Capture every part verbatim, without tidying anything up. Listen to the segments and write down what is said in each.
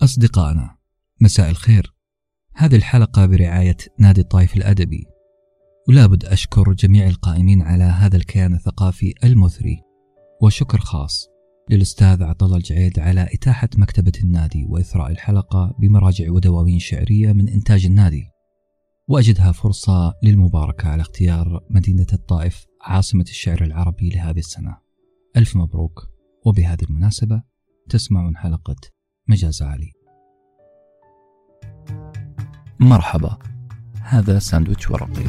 أصدقائنا، مساء الخير. هذه الحلقة برعاية نادي الطائف الأدبي، ولا بد أشكر جميع القائمين على هذا الكيان الثقافي المثري، وشكر خاص للأستاذ عطلة الجعيد على إتاحة مكتبة النادي وإثراء الحلقة بمراجع ودواوين شعرية من إنتاج النادي، وأجدها فرصة للمباركة على اختيار مدينة الطائف عاصمة الشعر العربي لهذه السنة. ألف مبروك. وبهذه المناسبة تسمعون حلقة مجاز عالي. مرحبا، هذا ساندويتش ورقي.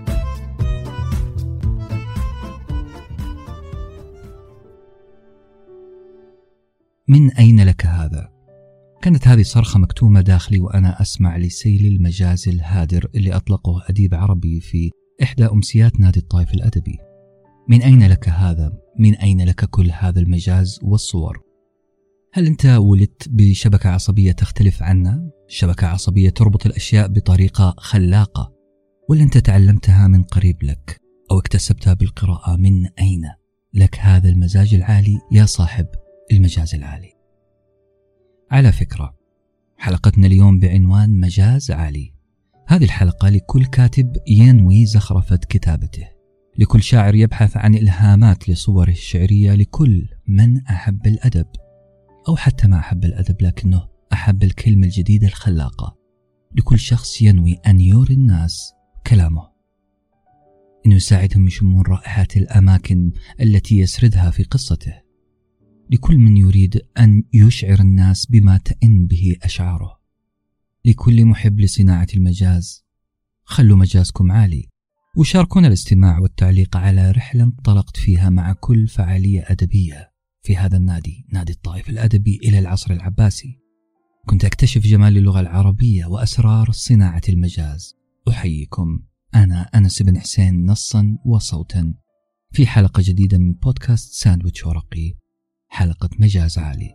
من أين لك هذا؟ كانت هذه صرخة مكتومة داخلي وأنا أسمع لسيل المجاز الهادر اللي أطلقه أديب عربي في إحدى أمسيات نادي الطائف الأدبي. من أين لك هذا؟ من أين لك كل هذا المجاز والصور؟ هل أنت ولدت بشبكة عصبية تختلف عنا؟ شبكة عصبية تربط الأشياء بطريقة خلاقة؟ ولا أنت تعلمتها من قريب لك أو اكتسبتها بالقراءة؟ من أين لك هذا المزاج العالي يا صاحب المجاز العالي؟ على فكرة، حلقتنا اليوم بعنوان مجاز عالي. هذه الحلقة لكل كاتب ينوي زخرفة كتابته، لكل شاعر يبحث عن إلهامات لصوره الشعرية، لكل من أحب الأدب أو حتى ما أحب الأدب لكنه أحب الكلمة الجديدة الخلاقة، لكل شخص ينوي أن يوري الناس كلامه، إنه يساعدهم يشمون رائحة الأماكن التي يسردها في قصته، لكل من يريد أن يشعر الناس بما تئن به أشعاره، لكل محب لصناعة المجاز. خلوا مجازكم عالي، وشاركونا الاستماع والتعليق على رحلة انطلقت فيها مع كل فعالية أدبية في هذا النادي، نادي الطائف الأدبي، إلى العصر العباسي. كنت أكتشف جمال اللغة العربية وأسرار صناعة المجاز. أحييكم، أنا أنس بن حسين، نصا وصوتا، في حلقة جديدة من بودكاست ساندويتش ورقي، حلقة مجاز عالي.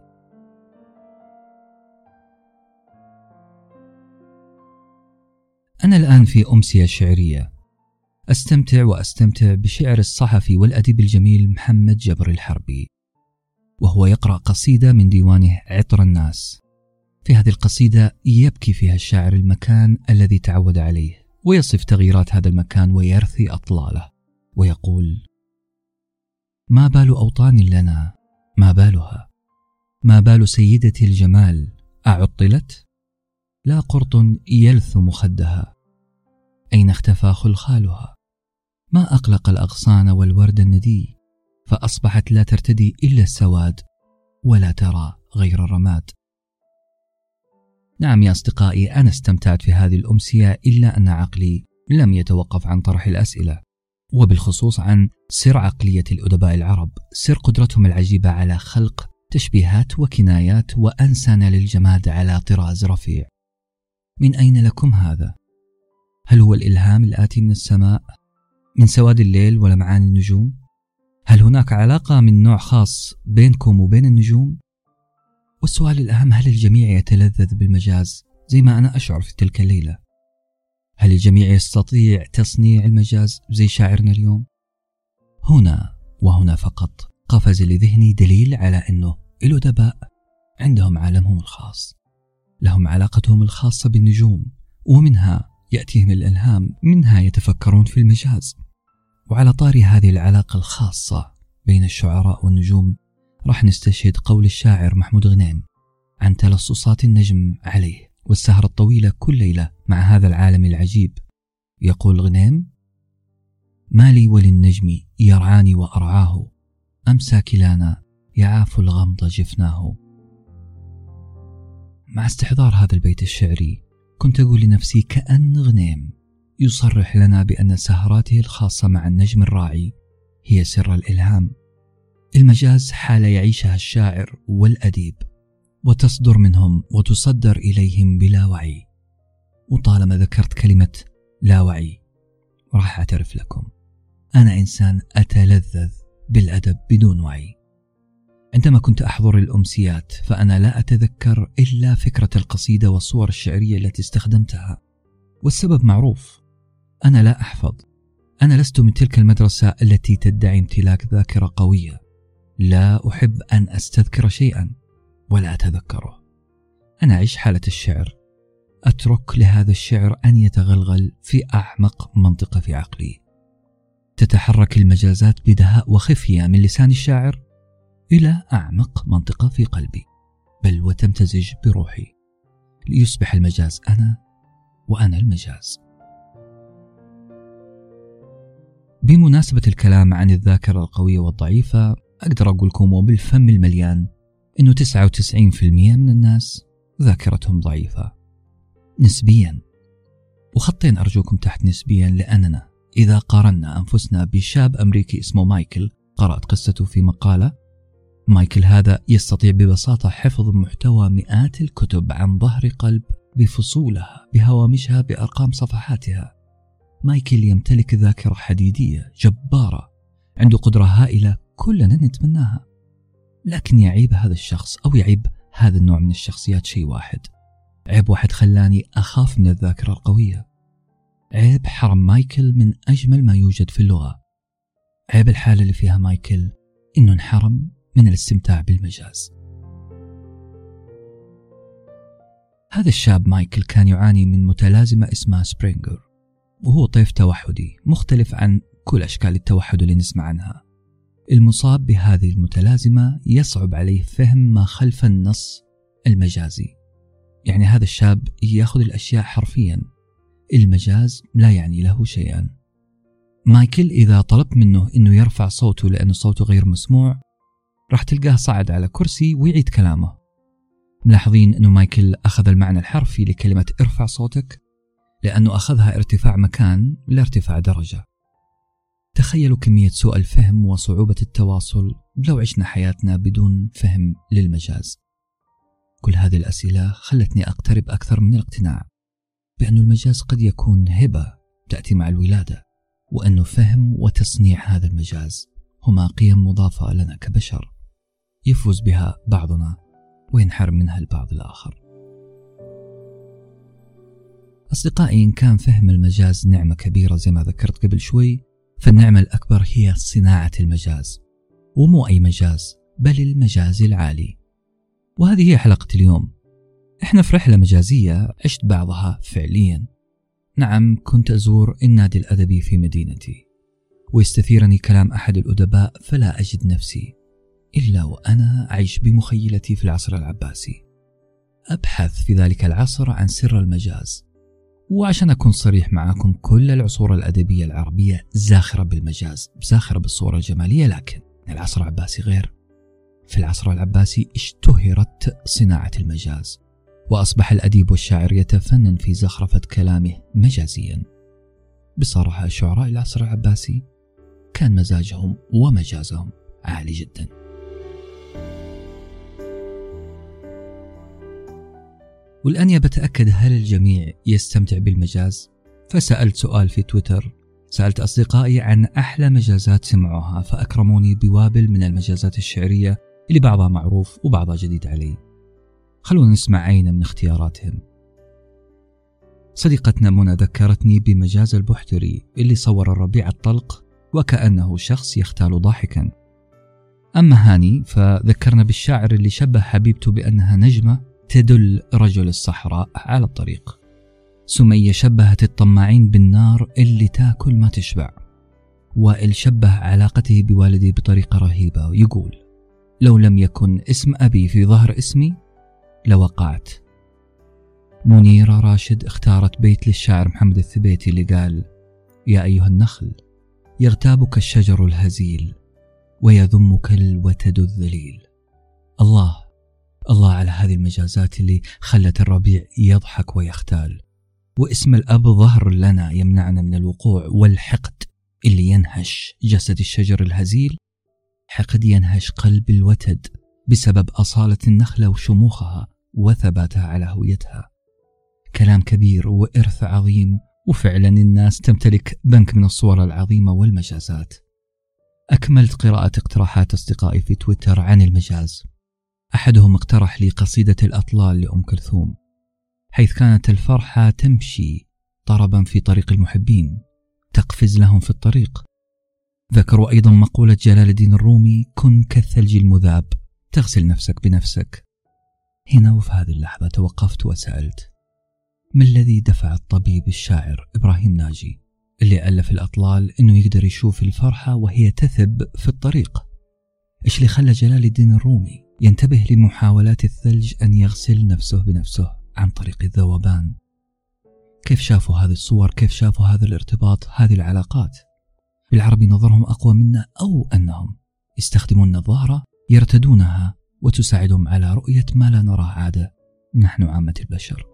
أنا الآن في أمسية شعرية، أستمتع وأستمتع بشعر الصحفي والأديب الجميل محمد جبر الحربي، وهو يقرأ قصيدة من ديوانه عطر الناس. في هذه القصيدة يبكي فيها الشاعر المكان الذي تعود عليه، ويصف تغييرات هذا المكان ويرثي أطلاله، ويقول: ما بال أوطان لنا، ما بالها، ما بال سيدة الجمال، أعطلت؟ لا قرط يلثم خدها، أين اختفى خلخالها؟ ما أقلق الأغصان والورد الندي، فأصبحت لا ترتدي إلا السواد ولا ترى غير الرماد. نعم يا أصدقائي، أنا استمتعت في هذه الأمسية، إلا أن عقلي لم يتوقف عن طرح الأسئلة، وبالخصوص عن سر عقلية الأدباء العرب، سر قدرتهم العجيبة على خلق تشبيهات وكنايات وأنسانة للجماد على طراز رفيع. من أين لكم هذا؟ هل هو الإلهام الآتي من السماء، من سواد الليل ولمعان النجوم؟ هل هناك علاقة من نوع خاص بينكم وبين النجوم؟ والسؤال الأهم، هل الجميع يتلذذ بالمجاز زي ما أنا أشعر في تلك الليلة؟ هل الجميع يستطيع تصنيع المجاز زي شاعرنا اليوم؟ هنا وهنا فقط قفز لذهني دليل على أنه الأدباء عندهم عالمهم الخاص، لهم علاقتهم الخاصة بالنجوم، ومنها يأتيهم الإلهام، منها يتفكرون في المجاز. وعلى طاري هذه العلاقة الخاصة بين الشعراء والنجوم، راح نستشهد قول الشاعر محمود غنيم عن تلصصات النجم عليه والسهرة الطويلة كل ليلة مع هذا العالم العجيب. يقول غنيم: ما لي وللنجم يرعاني وأرعاه، أمسى كلانا يعاف الغمض جفناه. مع استحضار هذا البيت الشعري كنت أقول لنفسي كأن غنيم يصرح لنا بأن سهراته الخاصة مع النجم الراعي هي سر الإلهام. المجاز حالة يعيشها الشاعر والأديب، وتصدر منهم وتصدر إليهم بلا وعي. وطالما ذكرت كلمة لا وعي، راح أعترف لكم، أنا إنسان أتلذذ بالأدب بدون وعي. عندما كنت أحضر الأمسيات فأنا لا أتذكر إلا فكرة القصيدة والصور الشعرية التي استخدمتها، والسبب معروف، أنا لا أحفظ. أنا لست من تلك المدرسة التي تدعي امتلاك ذاكرة قوية. لا أحب أن أستذكر شيئا ولا أتذكره. أنا أعيش حالة الشعر، أترك لهذا الشعر أن يتغلغل في أعمق منطقة في عقلي. تتحرك المجازات بدهاء وخفية من لسان الشاعر إلى أعمق منطقة في قلبي، بل وتمتزج بروحي، ليصبح المجاز أنا وأنا المجاز. بمناسبة الكلام عن الذاكرة القوية والضعيفة، أقدر أقول لكم وبالفم المليان إنه تسعة وتسعين بالمئة من الناس ذاكرتهم ضعيفة نسبيا، وخطين أرجوكم تحت نسبيا، لأننا إذا قارنا أنفسنا بشاب أمريكي اسمه مايكل، قرأت قصته في مقالة. مايكل هذا يستطيع ببساطة حفظ محتوى مئات الكتب عن ظهر قلب بفصولها بهوامشها بأرقام صفحاتها. مايكل يمتلك ذاكرة حديدية جبارة، عنده قدرة هائلة كلنا نتمناها، لكن يعيب هذا الشخص أو يعيب هذا النوع من الشخصيات شيء واحد. عيب واحد خلاني أخاف من الذاكرة القوية. عيب حرم مايكل من أجمل ما يوجد في اللغة. عيب الحالة اللي فيها مايكل إنه انحرم من الاستمتاع بالمجاز. هذا الشاب مايكل كان يعاني من متلازمة اسمها سبرينجر، وهو طيف توحدي مختلف عن كل أشكال التوحد اللي نسمع عنها. المصاب بهذه المتلازمة يصعب عليه فهم ما خلف النص المجازي، يعني هذا الشاب يأخذ الأشياء حرفيا، المجاز لا يعني له شيئا. مايكل إذا طلبت منه إنه يرفع صوته لأن صوته غير مسموع، راح تلقاه صعد على كرسي ويعيد كلامه. ملاحظين أنه مايكل أخذ المعنى الحرفي لكلمة ارفع صوتك لأنه أخذها ارتفاع مكان لا ارتفاع درجة. تخيلوا كمية سوء الفهم وصعوبة التواصل لو عشنا حياتنا بدون فهم للمجاز. كل هذه الأسئلة خلتني أقترب أكثر من الاقتناع بأن المجاز قد يكون هبة تأتي مع الولادة، وأنه فهم وتصنيع هذا المجاز هما قيم مضافة لنا كبشر، يفوز بها بعضنا وينحرم منها البعض الآخر. أصدقائي، إن كان فهم المجاز نعمة كبيرة زي ما ذكرت قبل شوي، فالنعمة الأكبر هي صناعة المجاز، ومو أي مجاز بل المجاز العالي. وهذه هي حلقة اليوم. إحنا في رحلة مجازية عشت بعضها فعليا. نعم، كنت أزور النادي الأدبي في مدينتي، ويستثيرني كلام أحد الأدباء فلا أجد نفسي إلا وأنا أعيش بمخيلتي في العصر العباسي، أبحث في ذلك العصر عن سر المجاز. وعشان أكون صريح معكم، كل العصور الأدبية العربية زاخرة بالمجاز، زاخرة بالصورة الجمالية، لكن العصر العباسي غير. في العصر العباسي اشتهرت صناعة المجاز، وأصبح الأديب والشاعر يتفنن في زخرفة كلامه مجازيا. بصراحة شعراء العصر العباسي كان مزاجهم ومجازهم عالي جدا. والآن يا بتأكد هل الجميع يستمتع بالمجاز؟ فسألت سؤال في تويتر، سألت أصدقائي عن أحلى مجازات سمعوها، فأكرموني بوابل من المجازات الشعرية اللي بعضها معروف وبعضها جديد علي. خلونا نسمع عينة من اختياراتهم. صديقتنا منى ذكرتني بمجاز البحتري اللي صور الربيع الطلق وكأنه شخص يختال ضاحكا. أما هاني فذكرنا بالشاعر اللي شبه حبيبته بأنها نجمة تدل رجل الصحراء على الطريق. سمية شبهت الطماعين بالنار اللي تاكل ما تشبع. وائل شبه علاقته بوالدي بطريقة رهيبة، يقول: لو لم يكن اسم أبي في ظهر اسمي لوقعت. منيرة راشد اختارت بيت للشاعر محمد الثبيتي اللي قال: يا أيها النخل يغتابك الشجر الهزيل ويذمك الوتد الذليل. الله الله على هذه المجازات اللي خلت الربيع يضحك ويختال. واسم الأب ظهر لنا يمنعنا من الوقوع، والحقد اللي ينهش جسد الشجر الهزيل حقد ينهش قلب الوتد بسبب أصالة النخلة وشموخها وثباتها على هويتها. كلام كبير وإرث عظيم، وفعلا الناس تمتلك بنك من الصور العظيمة والمجازات. أكملت قراءة اقتراحات أصدقائي في تويتر عن المجاز. أحدهم اقترح لي قصيدة الأطلال لأم كلثوم، حيث كانت الفرحة تمشي طربا في طريق المحبين تقفز لهم في الطريق. ذكروا أيضا مقولة جلال الدين الرومي: كن كالثلج المذاب تغسل نفسك بنفسك. هنا وفي هذه اللحظة توقفت وسألت: ما الذي دفع الطبيب الشاعر إبراهيم ناجي اللي ألف الأطلال إنه يقدر يشوف الفرحة وهي تثب في الطريق؟ إيش اللي خلى جلال الدين الرومي ينتبه لمحاولات الثلج أن يغسل نفسه بنفسه عن طريق الذوبان؟ كيف شافوا هذه الصور؟ كيف شافوا هذا الارتباط؟ هذه العلاقات؟ بالعربي نظرهم أقوى منا، أو أنهم يستخدمون النظارة يرتدونها وتساعدهم على رؤية ما لا نراه عادة نحن عامة البشر.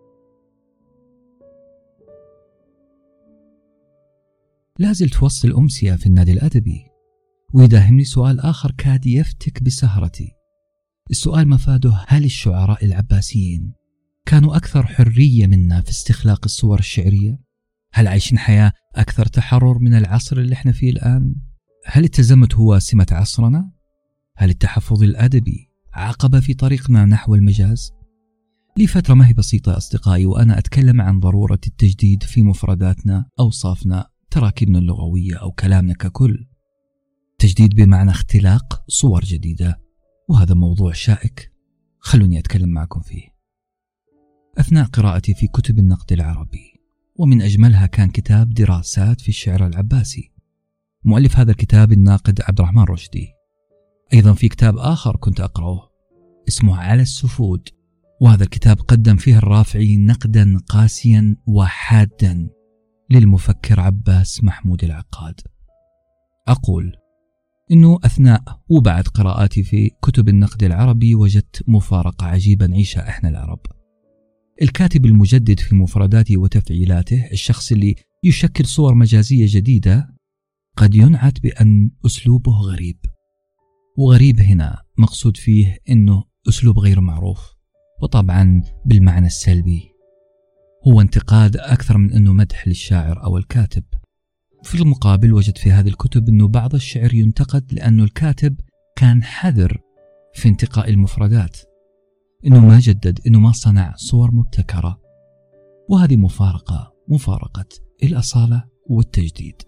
لازلت وسط الأمسية في النادي الأدبي، ويداهمني سؤال آخر كاد يفتك بسهرتي. السؤال مفاده: هل الشعراء العباسيين كانوا أكثر حرية منا في استخلاق الصور الشعرية؟ هل عايشين حياة أكثر تحرر من العصر اللي احنا فيه الآن؟ هل التزمت هو سمة عصرنا؟ هل التحفظ الأدبي عقبة في طريقنا نحو المجاز؟ لي فترة ما هي بسيطة أصدقائي وأنا أتكلم عن ضرورة التجديد في مفرداتنا، أوصافنا، تراكيبنا اللغوية أو كلامنا ككل. تجديد بمعنى اختلاق صور جديدة، وهذا موضوع شائك خلوني أتكلم معكم فيه. أثناء قراءتي في كتب النقد العربي، ومن أجملها كان كتاب دراسات في الشعر العباسي، مؤلف هذا الكتاب الناقد عبد الرحمن رشدي. أيضا في كتاب آخر كنت أقرأه اسمه على السفود، وهذا الكتاب قدم فيه الرافعي نقدا قاسيا وحادا للمفكر عباس محمود العقاد. أقول إنه أثناء وبعد قراءاتي في كتب النقد العربي وجدت مفارقة عجيبة نعيشها إحنا العرب. الكاتب المجدد في مفرداته وتفعيلاته، الشخص اللي يشكل صور مجازية جديدة، قد ينعت بأن أسلوبه غريب. وغريب هنا مقصود فيه إنه أسلوب غير معروف، وطبعا بالمعنى السلبي، هو انتقاد أكثر من أنه مدح للشاعر أو الكاتب. في المقابل وجد في هذه الكتب أنه بعض الشعر ينتقد لأنه الكاتب كان حذر في انتقاء المفردات، أنه ما جدد، أنه ما صنع صور مبتكرة. وهذه مفارقة مفارقة الأصالة والتجديد.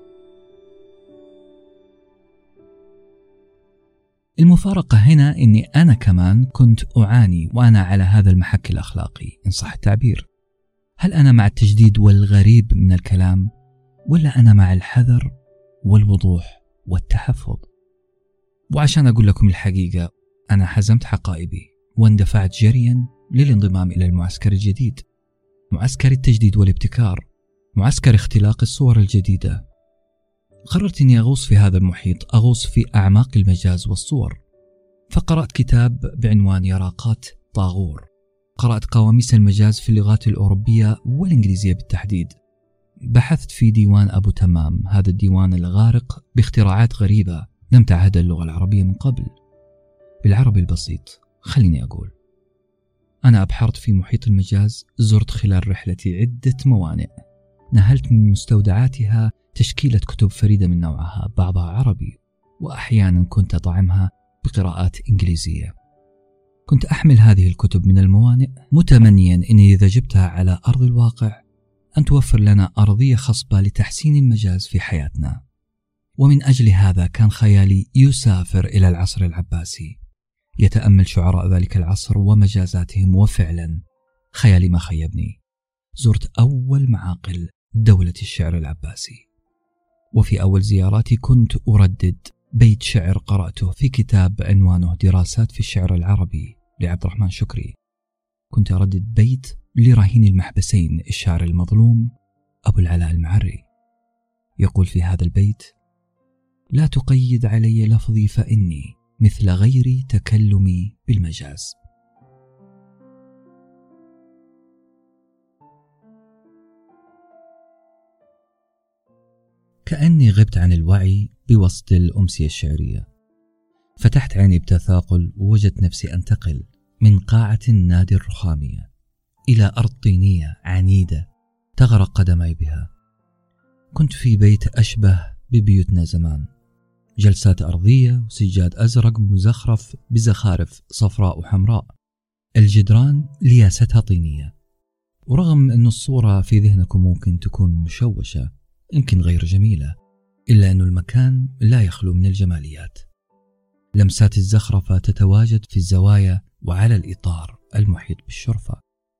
المفارقة هنا أني أنا كمان كنت أعاني وأنا على هذا المحك الأخلاقي إن صح التعبير. هل أنا مع التجديد والغريب من الكلام، ولا أنا مع الحذر والوضوح والتحفظ؟ وعشان أقول لكم الحقيقة، أنا حزمت حقائبي واندفعت جريا للانضمام إلى المعسكر الجديد، معسكر التجديد والابتكار، معسكر اختلاق الصور الجديدة. قررت أني أغوص في هذا المحيط، أغوص في أعماق المجاز والصور. فقرأت كتاب بعنوان يراقات طاغور، قرأت قواميس المجاز في اللغات الأوروبية والإنجليزية بالتحديد. بحثت في ديوان أبو تمام، هذا الديوان الغارق باختراعات غريبة لم تعهدها اللغة العربية من قبل. بالعربي البسيط خليني أقول، أنا أبحرت في محيط المجاز، زرت خلال رحلتي عدة موانئ، نهلت من مستودعاتها تشكيلة كتب فريدة من نوعها، بعضها عربي، وأحيانا كنت أطعمها بقراءات إنجليزية. كنت أحمل هذه الكتب من الموانئ متمنيا أني إذا جبتها على أرض الواقع أن توفر لنا أرضية خصبة لتحسين المجاز في حياتنا. ومن أجل هذا كان خيالي يسافر إلى العصر العباسي، يتأمل شعراء ذلك العصر ومجازاتهم، وفعلا خيالي ما خيبني. زرت أول معاقل دولة الشعر العباسي، وفي أول زياراتي كنت أردد بيت شعر قرأته في كتاب عنوانه دراسات في الشعر العربي لعبد الرحمن شكري. كنت أردد بيت لرهين المحبسين الشاعر المظلوم أبو العلاء المعري، يقول في هذا البيت: لا تقيد علي لفظي فإني مثل غيري تكلمي بالمجاز. كأني غبت عن الوعي بوسط الأمسية الشعرية. فتحت عيني بتثاقل ووجدت نفسي أنتقل من قاعة النادي الرخامية إلى أرض طينية عنيدة تغرق قدمي بها. كنت في بيت أشبه ببيوتنا زمان، جلسات أرضية وسجاد أزرق مزخرف بزخارف صفراء وحمراء، الجدران لياستها طينية. ورغم أن الصورة في ذهنكم ممكن تكون مشوشة، يمكن غير جميلة، إلا أن المكان لا يخلو من الجماليات. لمسات الزخرفة تتواجد في الزوايا وعلى الإطار المحيط بالشرفة.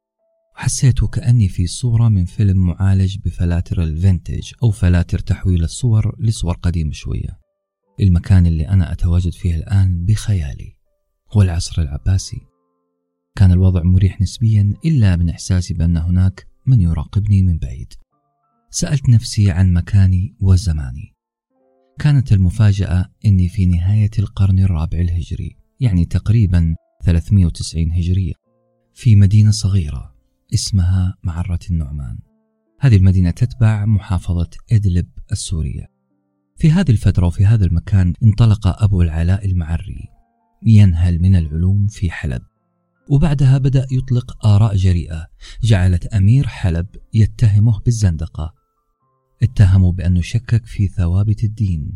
وحسيت كأني في صورة من فيلم معالج بفلاتر الفينتج أو فلاتر تحويل الصور لصور قديمة شوية. المكان اللي أنا أتواجد فيه الآن بخيالي هو العصر العباسي. كان الوضع مريح نسبيا إلا من إحساسي بأن هناك من يراقبني من بعيد. سألت نفسي عن مكاني وزماني. كانت المفاجأة أني في نهاية القرن الرابع الهجري، يعني تقريبا ثلاثمائة وتسعين هجرية، في مدينة صغيرة اسمها معرة النعمان. هذه المدينة تتبع محافظة إدلب السورية. في هذه الفترة وفي هذا المكان انطلق أبو العلاء المعري ينهل من العلوم في حلب، وبعدها بدأ يطلق آراء جريئة جعلت أمير حلب يتهمه بالزندقة. اتهموا بأنه شكك في ثوابت الدين.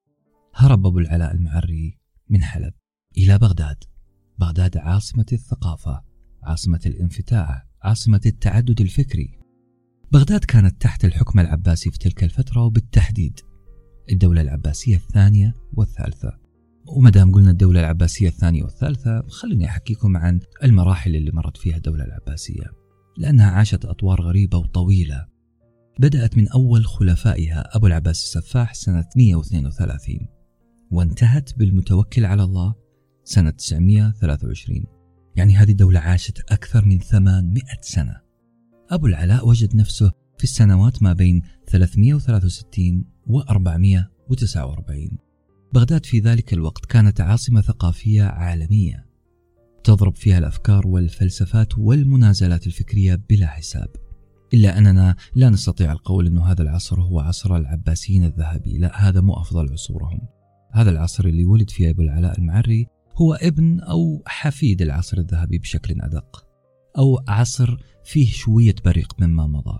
هرب أبو العلاء المعري من حلب إلى بغداد. بغداد عاصمة الثقافة، عاصمة الانفتاح، عاصمة التعدد الفكري. بغداد كانت تحت الحكم العباسي في تلك الفترة، وبالتحديد الدولة العباسية الثانية والثالثة. ومدام قلنا الدولة العباسية الثانية والثالثة، خلوني أحكيكم عن المراحل اللي مرت فيها الدولة العباسية، لأنها عاشت أطوار غريبة وطويلة. بدأت من أول خلفائها أبو العباس السفاح سنة مئة واثنين وثلاثين، وانتهت بالمتوكل على الله سنة تسعمئة وثلاثة وعشرين. يعني هذه الدولة عاشت أكثر من ثمانمئة سنة. أبو العلاء وجد نفسه في السنوات ما بين ثلاثمئة وثلاثة وستين وأربعمئة وتسعة وأربعين. بغداد في ذلك الوقت كانت عاصمة ثقافية عالمية تضرب فيها الأفكار والفلسفات والمنازلات الفكرية بلا حساب. إلا أننا لا نستطيع القول أن هذا العصر هو عصر العباسيين الذهبي، لا، هذا مو أفضل عصورهم. هذا العصر اللي ولد فيه أبو العلاء المعري هو ابن أو حفيد العصر الذهبي بشكل أدق، أو عصر فيه شوية بريق مما مضى.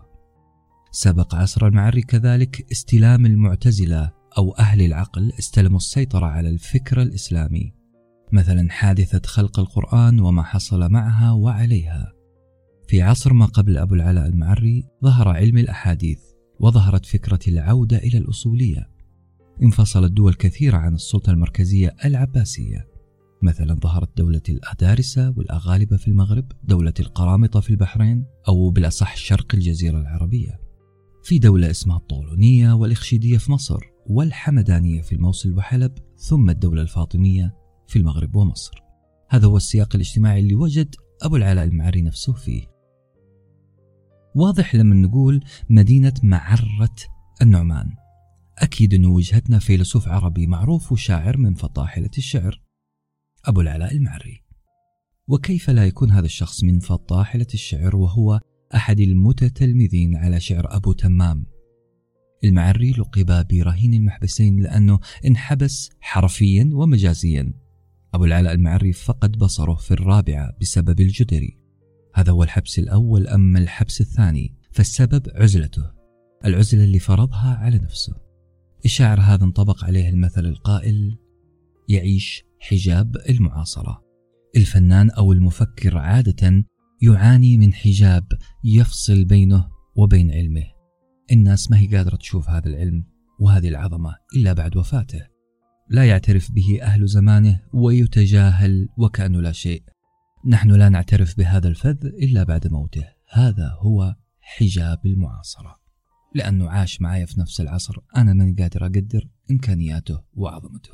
سبق عصر المعري كذلك استلام المعتزلة أو أهل العقل، استلموا السيطرة على الفكر الإسلامي، مثلا حادثة خلق القرآن وما حصل معها وعليها. في عصر ما قبل أبو العلاء المعري ظهر علم الأحاديث، وظهرت فكرة العودة إلى الأصولية. انفصلت دول كثيرة عن السلطة المركزية العباسية، مثلا ظهرت دولة الأدارسة والأغالبة في المغرب، دولة القرامطة في البحرين أو بالأصح شرق الجزيرة العربية. في دولة اسمها الطولونية والإخشيدية في مصر، والحمدانية في الموصل وحلب، ثم الدولة الفاطمية في المغرب ومصر. هذا هو السياق الاجتماعي اللي وجد أبو العلاء المعري نفسه فيه. واضح لما نقول مدينة معرة النعمان، أكيد أنه وجهتنا فيلسوف عربي معروف وشاعر من فطاحلة الشعر، أبو العلاء المعري. وكيف لا يكون هذا الشخص من فطاحلة الشعر وهو أحد المتتلمذين على شعر أبو تمام؟ المعري لقب برهين المحبسين لأنه انحبس حرفيا ومجازيا. أبو العلاء المعري فقد بصره في الرابعة بسبب الجدري. هذا هو الحبس الأول. أما الحبس الثاني فالسبب عزلته، العزلة اللي فرضها على نفسه. الشاعر هذا انطبق عليه المثل القائل: يعيش حجاب المعاصرة. الفنان أو المفكر عادة يعاني من حجاب يفصل بينه وبين علمه. الناس ما هي قادرة تشوف هذا العلم وهذه العظمة إلا بعد وفاته. لا يعترف به أهل زمانه ويتجاهل وكأنه لا شيء. نحن لا نعترف بهذا الفذ إلا بعد موته. هذا هو حجاب المعاصرة، لأنه عاش معي في نفس العصر. أنا من قادر أقدر إمكانياته وعظمته.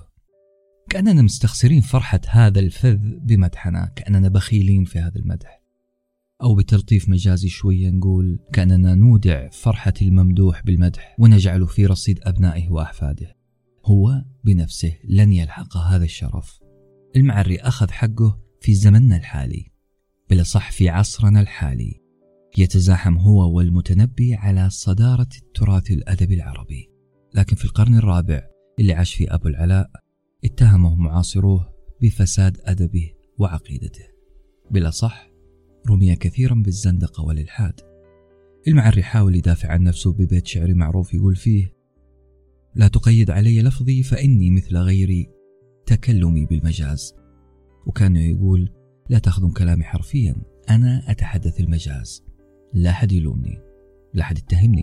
كأننا مستخسرين فرحة هذا الفذ بمدحنا، كأننا بخيلين في هذا المدح، أو بتلطيف مجازي شوية نقول كأننا نودع فرحة الممدوح بالمدح ونجعله في رصيد أبنائه وأحفاده. هو بنفسه لن يلحق هذا الشرف. المعري أخذ حقه في زمننا الحالي، بلا صح في عصرنا الحالي. يتزاحم هو والمتنبي على صدارة التراث الأدبي العربي. لكن في القرن الرابع اللي عاش فيه أبو العلاء اتهمه معاصروه بفساد أدبه وعقيدته. بلا صح رمي كثيرا بالزندقة والإلحاد. المعري حاول يدافع عن نفسه ببيت شعري معروف يقول فيه: لا تقيد علي لفظي فإني مثل غيري تكلمي بالمجاز. وكان يقول: لا تأخذون كلامي حرفيا، أنا أتحدث المجاز، لا حد يلومني، لا حد يتهمني.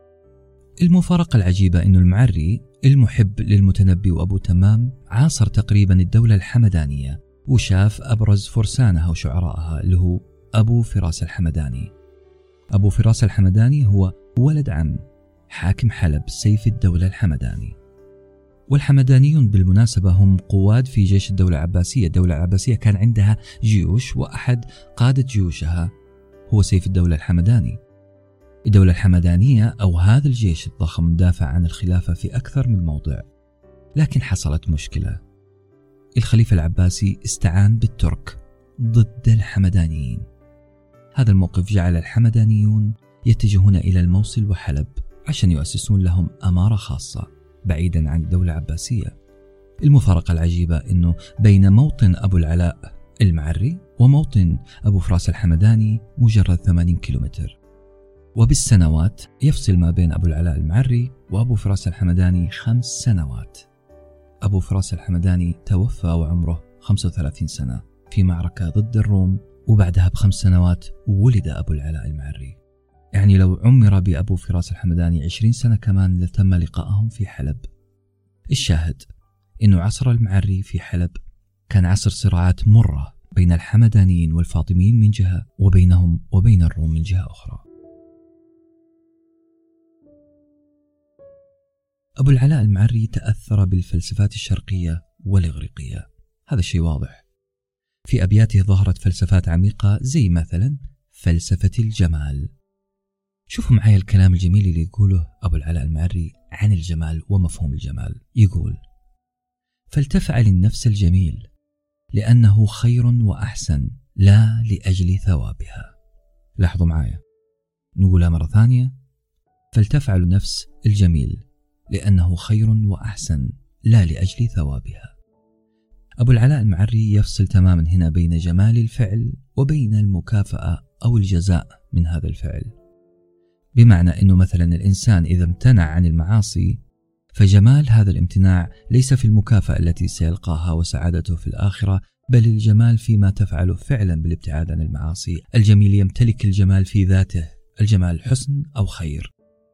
المفارقة العجيبة أن المعري المحب للمتنبي وأبو تمام عاصر تقريبا الدولة الحمدانية وشاف أبرز فرسانها وشعرائها اللي هو أبو فراس الحمداني. أبو فراس الحمداني هو ولد عم حاكم حلب سيف الدولة الحمداني. والحمدانيون بالمناسبة هم قواد في جيش الدولة العباسية. الدولة العباسية كان عندها جيوش، وأحد قادة جيوشها هو سيف الدولة الحمداني. الدولة الحمدانية أو هذا الجيش الضخم دافع عن الخلافة في أكثر من موضع، لكن حصلت مشكلة. الخليفة العباسي استعان بالترك ضد الحمدانيين. هذا الموقف جعل الحمدانيون يتجهون إلى الموصل وحلب عشان يؤسسون لهم أمارة خاصة بعيدا عن الدولة العباسية. المفارقة العجيبة أنه بين موطن أبو العلاء المعري وموطن أبو فراس الحمداني مجرد ثمانين كيلومتر، وبالسنوات يفصل ما بين أبو العلاء المعري وأبو فراس الحمداني خمس سنوات. أبو فراس الحمداني توفى وعمره خمسة وثلاثين سنة في معركة ضد الروم، وبعدها بخمس سنوات ولد أبو العلاء المعري. يعني لو عمر بأبو فراس الحمداني عشرين سنة كمان لتم لقائهم في حلب. الشاهد إنه عصر المعري في حلب كان عصر صراعات مرة بين الحمدانيين والفاطميين من جهة، وبينهم وبين الروم من جهة أخرى. أبو العلاء المعري تأثر بالفلسفات الشرقية والإغريقية، هذا الشيء واضح. في أبياته ظهرت فلسفات عميقة زي مثلا فلسفة الجمال. شوفوا معايا الكلام الجميل اللي يقوله أبو العلاء المعري عن الجمال ومفهوم الجمال. يقول: فلتفعل النفس الجميل لأنه خير وأحسن لا لأجل ثوابها. لاحظوا معايا، نقولها مرة ثانية: فلتفعل النفس الجميل لأنه خير وأحسن لا لأجل ثوابها. أبو العلاء المعري يفصل تماما هنا بين جمال الفعل وبين المكافأة أو الجزاء من هذا الفعل. بمعنى أنه مثلا الإنسان إذا امتنع عن المعاصي فجمال هذا الامتناع ليس في المكافأة التي سيلقاها وسعادته في الآخرة، بل الجمال فيما تفعله فعلا بالابتعاد عن المعاصي. الجميل يمتلك الجمال في ذاته، الجمال حسن أو خير.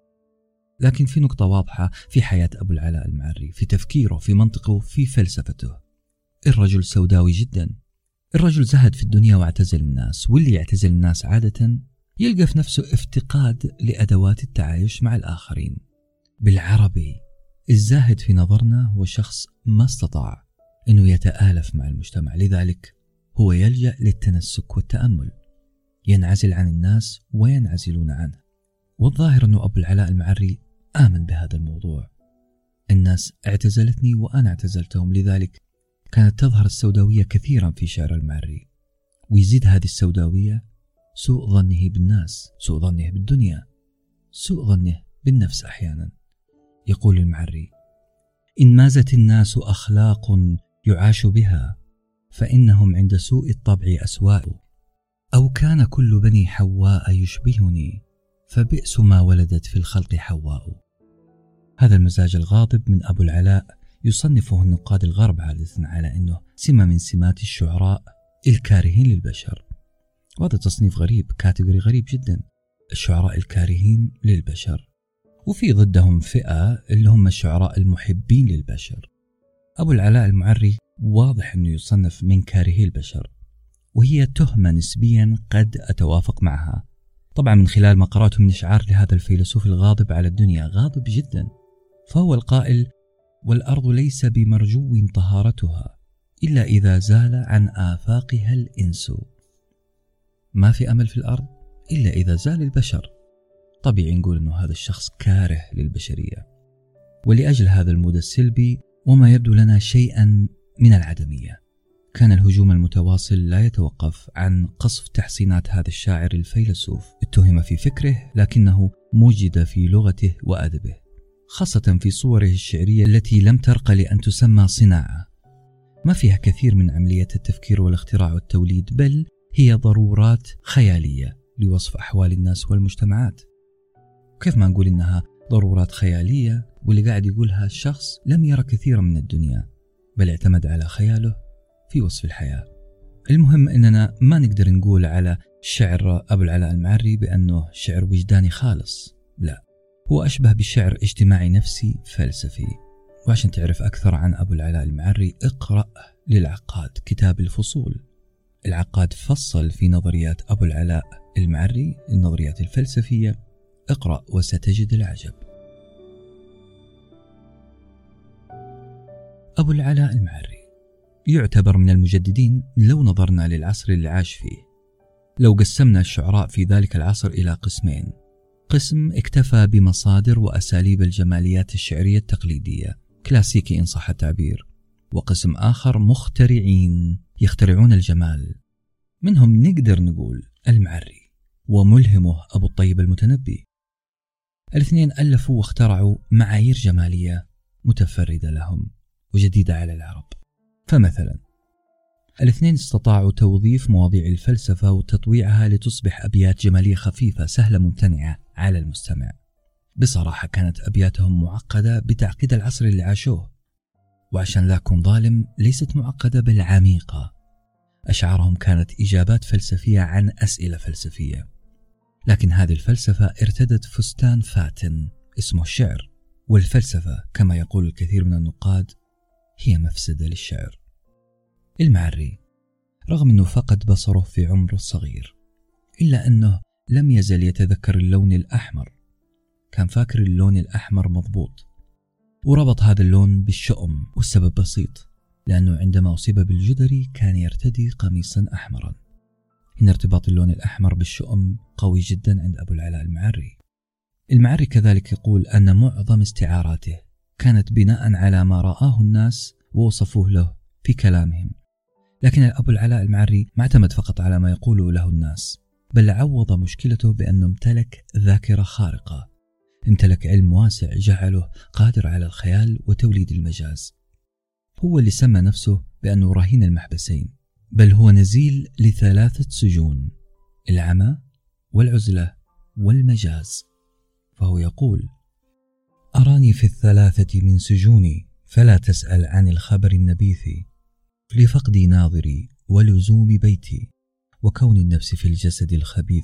لكن في نقطة واضحة في حياة أبو العلاء المعري، في تفكيره، في منطقه، في فلسفته. الرجل سوداوي جدا. الرجل زهد في الدنيا واعتزل الناس، واللي يعتزل الناس عادة يلقى في نفسه افتقاد لأدوات التعايش مع الآخرين. بالعربي، الزاهد في نظرنا هو شخص ما استطاع أنه يتآلف مع المجتمع، لذلك هو يلجأ للتنسك والتأمل، ينعزل عن الناس وينعزلون عنه. والظاهر أنه أبو العلاء المعري آمن بهذا الموضوع. الناس اعتزلتني وأنا اعتزلتهم، لذلك كانت تظهر السوداوية كثيرا في شعر المعري. ويزيد هذه السوداوية سوء ظنه بالناس، سوء ظنه بالدنيا، سوء ظنه بالنفس أحيانا. يقول المعري: إن مازت الناس أخلاق يعاش بها فإنهم عند سوء الطبع أسواء، أو كان كل بني حواء يشبهني فبئس ما ولدت في الخلق حواء. هذا المزاج الغاضب من أبو العلاء يصنفه النقاد الغرب عادة على أنه سمة من سمات الشعراء الكارهين للبشر. وهذا تصنيف غريب، كاتيجوري غريب جدا، الشعراء الكارهين للبشر. وفي ضدهم فئة اللي هم الشعراء المحبين للبشر. أبو العلاء المعري واضح أنه يصنف من كارهي البشر، وهي تهمة نسبيا قد أتوافق معها، طبعا من خلال ما قرأته من إشعار لهذا الفيلسوف الغاضب على الدنيا، غاضب جدا. فهو القائل: والأرض ليس بمرجو طهارتها إلا إذا زال عن آفاقها الإنس. ما في أمل في الأرض إلا إذا زال البشر. طبيعي نقول أنه هذا الشخص كاره للبشرية. ولأجل هذا المود السلبي وما يبدو لنا شيئا من العدمية، كان الهجوم المتواصل لا يتوقف عن قصف تحسينات هذا الشاعر الفيلسوف. اتهم في فكره لكنه موجد في لغته وأدبه، خاصة في صوره الشعرية التي لم ترق لأن تسمى صناعة. ما فيها كثير من عملية التفكير والاختراع والتوليد، بل هي ضرورات خيالية لوصف أحوال الناس والمجتمعات. كيف ما نقول إنها ضرورات خيالية واللي قاعد يقولها الشخص لم يرى كثيرا من الدنيا، بل اعتمد على خياله في وصف الحياة. المهم إننا ما نقدر نقول على شعر أبو العلاء المعري بأنه شعر وجداني خالص، لا، هو أشبه بالشعر اجتماعي نفسي فلسفي. وعشان تعرف أكثر عن أبو العلاء المعري اقرأ للعقاد كتاب الفصول. العقاد فصل في نظريات أبو العلاء المعري النظريات الفلسفية. اقرأ وستجد العجب. أبو العلاء المعري يعتبر من المجددين لو نظرنا للعصر اللي عاش فيه. لو قسمنا الشعراء في ذلك العصر إلى قسمين: قسم اكتفى بمصادر وأساليب الجماليات الشعرية التقليدية، كلاسيكي إن صح التعبير، وقسم آخر مخترعين يخترعون الجمال. منهم نقدر نقول المعري وملهمه أبو الطيب المتنبي. الاثنين ألفوا واخترعوا معايير جمالية متفردة لهم وجديدة على العرب. فمثلا الاثنين استطاعوا توظيف مواضيع الفلسفة وتطويعها لتصبح أبيات جمالية خفيفة سهلة ممتنعة على المستمع. بصراحة كانت أبياتهم معقدة بتعقيد العصر اللي عاشوه، وعشان لا أكون ظالم ليست معقدة بل عميقة. أشعارهم كانت إجابات فلسفية عن أسئلة فلسفية، لكن هذه الفلسفة ارتدت فستان فاتن اسمه الشعر، والفلسفة كما يقول الكثير من النقاد هي مفسدة للشعر. المعري رغم أنه فقد بصره في عمره الصغير، إلا أنه لم يزل يتذكر اللون الأحمر. كان فاكر اللون الأحمر مضبوط، وربط هذا اللون بالشؤم، والسبب بسيط، لأنه عندما أصيب بالجدري كان يرتدي قميصا أحمرا. إن ارتباط اللون الأحمر بالشؤم قوي جدا عند أبو العلاء المعري. المعري كذلك يقول أن معظم استعاراته كانت بناء على ما رآه الناس ووصفوه له في كلامهم، لكن أبو العلاء المعري ما اعتمد فقط على ما يقوله له الناس، بل عوض مشكلته بأنه امتلك ذاكرة خارقة، امتلك علم واسع جعله قادر على الخيال وتوليد المجاز. هو اللي سمى نفسه بأنه رهين المحبسين، بل هو نزيل لثلاثة سجون: العمى والعزلة والمجاز. فهو يقول: أراني في الثلاثة من سجوني، فلا تسأل عن الخبر النبيث، لفقدي ناظري ولزوم بيتي وكون النفس في الجسد الخبيث.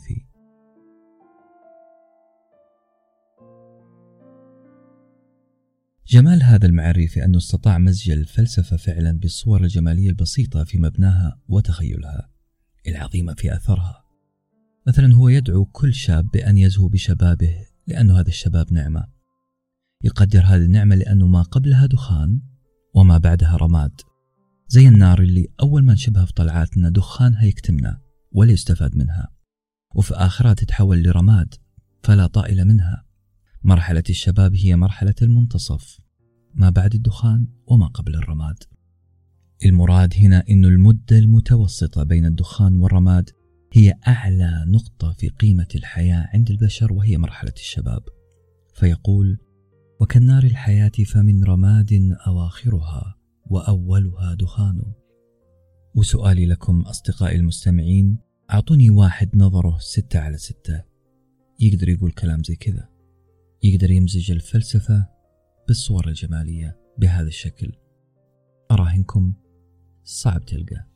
جمال هذا المعري في أنه استطاع مزج الفلسفة فعلا بالصور الجمالية البسيطة في مبناها وتخيلها العظيمة في أثرها. مثلا هو يدعو كل شاب بأن يزهو بشبابه، لأنه هذا الشباب نعمة، يقدر هذه النعمة لأنه ما قبلها دخان وما بعدها رماد، زي النار اللي أول ما نشبها في طلعاتنا دخانها يكتمنا ولا يستفاد منها، وفي آخرها تتحول لرماد فلا طائل منها. مرحلة الشباب هي مرحلة المنتصف، ما بعد الدخان وما قبل الرماد. المراد هنا إنه المدة المتوسطة بين الدخان والرماد هي أعلى نقطة في قيمة الحياة عند البشر، وهي مرحلة الشباب. فيقول: وكالنار الحياة فمن رماد أواخرها وأولها دخان. وسؤالي لكم أصدقائي المستمعين، أعطوني واحد نظره ستة على ستة يقدر يقول كلام زي كذا، يقدر يمزج الفلسفة بالصور الجمالية بهذا الشكل. أراهنكم صعب تلقى.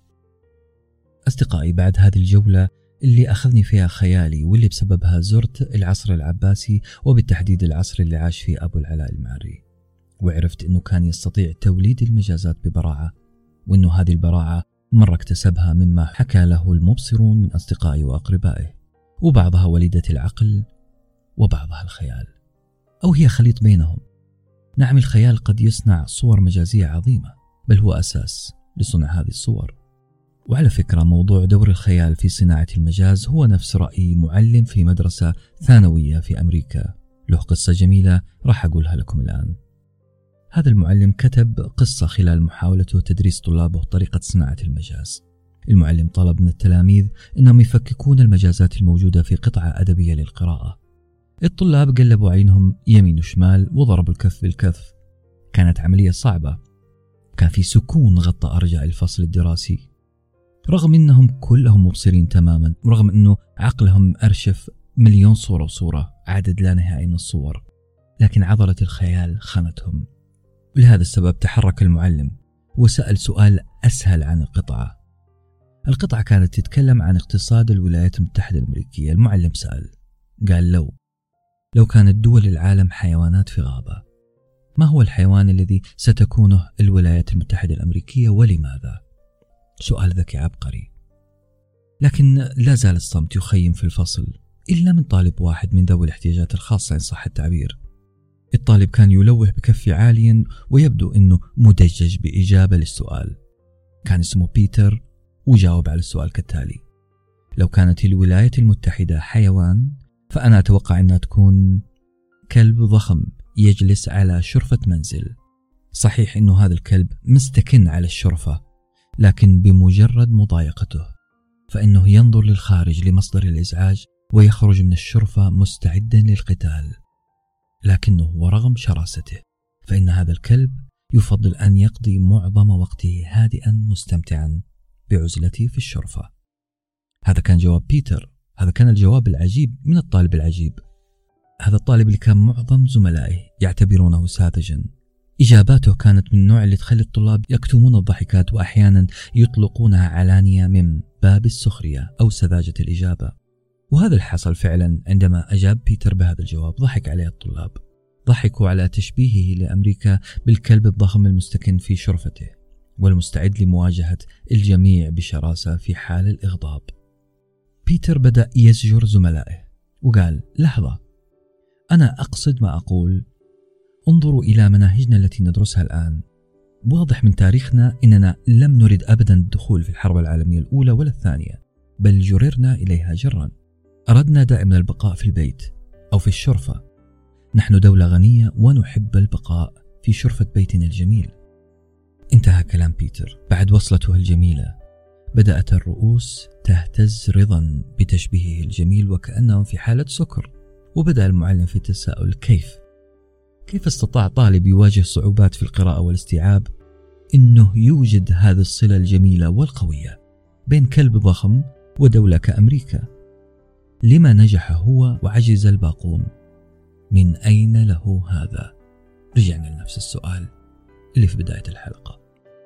أصدقائي، بعد هذه الجولة اللي أخذني فيها خيالي واللي بسببها زرت العصر العباسي، وبالتحديد العصر اللي عاش فيه أبو العلاء المعري، وعرفت أنه كان يستطيع توليد المجازات ببراعة، وأنه هذه البراعة مرة اكتسبها مما حكى له المبصرون من أصدقائي وأقربائه، وبعضها وليدة العقل وبعضها الخيال، أو هي خليط بينهم. نعم، الخيال قد يصنع صور مجازية عظيمة، بل هو أساس لصنع هذه الصور. وعلى فكرة، موضوع دور الخيال في صناعة المجاز هو نفس رأي معلم في مدرسة ثانوية في أمريكا، له قصة جميلة راح أقولها لكم الآن. هذا المعلم كتب قصة خلال محاولته تدريس طلابه طريقة صناعة المجاز. المعلم طلب من التلاميذ أنهم يفككون المجازات الموجودة في قطعة أدبية للقراءة. الطلاب قلبوا عينهم يمين وشمال وضربوا الكف بالكف. كانت عملية صعبة، كان في سكون غطى أرجاء الفصل الدراسي، رغم أنهم كلهم مبصرين تماما، ورغم أنه عقلهم أرشف مليون صورة وصورة، عدد لا نهائي من الصور، لكن عضلة الخيال خانتهم. ولهذا السبب تحرك المعلم وسأل سؤال أسهل عن القطعة. القطعة كانت تتكلم عن اقتصاد الولايات المتحدة الأمريكية. المعلم سأل، قال: لو لو كانت دول العالم حيوانات في غابة، ما هو الحيوان الذي ستكونه الولايات المتحدة الأمريكية ولماذا؟ سؤال ذكي عبقري. لكن لا زال الصمت يخيم في الفصل إلا من طالب واحد من ذوي الاحتياجات الخاصة إن صح التعبير. الطالب كان يلوه بكفي عاليا ويبدو أنه مدجج بإجابة للسؤال. كان اسمه بيتر وجاوب على السؤال كالتالي: لو كانت الولايات المتحدة حيوان فأنا أتوقع أنها تكون كلب ضخم يجلس على شرفة منزل. صحيح أنه هذا الكلب مستكن على الشرفة، لكن بمجرد مضايقته فإنه ينظر للخارج لمصدر الإزعاج ويخرج من الشرفة مستعدا للقتال. لكنه ورغم شراسته فإن هذا الكلب يفضل أن يقضي معظم وقته هادئا مستمتعا بعزلته في الشرفة. هذا كان جواب بيتر. هذا كان الجواب العجيب من الطالب العجيب. هذا الطالب اللي كان معظم زملائه يعتبرونه ساذجا. إجاباته كانت من النوع اللي تخلي الطلاب يكتمون الضحكات وأحيانا يطلقونها علانية من باب السخرية أو سذاجة الإجابة. وهذا اللي حصل فعلا عندما أجاب بيتر بهذا الجواب. ضحك عليه الطلاب، ضحكوا على تشبيهه لأمريكا بالكلب الضخم المستكن في شرفته والمستعد لمواجهة الجميع بشراسة في حال الإغضاب. بيتر بدأ يزجر زملائه وقال: لحظة، أنا أقصد ما أقول. انظروا إلى مناهجنا التي ندرسها الآن. واضح من تاريخنا إننا لم نرد أبدا الدخول في الحرب العالمية الأولى ولا الثانية، بل جررنا إليها جرا. أردنا دائما البقاء في البيت أو في الشرفة. نحن دولة غنية ونحب البقاء في شرفة بيتنا الجميل. انتهى كلام بيتر. بعد وصلته الجميلة بدأت الرؤوس تهتز رضا بتشبيهه الجميل وكأنهم في حالة سكر. وبدأ المعلم في التساؤل: كيف؟ كيف استطاع طالب يواجه صعوبات في القراءة والاستيعاب إنه يوجد هذه الصلة الجميلة والقوية بين كلب ضخم ودولة كأمريكا؟ لما نجح هو وعجز الباقون؟ من أين له هذا؟ رجعنا لنفس السؤال اللي في بداية الحلقة.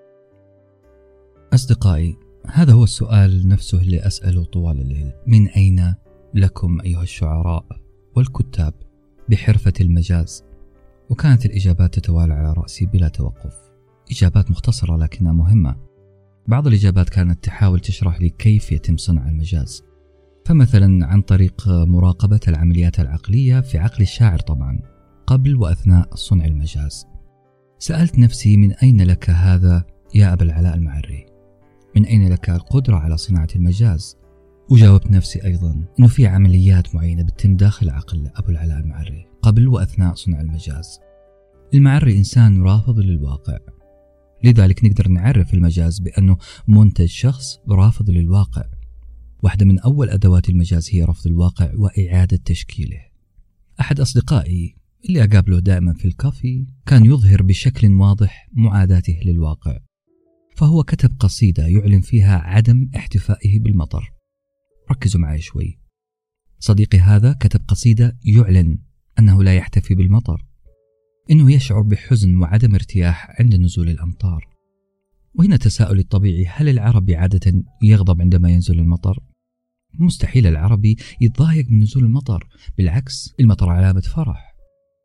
أصدقائي، هذا هو السؤال نفسه اللي أسأله طوال الليل: من أين لكم أيها الشعراء والكتاب بحرفة المجاز؟ وكانت الإجابات تتوالى على رأسي بلا توقف. إجابات مختصرة لكنها مهمة. بعض الإجابات كانت تحاول تشرح لي كيف يتم صنع المجاز، فمثلا عن طريق مراقبة العمليات العقلية في عقل الشاعر طبعا قبل وأثناء صنع المجاز. سألت نفسي: من أين لك هذا يا أبا العلاء المعري؟ من أين لك القدرة على صناعة المجاز؟ وجاوبت نفسي أيضا أنه في عمليات معينة بتتم داخل عقل أبو العلاء المعري قبل وأثناء صنع المجاز. المعري إنسان رافض للواقع، لذلك نقدر نعرف المجاز بأنه منتج شخص رافض للواقع. واحدة من أول أدوات المجاز هي رفض الواقع وإعادة تشكيله. أحد أصدقائي اللي أقابله دائما في الكافي كان يظهر بشكل واضح معاداته للواقع، فهو كتب قصيدة يعلن فيها عدم احتفائه بالمطر. ركزوا معي شوي. صديقي هذا كتب قصيدة يعلن أنه لا يحتفي بالمطر، إنه يشعر بحزن وعدم ارتياح عند نزول الأمطار. وهنا تساؤلي الطبيعي: هل العربي عادة يغضب عندما ينزل المطر؟ مستحيل العربي يتضايق من نزول المطر، بالعكس المطر علامة فرح.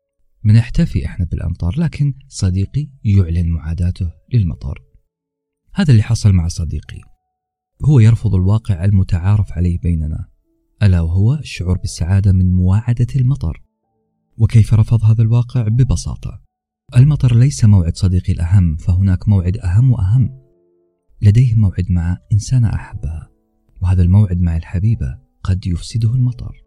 بنحتفي احنا بالأمطار، لكن صديقي يعلن معاداته للمطر. هذا اللي حصل مع صديقي. هو يرفض الواقع المتعارف عليه بيننا، ألا وهو الشعور بالسعادة من مواعدة المطر. وكيف رفض هذا الواقع؟ ببساطة: المطر ليس موعد صديقي الأهم، فهناك موعد أهم وأهم. لديه موعد مع إنسانة أحبها، وهذا الموعد مع الحبيبة قد يفسده المطر،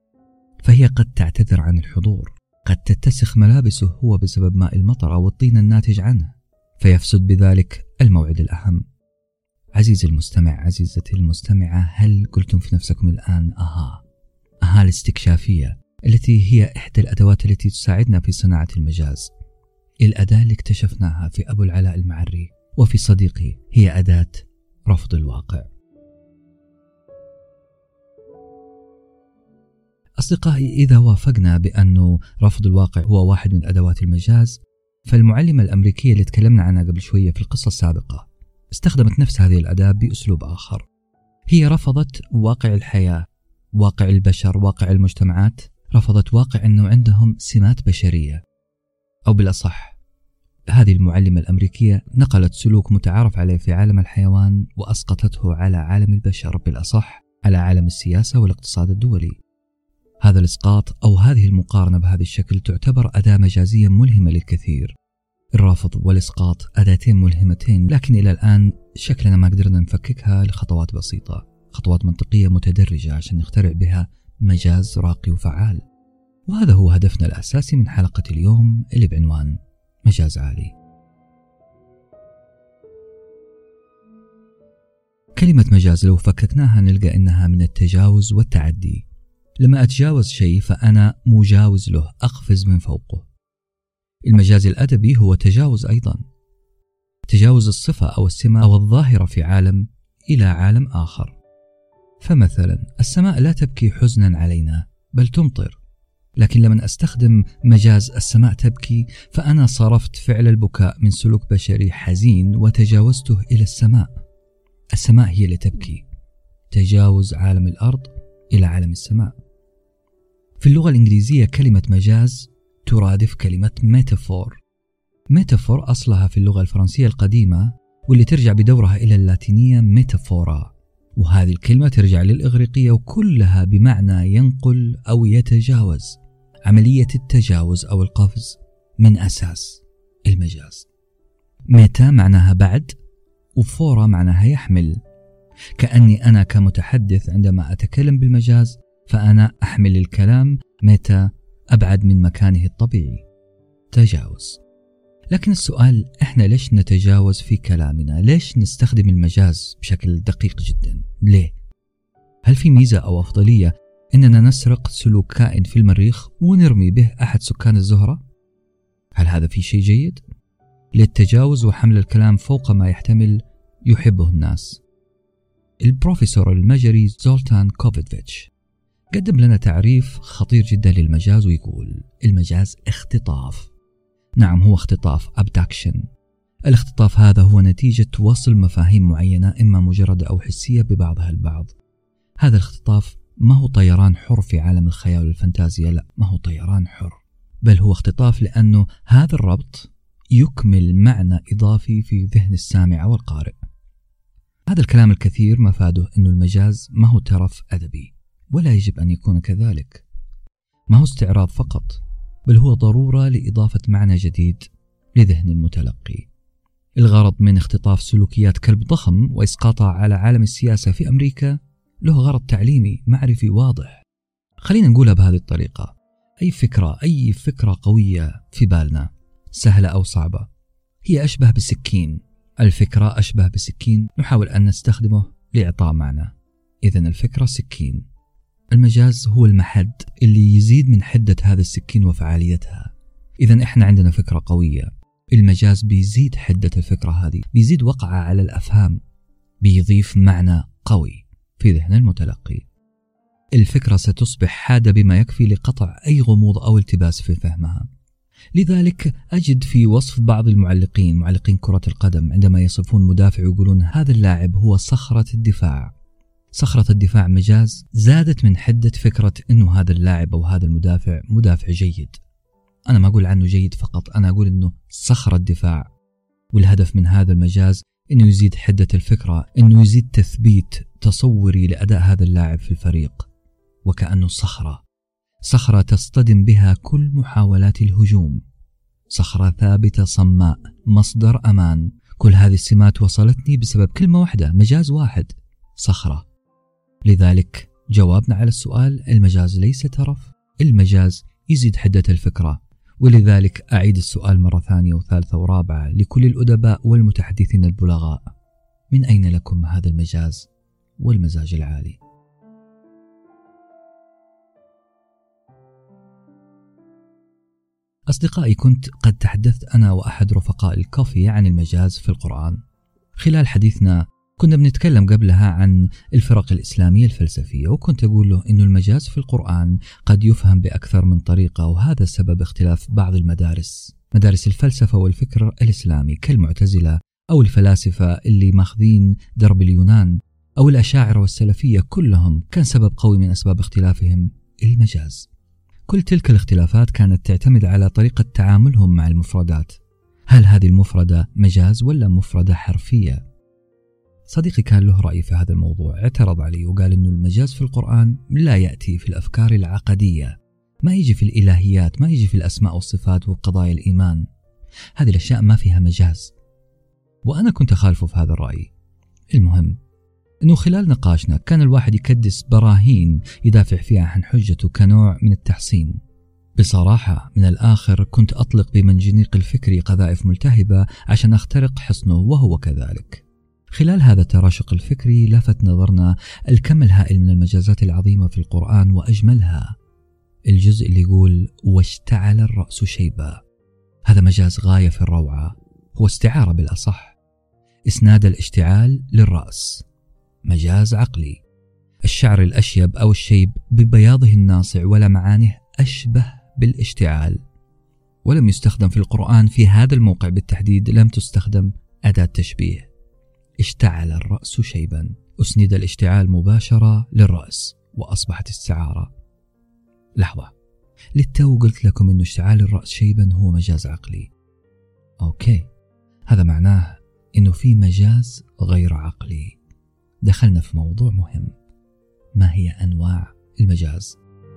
فهي قد تعتذر عن الحضور، قد تتسخ ملابسه هو بسبب ماء المطر أو الطين الناتج عنه، فيفسد بذلك الموعد الأهم. عزيزي المستمع، عزيزتي المستمعة، هل قلتم في نفسكم الآن أها أها الاستكشافية التي هي إحدى الأدوات التي تساعدنا في صناعة المجاز؟ الأداة اللي اكتشفناها في أبو العلاء المعري وفي صديقي هي أداة رفض الواقع. أصدقائي، إذا وافقنا بأنه رفض الواقع هو واحد من أدوات المجاز، فالمعلمة الأمريكية اللي تكلمنا عنها قبل شوية في القصة السابقة استخدمت نفس هذه الأداة بأسلوب آخر. هي رفضت واقع الحياة، واقع البشر، واقع المجتمعات. رفضت واقع أنه عندهم سمات بشرية. أو بالأصح هذه المعلمة الأمريكية نقلت سلوك متعارف عليه في عالم الحيوان وأسقطته على عالم البشر، بالأصح على عالم السياسة والاقتصاد الدولي. هذا الإسقاط أو هذه المقارنة بهذا الشكل تعتبر أداة مجازية ملهمة للكثير. الرافض والإسقاط أداتين ملهمتين، لكن إلى الآن شكلنا ما قدرنا نفككها لخطوات بسيطة، خطوات منطقية متدرجة عشان نخترع بها مجاز راقي وفعال. وهذا هو هدفنا الأساسي من حلقة اليوم اللي بعنوان مجاز عالي. كلمة مجاز لو فككناها نلقى إنها من التجاوز والتعدي. لما أتجاوز شيء فأنا مجاوز له، أقفز من فوقه. المجاز الأدبي هو تجاوز أيضا، تجاوز الصفة أو السمة أو الظاهرة في عالم إلى عالم آخر. فمثلا السماء لا تبكي حزنا علينا بل تمطر، لكن لما أستخدم مجاز السماء تبكي فأنا صرفت فعل البكاء من سلوك بشري حزين وتجاوزته إلى السماء. السماء هي اللي تبكي، تجاوز عالم الأرض إلى عالم السماء. في اللغة الإنجليزية كلمة مجاز ترادف كلمة ميتافور. ميتافور أصلها في اللغة الفرنسية القديمة واللي ترجع بدورها إلى اللاتينية ميتافورا، وهذه الكلمة ترجع للإغريقية وكلها بمعنى ينقل أو يتجاوز، عملية التجاوز أو القفز من أساس المجاز. ميتا معناها بعد، وفورا معناها يحمل، كأني أنا كمتحدث عندما أتكلم بالمجاز فأنا أحمل الكلام ميتا أبعد من مكانه الطبيعي، تجاوز. لكن السؤال، إحنا ليش نتجاوز في كلامنا؟ ليش نستخدم المجاز بشكل دقيق جدا؟ ليه؟ هل في ميزة أو أفضلية إننا نسرق سلوك كائن في المريخ ونرمي به أحد سكان الزهرة؟ هل هذا في شيء جيد؟ للتجاوز وحمل الكلام فوق ما يحتمل يحبه الناس. البروفيسور المجري زولتان كوفيتفيتش قدم لنا تعريف خطير جدا للمجاز ويقول: المجاز اختطاف. نعم، هو اختطاف، abduction. الاختطاف هذا هو نتيجة وصل مفاهيم معينة إما مجردة أو حسية ببعضها البعض. هذا الاختطاف ما هو طيران حر في عالم الخيال والفانتازيا، لا، ما هو طيران حر، بل هو اختطاف لأنه هذا الربط يكمل معنى إضافي في ذهن السامع والقارئ. هذا الكلام الكثير مفاده أنه المجاز ما هو ترف أدبي، ولا يجب أن يكون كذلك. ما هو استعراض فقط، بل هو ضرورة لإضافة معنى جديد لذهن المتلقي. الغرض من اختطاف سلوكيات كلب ضخم وإسقاطها على عالم السياسة في أمريكا له غرض تعليمي معرفي واضح. خلينا نقولها بهذه الطريقة: أي فكرة أي فكرة قوية في بالنا، سهلة أو صعبة، هي أشبه بسكين. الفكرة أشبه بسكين نحاول أن نستخدمه لإعطاء معنى، إذن الفكرة سكين. المجاز هو المحد اللي يزيد من حدة هذا السكين وفعاليتها. إذن إحنا عندنا فكرة قوية، المجاز بيزيد حدة الفكرة هذه، بيزيد وقعها على الأفهام، بيضيف معنى قوي في ذهن المتلقي. الفكرة ستصبح حادة بما يكفي لقطع أي غموض أو التباس في فهمها. لذلك أجد في وصف بعض المعلقين معلقين كرة القدم عندما يصفون مدافع يقولون هذا اللاعب هو صخرة الدفاع. صخرة الدفاع مجاز زادت من حدة فكرة أنه هذا اللاعب أو هذا المدافع مدافع جيد. أنا ما أقول عنه جيد فقط، أنا أقول أنه صخرة الدفاع. والهدف من هذا المجاز أنه يزيد حدة الفكرة، أنه يزيد تثبيت تصوري لأداء هذا اللاعب في الفريق، وكأنه صخرة صخرة تصطدم بها كل محاولات الهجوم، صخرة ثابتة صماء، مصدر أمان. كل هذه السمات وصلتني بسبب كلمة واحدة، مجاز واحد، صخرة. لذلك جوابنا على السؤال: المجاز ليس ترف، المجاز يزيد حدة الفكرة. ولذلك أعيد السؤال مرة ثانية وثالثة ورابعة لكل الأدباء والمتحدثين البلغاء: من أين لكم هذا المجاز والمزاج العالي؟ أصدقائي، كنت قد تحدثت أنا وأحد رفقاء الكوفي عن المجاز في القرآن. خلال حديثنا كنا بنتكلم قبلها عن الفرق الإسلامية الفلسفية، وكنت أقول له إنه المجاز في القرآن قد يفهم بأكثر من طريقة، وهذا سبب اختلاف بعض المدارس، مدارس الفلسفة والفكر الإسلامي كالمعتزلة أو الفلاسفة اللي ماخذين درب اليونان أو الأشاعرة والسلفية، كلهم كان سبب قوي من أسباب اختلافهم المجاز. كل تلك الاختلافات كانت تعتمد على طريقة تعاملهم مع المفردات. هل هذه المفردة مجاز ولا مفردة حرفية؟ صديقي كان له رأي في هذا الموضوع، اعترض علي وقال إنه المجاز في القرآن لا يأتي في الأفكار العقدية، ما يجي في الإلهيات، ما يجي في الأسماء والصفات وقضايا الإيمان، هذه الأشياء ما فيها مجاز. وأنا كنت أخالفه في هذا الرأي. المهم إنه خلال نقاشنا كان الواحد يكدس براهين يدافع فيها عن حجته كنوع من التحصين. بصراحة من الآخر كنت أطلق بمنجنيق الفكري قذائف ملتهبة عشان أخترق حصنه وهو كذلك. خلال هذا التراشق الفكري لفت نظرنا الكم الهائل من المجازات العظيمة في القرآن، وأجملها الجزء اللي يقول واشتعل الرأس شيبا. هذا مجاز غاية في الروعة، هو استعارة بالأصح. إسناد الاشتعال للرأس مجاز عقلي. الشعر الأشيب أو الشيب ببياضه الناصع ولمعانه أشبه بالاشتعال، ولم يستخدم في القرآن في هذا الموقع بالتحديد، لم تستخدم أداة تشبيه. اشتعل الرأس شيبا، أسند الاشتعال مباشرة للرأس وأصبحت استعارة. لحظة، للتو قلت لكم أن اشتعال الرأس شيبا هو مجاز عقلي. أوكي، هذا معناه أنه في مجاز غير عقلي. دخلنا في موضوع مهم، ما هي أنواع المجاز؟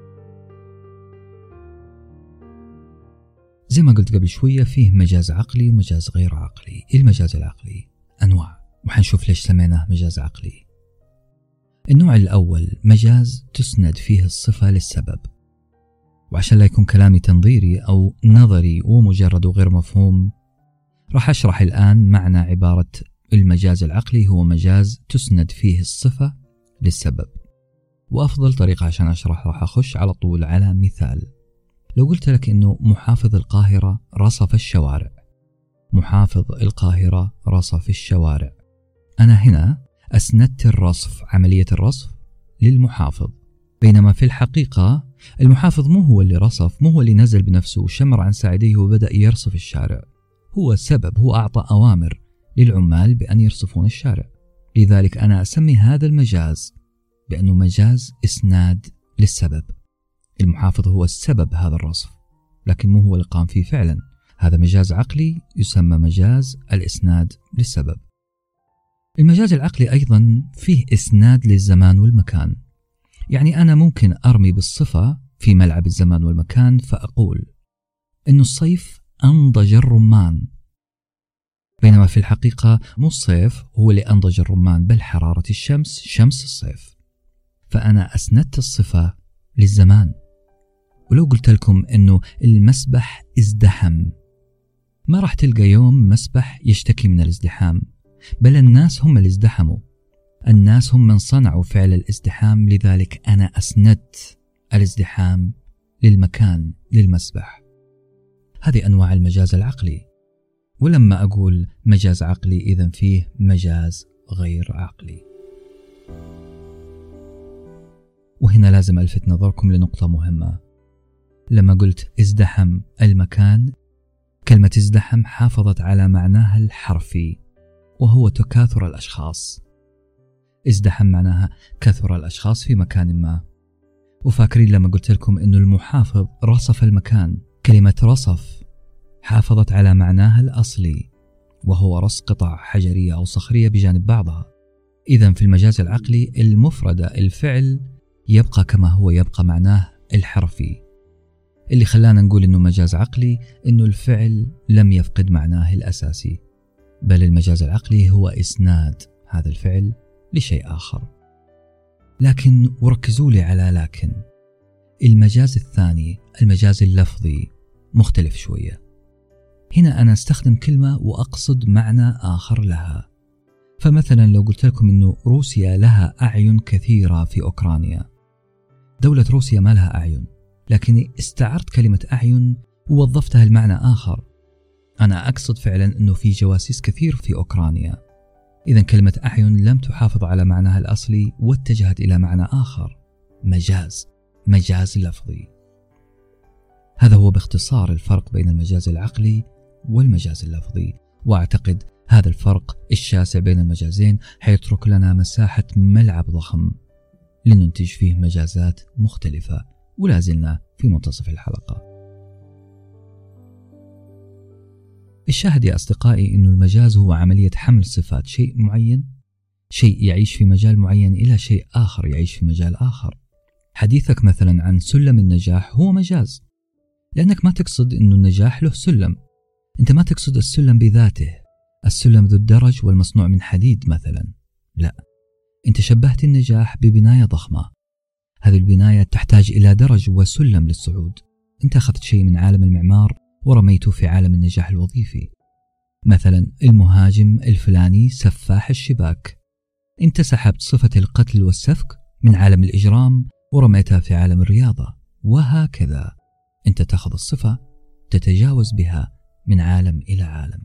زي ما قلت قبل شوية، فيه مجاز عقلي ومجاز غير عقلي. إيه المجاز العقلي؟ أنواع، وحنشوف ليش سميناه مجاز عقلي. النوع الأول مجاز تسند فيه الصفة للسبب. وعشان لا يكون كلامي تنظيري أو نظري ومجرد وغير مفهوم، راح أشرح الآن معنى عبارة المجاز العقلي هو مجاز تسند فيه الصفة للسبب. وأفضل طريقة عشان أشرح راح أخش على طول على مثال. لو قلت لك إنه محافظ القاهرة رصف الشوارع، محافظ القاهرة رصف الشوارع، أنا هنا أسندت الرصف، عملية الرصف للمحافظ، بينما في الحقيقة المحافظ مو هو اللي رصف، مو هو اللي نزل بنفسه وشمر عن ساعديه وبدأ يرصف الشارع، هو السبب، هو أعطى أوامر للعمال بأن يرصفون الشارع. لذلك أنا أسمي هذا المجاز بأنه مجاز إسناد للسبب. المحافظ هو السبب هذا الرصف، لكن مو هو اللي قام فيه فعلا. هذا مجاز عقلي يسمى مجاز الإسناد للسبب. المجاز العقلي أيضا فيه إسناد للزمان والمكان. يعني أنا ممكن أرمي بالصفة في ملعب الزمان والمكان فأقول إنه الصيف أنضج الرمان، بينما في الحقيقة مو الصيف هو اللي أنضج الرمان، بل حرارة الشمس شمس الصيف. فأنا أسندت الصفة للزمان. ولو قلت لكم إنه المسبح ازدحم، ما راح تلقى يوم مسبح يشتكي من الازدحام، بل الناس هم اللي ازدحموا، الناس هم من صنعوا فعل الازدحام. لذلك أنا أسندت الازدحام للمكان، للمسبح. هذه أنواع المجاز العقلي. ولما أقول مجاز عقلي إذن فيه مجاز غير عقلي. وهنا لازم ألفت نظركم لنقطة مهمة. لما قلت ازدحم المكان، كلمة ازدحم حافظت على معناها الحرفي وهو تكاثر الأشخاص. ازدحم معناها كثر الأشخاص في مكان ما. وفاكرين لما قلت لكم إنه المحافظ رصف المكان، كلمة رصف حافظت على معناها الأصلي وهو رص قطع حجرية أو صخرية بجانب بعضها. إذن في المجاز العقلي المفردة الفعل يبقى كما هو، يبقى معناه الحرفي. اللي خلانا نقول إنه مجاز عقلي إنه الفعل لم يفقد معناه الأساسي، بل المجاز العقلي هو إسناد هذا الفعل لشيء آخر. لكن وركزوا لي على لكن المجاز الثاني، المجاز اللفظي، مختلف شوية. هنا أنا استخدم كلمة وأقصد معنى آخر لها. فمثلا لو قلت لكم إنه روسيا لها أعين كثيرة في أوكرانيا، دولة روسيا ما لها أعين، لكني استعرت كلمة أعين ووظفتها المعنى آخر. أنا أقصد فعلا أنه في جواسيس كثير في أوكرانيا. إذن كلمة أعين لم تحافظ على معناها الأصلي واتجهت إلى معنى آخر، مجاز، مجاز لفظي. هذا هو باختصار الفرق بين المجاز العقلي والمجاز اللفظي. وأعتقد هذا الفرق الشاسع بين المجازين حيترك لنا مساحة ملعب ضخم لننتج فيه مجازات مختلفة ولا زلنا في منتصف الحلقة. الشاهد يا أصدقائي أن المجاز هو عملية حمل صفات شيء معين، شيء يعيش في مجال معين، إلى شيء آخر يعيش في مجال آخر. حديثك مثلا عن سلم النجاح هو مجاز، لأنك ما تقصد أن النجاح له سلم، أنت ما تقصد السلم بذاته، السلم ذو الدرج والمصنوع من حديد مثلا، لا، أنت شبهت النجاح ببناية ضخمة، هذه البناية تحتاج إلى درج وسلم للصعود. أنت أخذت شيء من عالم المعمار ورميته في عالم النجاح الوظيفي، مثلا المهاجم الفلاني سفاح الشباك، أنت سحبت صفة القتل والسفك من عالم الإجرام ورميتها في عالم الرياضة، وهكذا أنت تأخذ الصفة تتجاوز بها من عالم إلى عالم.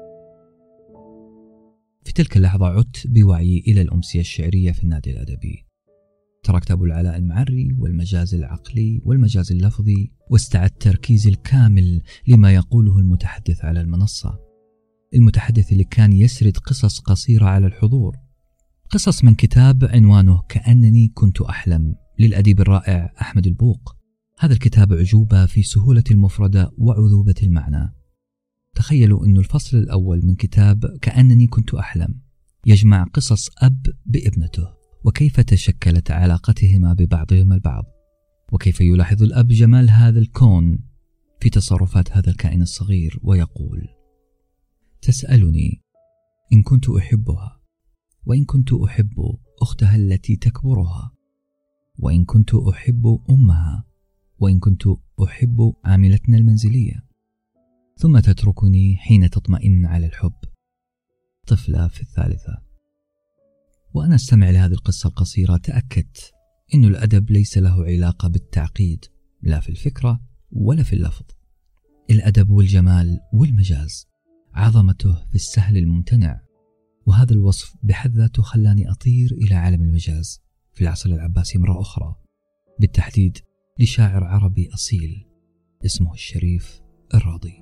في تلك اللحظة عدت بوعي إلى الأمسية الشعرية في النادي الأدبي، تركت أبو العلاء المعري والمجاز العقلي والمجاز اللفظي، واستعدت تركيزي الكامل لما يقوله المتحدث على المنصة، المتحدث اللي كان يسرد قصص قصيرة على الحضور، قصص من كتاب عنوانه كأنني كنت أحلم للأديب الرائع أحمد البوق. هذا الكتاب عجوبة في سهولة المفردة وعذوبة المعنى. تخيلوا أن الفصل الأول من كتاب كأنني كنت أحلم يجمع قصص أب بابنته، وكيف تشكلت علاقتهما ببعضهما البعض، وكيف يلاحظ الأب جمال هذا الكون في تصرفات هذا الكائن الصغير، ويقول: تسألني إن كنت أحبها، وإن كنت أحب أختها التي تكبرها، وإن كنت أحب أمها، وإن كنت أحب عاملتنا المنزلية، ثم تتركني حين تطمئن على الحب. طفلة في الثالثة. وأنا أستمع لهذه القصة القصيرة تأكدت أن الأدب ليس له علاقة بالتعقيد، لا في الفكرة ولا في اللفظ. الأدب والجمال والمجاز عظمته في السهل الممتنع، وهذا الوصف بحد ذاته خلاني أطير إلى عالم المجاز في العصر العباسي مرة أخرى، بالتحديد لشاعر عربي أصيل اسمه الشريف الراضي.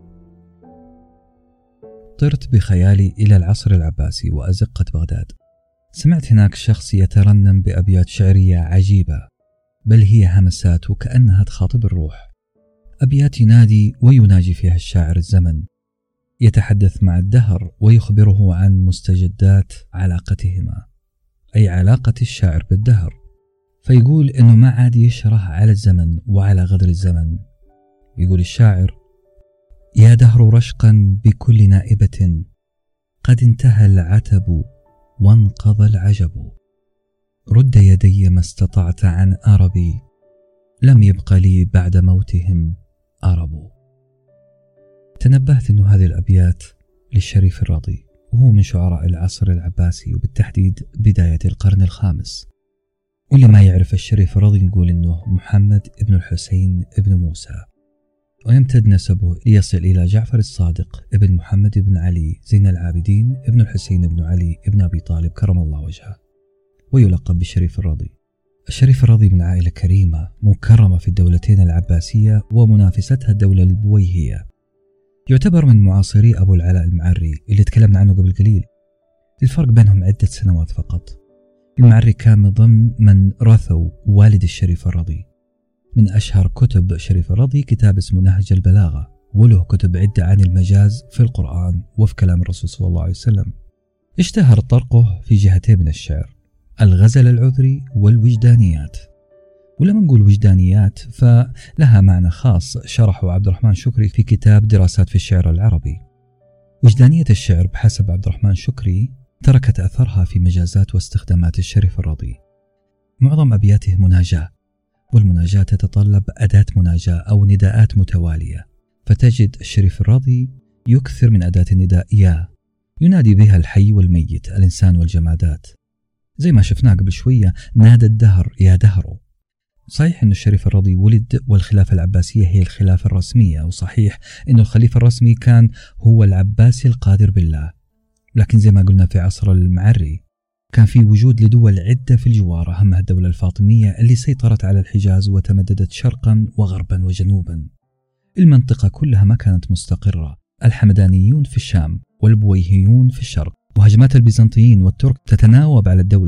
طرت بخيالي إلى العصر العباسي وأزقة بغداد. سمعت هناك شخص يترنم بأبيات شعرية عجيبة، بل هي همسات وكأنها تخاطب الروح، أبيات ينادي ويناجي فيها الشاعر الزمن، يتحدث مع الدهر ويخبره عن مستجدات علاقتهما، أي علاقة الشاعر بالدهر. فيقول إنه ما عاد يشره على الزمن وعلى غدر الزمن. يقول الشاعر: يا دهر رشقا بكل نائبة، قد انتهى العتب وانقضى العجب، رد يدي ما استطعت عن أربي، لم يبق لي بعد موتهم أرب. تنبهت أن هذه الأبيات للشريف الراضي، وهو من شعراء العصر العباسي وبالتحديد بداية القرن الخامس. واللي ما يعرف الشريف الراضي نقول أنه محمد ابن الحسين ابن موسى، ويمتد نسبه ليصل إلى جعفر الصادق ابن محمد ابن علي زين العابدين ابن الحسين ابن علي ابن أبي طالب كرم الله وجهه، ويلقب بالشريف الراضي. الشريف الراضي من عائلة كريمة مكرمة في الدولتين العباسية ومنافستها الدولة البويهية. يعتبر من معاصري أبو العلاء المعري اللي تكلمنا عنه قبل قليل. الفرق بينهم عدة سنوات فقط. المعري كان من ضمن من رثوا والد الشريف الراضي. من أشهر كتب الشريف الراضي كتاب اسمه نهج البلاغة، وله كتب عدة عن المجاز في القرآن وفي كلام الرسول صلى الله عليه وسلم. اشتهر طرقه في جهتين من الشعر: الغزل العذري والوجدانيات. ولما نقول وجدانيات فلها معنى خاص شرحه عبد الرحمن شكري في كتاب دراسات في الشعر العربي. وجدانية الشعر بحسب عبد الرحمن شكري تركت أثرها في مجازات واستخدامات الشريف الراضي. معظم أبياته مناجاة، والمناجاة تتطلب أداة مناجاة أو نداءات متوالية، فتجد الشريف الراضي يكثر من أداة النداء يا، ينادي بها الحي والميت، الإنسان والجمادات، زي ما شفناه قبل شوية نادى الدهر يا دهر. صحيح أن الشريف الراضي ولد والخلافة العباسية هي الخلافة الرسمية، وصحيح أن الخليفة الرسمي كان هو العباسي القادر بالله، لكن زي ما قلنا في عصر المعري كان في وجود لدول عدة في الجوار، أهمها الدولة الفاطمية اللي سيطرت على الحجاز وتمددت شرقا وغربا وجنوبا. المنطقة كلها ما كانت مستقرة، الحمدانيون في الشام والبويهيون في الشرق، وهجمات البيزنطيين والترك تتناوب على الدولة.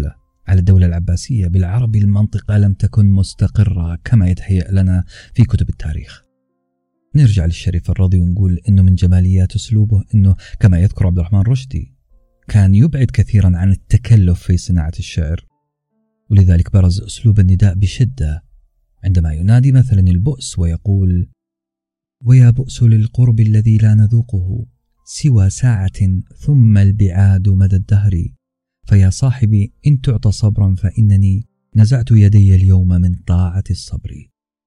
على الدولة العباسية. بالعربي المنطقة لم تكن مستقرة كما يتهيأ لنا في كتب التاريخ. نرجع للشريف الرضي ونقول إنه من جماليات أسلوبه إنه كما يذكر عبد الرحمن رشدي كان يبعد كثيرا عن التكلف في صناعة الشعر، ولذلك برز أسلوب النداء بشدة عندما ينادي مثلا البؤس ويقول: ويا بؤس للقرب الذي لا نذوقه سوى ساعة ثم البعاد مدى الدهر، فيا صاحبي إن تعط صبرا فإنني نزعت يدي اليوم من طاعة الصبر.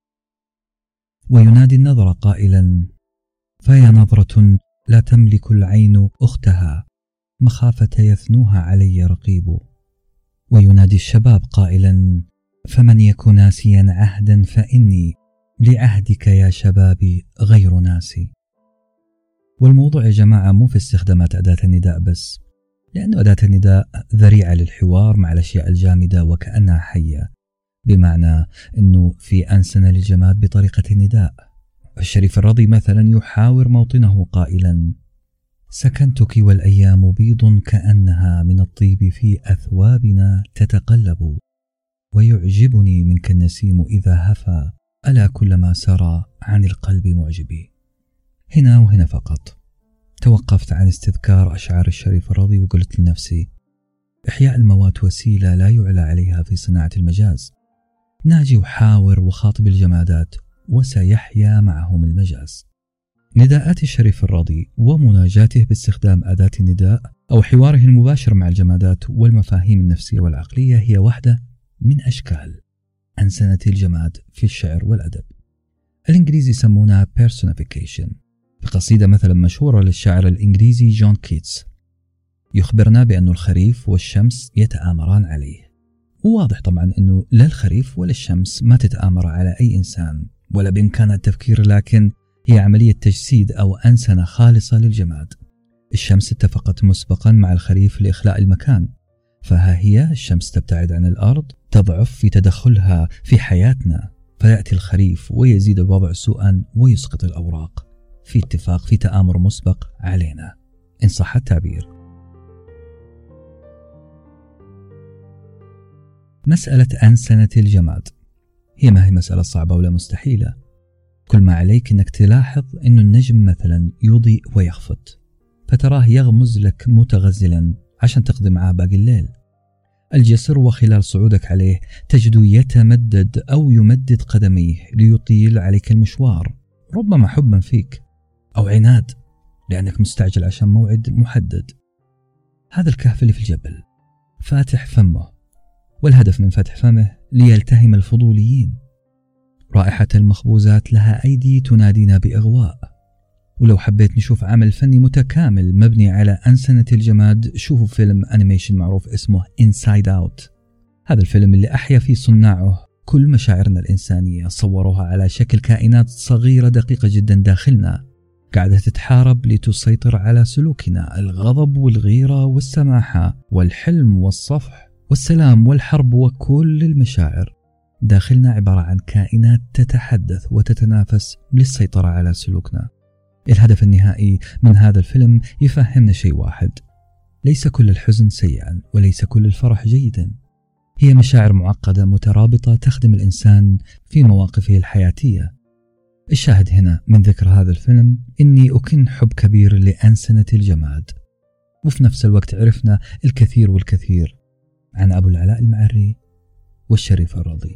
وينادي النظر قائلا: فيا نظرة لا تملك العين أختها مخافة يثنوها علي رقيب. وينادي الشباب قائلا: فمن يك ناسيا عهدا فإني لعهدك يا شبابي غير ناسي. والموضوع يا جماعة مو في استخدامات أداة النداء بس، لأن أداة النداء ذريعة للحوار مع الأشياء الجامدة وكأنها حية، بمعنى أنه في أنسنة للجماد بطريقة النداء. الشريف الرضي مثلا يحاور موطنه قائلا: سكنتك والأيام بيض كأنها من الطيب في أثوابنا تتقلب، ويعجبني منك النسيم إذا هفى ألا كلما سرى عن القلب معجبي. هنا وهنا فقط توقفت عن استذكار أشعار الشريف الرضي وقلت لنفسي: إحياء الموات وسيلة لا يعلى عليها في صناعة المجاز. ناجي وحاور وخاطب الجمادات وسيحيا معهم المجاز. نداءات الشريف الرضي ومناجاته باستخدام أداة النداء أو حواره المباشر مع الجمادات والمفاهيم النفسية والعقلية هي واحدة من أشكال أنسنة الجماد في الشعر والأدب. الإنجليزي يسمونها personification. بقصيدة مثلا مشهورة للشاعر الإنجليزي جون كيتس يخبرنا بأن الخريف والشمس يتآمران عليه. وواضح طبعا أنه لا الخريف ولا الشمس ما تتآمر على أي إنسان ولا بإمكانها التفكير، لكن هي عملية تجسيد أو أنسنة خالصة للجماد. الشمس اتفقت مسبقا مع الخريف لإخلاء المكان، فها هي الشمس تبتعد عن الأرض، تضعف في تدخلها في حياتنا، فيأتي الخريف ويزيد الوضع سوءا ويسقط الأوراق في اتفاق في تآمر مسبق علينا إن صح التعبير. مسألة أنسنة الجماد هي ما هي مسألة صعبة ولا مستحيلة. كل ما عليك أنك تلاحظ أن النجم مثلا يضيء ويخفت، فتراه يغمز لك متغزلا عشان تقضي معاه باقي الليل. الجسر وخلال صعودك عليه تجد يتمدد أو يمدد قدميه ليطيل عليك المشوار، ربما حبا فيك أو عناد لأنك مستعجل عشان موعد محدد. هذا الكهف اللي في الجبل فاتح فمه، والهدف من فتح فمه ليلتهم الفضوليين. رائحة المخبوزات لها أيدي تنادينا بإغواء. ولو حبيت نشوف عمل فني متكامل مبني على أنسنة الجماد، شوفوا فيلم أنيميشن معروف اسمه Inside Out. هذا الفيلم اللي أحيا فيه صناعه كل مشاعرنا الإنسانية، صوروها على شكل كائنات صغيرة دقيقة جدا داخلنا قاعدة تتحارب لتسيطر على سلوكنا، الغضب والغيرة والسماحة والحلم والصفح والسلام والحرب، وكل المشاعر داخلنا عبارة عن كائنات تتحدث وتتنافس للسيطرة على سلوكنا. الهدف النهائي من هذا الفيلم يفهمنا شيء واحد: ليس كل الحزن سيئا وليس كل الفرح جيدا. هي مشاعر معقدة مترابطة تخدم الإنسان في مواقفه الحياتية. الشاهد هنا من ذكر هذا الفيلم إني أكن حب كبير لأنسنة الجماد، وفي نفس الوقت عرفنا الكثير والكثير عن أبو العلاء المعري والشريف الرضي.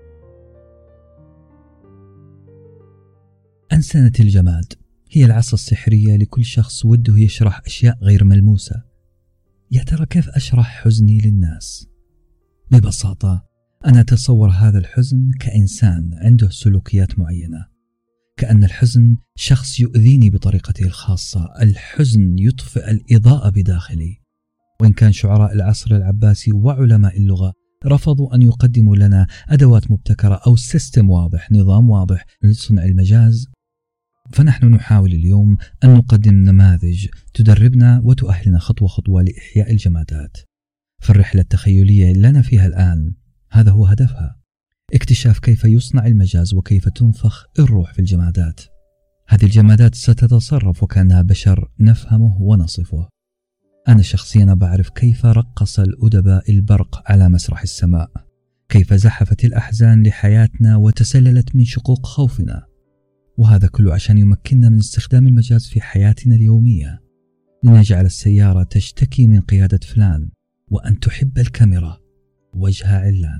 أنسنة الجماد هي العصا السحرية لكل شخص وده يشرح أشياء غير ملموسة. يا ترى كيف أشرح حزني للناس؟ ببساطة أنا أتصور هذا الحزن كإنسان عنده سلوكيات معينة، كأن الحزن شخص يؤذيني بطريقته الخاصة. الحزن يطفئ الإضاءة بداخلي. وإن كان شعراء العصر العباسي وعلماء اللغة رفضوا أن يقدموا لنا أدوات مبتكرة أو سيستم واضح، نظام واضح لصنع المجاز، فنحن نحاول اليوم أن نقدم نماذج تدربنا وتؤهلنا خطوة خطوة لإحياء الجمادات. فالرحلة التخيلية اللي أنا فيها الآن هذا هو هدفها: اكتشاف كيف يصنع المجاز وكيف تنفخ الروح في الجمادات. هذه الجمادات ستتصرف وكأنها بشر نفهمه ونصفه. أنا شخصيا بعرف كيف رقص الأدباء البرق على مسرح السماء، كيف زحفت الأحزان لحياتنا وتسللت من شقوق خوفنا، وهذا كله عشان يمكننا من استخدام المجاز في حياتنا اليومية، لنجعل السيارة تشتكي من قيادة فلان وأن تحب الكاميرا وجه علان.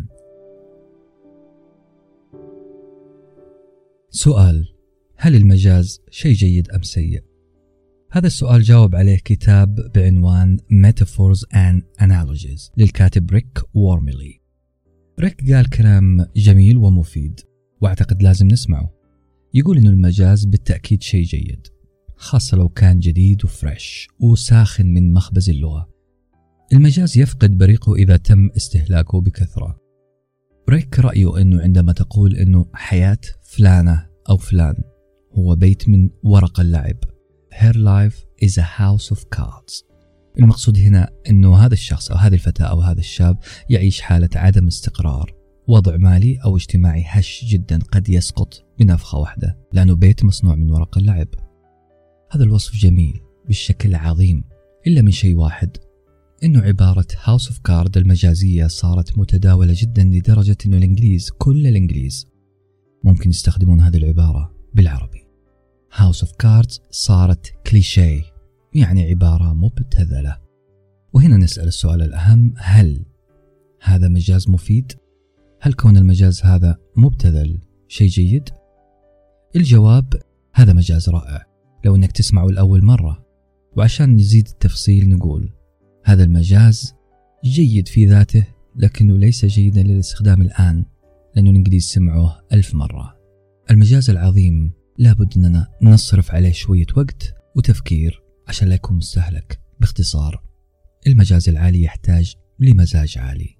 سؤال: هل المجاز شيء جيد أم سيء؟ هذا السؤال جاوب عليه كتاب بعنوان Metaphors and Analogies للكاتب ريك وورميلي. ريك قال كلام جميل ومفيد واعتقد لازم نسمعه. يقول إنه المجاز بالتأكيد شيء جيد، خاصة لو كان جديد وفريش وساخن من مخبز اللغة. المجاز يفقد بريقه إذا تم استهلاكه بكثرة. ريك رأيه إنه عندما تقول إنه حياة فلانة أو فلان هو بيت من ورق اللعب، Her life is a house of cards. المقصود هنا إنه هذا الشخص أو هذه الفتاة أو هذا الشاب يعيش حالة عدم استقرار، وضع مالي أو اجتماعي هش جدا قد يسقط بنفخة واحدة لأنه بيت مصنوع من ورق اللعب. هذا الوصف جميل بالشكل عظيم، إلا من شيء واحد، إنه عبارة House of Cards المجازية صارت متداولة جدا لدرجة إنه الإنجليز كل الإنجليز ممكن يستخدمون هذه العبارة بالعربي. House of Cards صارت كليشيه، يعني عبارة مبتذلة. وهنا نسأل السؤال الأهم: هل هذا مجاز مفيد؟ هل كون المجاز هذا مبتذل شيء جيد؟ الجواب: هذا مجاز رائع لو أنك تسمعه لأول مرة. وعشان نزيد التفصيل نقول هذا المجاز جيد في ذاته، لكنه ليس جيدا للاستخدام الآن لأنه الإنجليز سمعوه ألف مرة. المجاز العظيم لابد أننا نصرف عليه شوية وقت وتفكير عشان لا يكون مستهلك. باختصار، المجاز العالي يحتاج لمزاج عالي.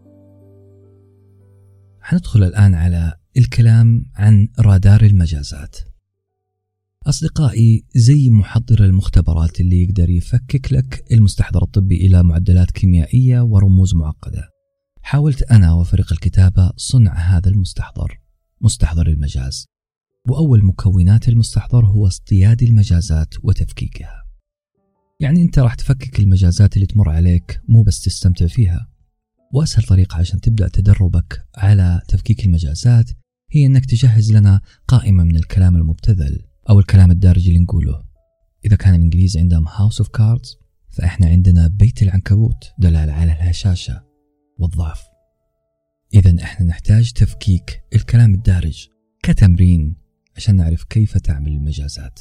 حندخل الآن على الكلام عن رادار المجازات. أصدقائي، زي محضر المختبرات اللي يقدر يفكك لك المستحضر الطبي إلى معدلات كيميائية ورموز معقدة، حاولت أنا وفريق الكتابة صنع هذا المستحضر، مستحضر المجاز. وأول مكونات المستحضر هو اصطياد المجازات وتفكيكها. يعني أنت راح تفكك المجازات اللي تمر عليك، مو بس تستمتع فيها. وأسهل طريقة عشان تبدأ تدربك على تفكيك المجازات هي أنك تجهز لنا قائمة من الكلام المبتذل أو الكلام الدارج اللي نقوله. إذا كان الإنجليز عندهم House of Cards، فإحنا عندنا بيت العنكبوت، دلالة على الهشاشة والضعف. إذن إحنا نحتاج تفكيك الكلام الدارج كتمرين عشان نعرف كيف تعمل المجازات.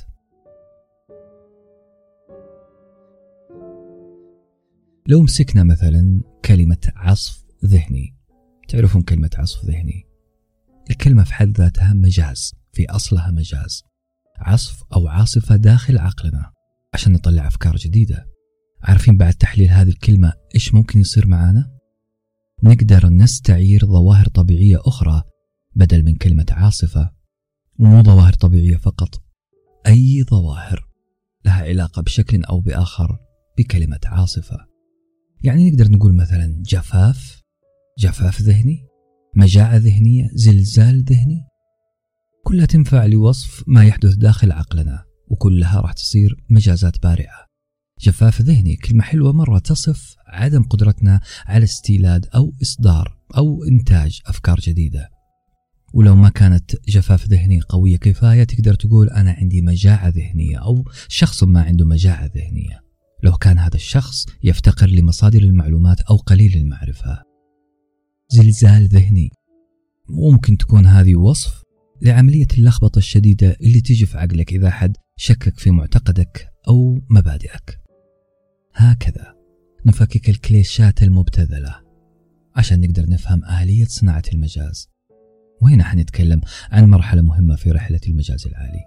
لو مسكنا مثلا كلمة عصف ذهني، تعرفون كلمة عصف ذهني؟ الكلمة في حد ذاتها مجاز، في أصلها مجاز، عصف أو عاصفة داخل عقلنا عشان نطلع أفكار جديدة. عارفين بعد تحليل هذه الكلمة إيش ممكن يصير معانا؟ نقدر نستعير ظواهر طبيعية أخرى بدل من كلمة عاصفة، ومو ظواهر طبيعية فقط، أي ظواهر لها علاقة بشكل أو بآخر بكلمة عاصفة. يعني نقدر نقول مثلا جفاف، جفاف ذهني، مجاعة ذهنية، زلزال ذهني، كلها تنفع لوصف ما يحدث داخل عقلنا، وكلها راح تصير مجازات بارعة. جفاف ذهني كلمة حلوة مرة تصف عدم قدرتنا على استيلاد أو إصدار أو إنتاج أفكار جديدة. ولو ما كانت جفاف ذهني قوية كفاية تقدر تقول أنا عندي مجاعة ذهنية، أو شخص ما عنده مجاعة ذهنية لو كان هذا الشخص يفتقر لمصادر المعلومات أو قليل المعرفة. زلزال ذهني ممكن تكون هذه وصف لعملية اللخبطة الشديدة اللي تيجي في عقلك إذا حد شكك في معتقدك أو مبادئك. هكذا نفكك الكليشات المبتذلة عشان نقدر نفهم آلية صناعة المجاز. وهنا حنتكلم عن مرحلة مهمة في رحلة المجاز العالي.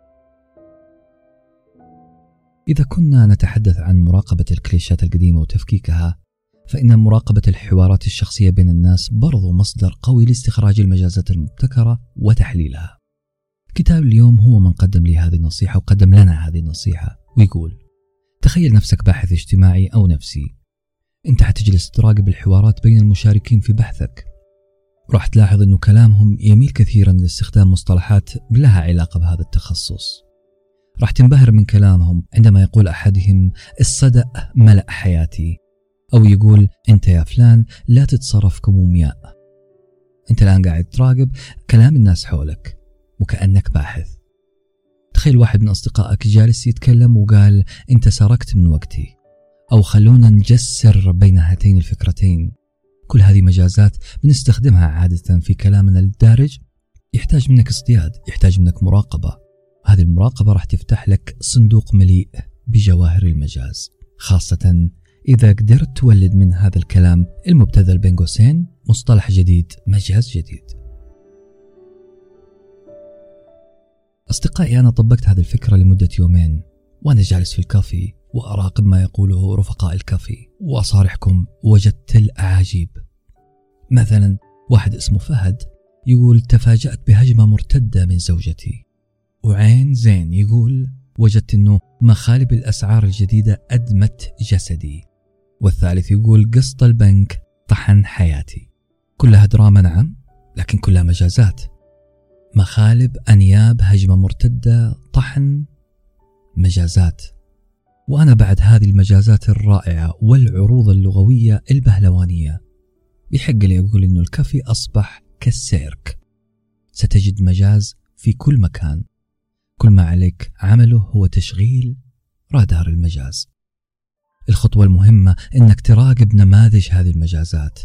إذا كنا نتحدث عن مراقبة الكليشات القديمة وتفكيكها، فإن مراقبة الحوارات الشخصية بين الناس برضو مصدر قوي لاستخراج المجازات المبتكرة وتحليلها. كتاب اليوم هو من قدم لي هذه النصيحة وقدم لنا هذه النصيحة، ويقول: تخيل نفسك باحث اجتماعي أو نفسي، أنت حتجلس تراقب الحوارات بين المشاركين في بحثك، راح تلاحظ أنه كلامهم يميل كثيرا لاستخدام مصطلحات لها علاقة بهذا التخصص. راح تنبهر من كلامهم عندما يقول أحدهم الصدأ ملأ حياتي، أو يقول أنت يا فلان لا تتصرف كمومياء. أنت الآن قاعد تراقب كلام الناس حولك وكأنك باحث. تخيل واحد من أصدقائك جالس يتكلم وقال أنت سرقت من وقتي، أو خلونا نجسر بين هاتين الفكرتين. كل هذه مجازات بنستخدمها عادة في كلامنا الدارج. يحتاج منك اصطياد، يحتاج منك مراقبة. هذه المراقبة راح تفتح لك صندوق مليء بجواهر المجاز، خاصة إذا قدرت تولد من هذا الكلام المبتذل بين قوسين مصطلح جديد، مجاز جديد. أصدقائي، أنا طبقت هذه الفكرة لمدة يومين وأنا جالس في الكافي وأراقب ما يقوله رفقاء الكافي، وأصارحكم وجدت الأعاجيب. مثلا واحد اسمه فهد يقول تفاجأت بهجمة مرتدة من زوجتي. وعين زين يقول وجدت أنه مخالب الأسعار الجديدة أدمت جسدي. والثالث يقول قسط البنك طحن حياتي. كلها دراما نعم، لكن كلها مجازات. مخالب، أنياب، هجمة مرتدة، طحن، مجازات. وأنا بعد هذه المجازات الرائعة والعروض اللغوية البهلوانية بحق لي أقول إنه الكافي أصبح كالسيرك. ستجد مجاز في كل مكان، كل ما عليك عمله هو تشغيل رادار المجاز. الخطوة المهمة إنك تراقب نماذج هذه المجازات،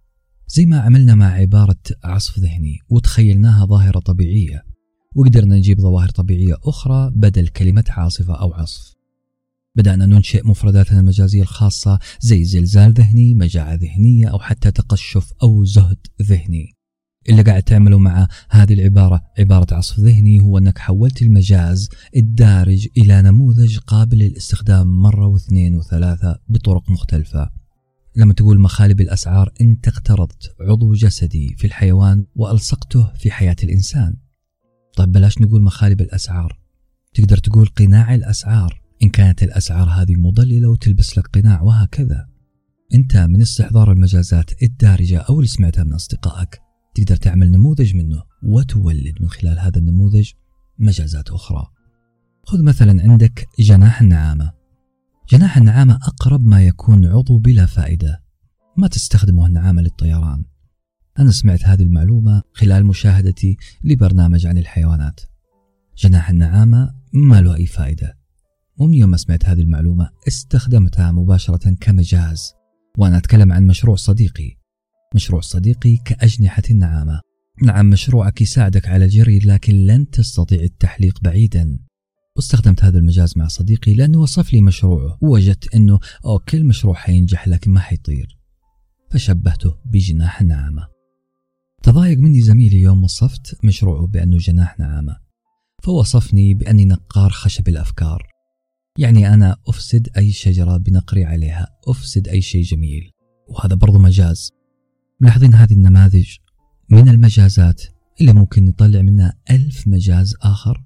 زي ما عملنا مع عبارة عصف ذهني وتخيلناها ظاهرة طبيعية، وقدرنا نجيب ظواهر طبيعية أخرى بدل كلمة عاصفة أو عصف. بدأنا ننشئ مفرداتنا المجازية الخاصة زي زلزال ذهني، مجاعة ذهنية، أو حتى تقشف أو زهد ذهني. اللي قاعد تعمله مع هذه العبارة، عبارة عصف ذهني، هو أنك حولت المجاز الدارج إلى نموذج قابل للاستخدام مرة واثنين وثلاثة بطرق مختلفة. لما تقول مخالب الأسعار، أنت اقترضت عضو جسدي في الحيوان وألصقته في حياة الإنسان. طيب بلاش نقول مخالب الأسعار، تقدر تقول قناع الأسعار إن كانت الأسعار هذه مضللة وتلبس لك قناع، وهكذا. أنت من استحضار المجازات الدارجة أو اللي سمعتها من أصدقائك تقدر تعمل نموذج منه وتولد من خلال هذا النموذج مجازات أخرى. خذ مثلا عندك جناح النعامة. جناح النعامة أقرب ما يكون عضو بلا فائدة، ما تستخدمه النعامة للطيران. أنا سمعت هذه المعلومة خلال مشاهدتي لبرنامج عن الحيوانات. جناح النعامة ما له أي فائدة، ومن يوم ما سمعت هذه المعلومة استخدمتها مباشرة كمجاز. وأنا أتكلم عن مشروع صديقي. مشروع صديقي كأجنحة النعامة. نعم، مشروعك يساعدك على الجري، لكن لن تستطيع التحليق بعيدا. واستخدمت هذا المجاز مع صديقي لأنه وصف لي مشروعه، ووجدت أنه أو كل مشروع حينجح لكن ما حيطير، فشبهته بجناح النعامة. تضايق مني زميلي يوم وصفت مشروعه بأنه جناح نعامة، فوصفني بأني نقار خشب الأفكار. يعني أنا أفسد أي شجرة بنقري عليها، أفسد أي شيء جميل، وهذا برضو مجاز. ملاحظين هذه النماذج من المجازات اللي ممكن نطلع منها ألف مجاز آخر؟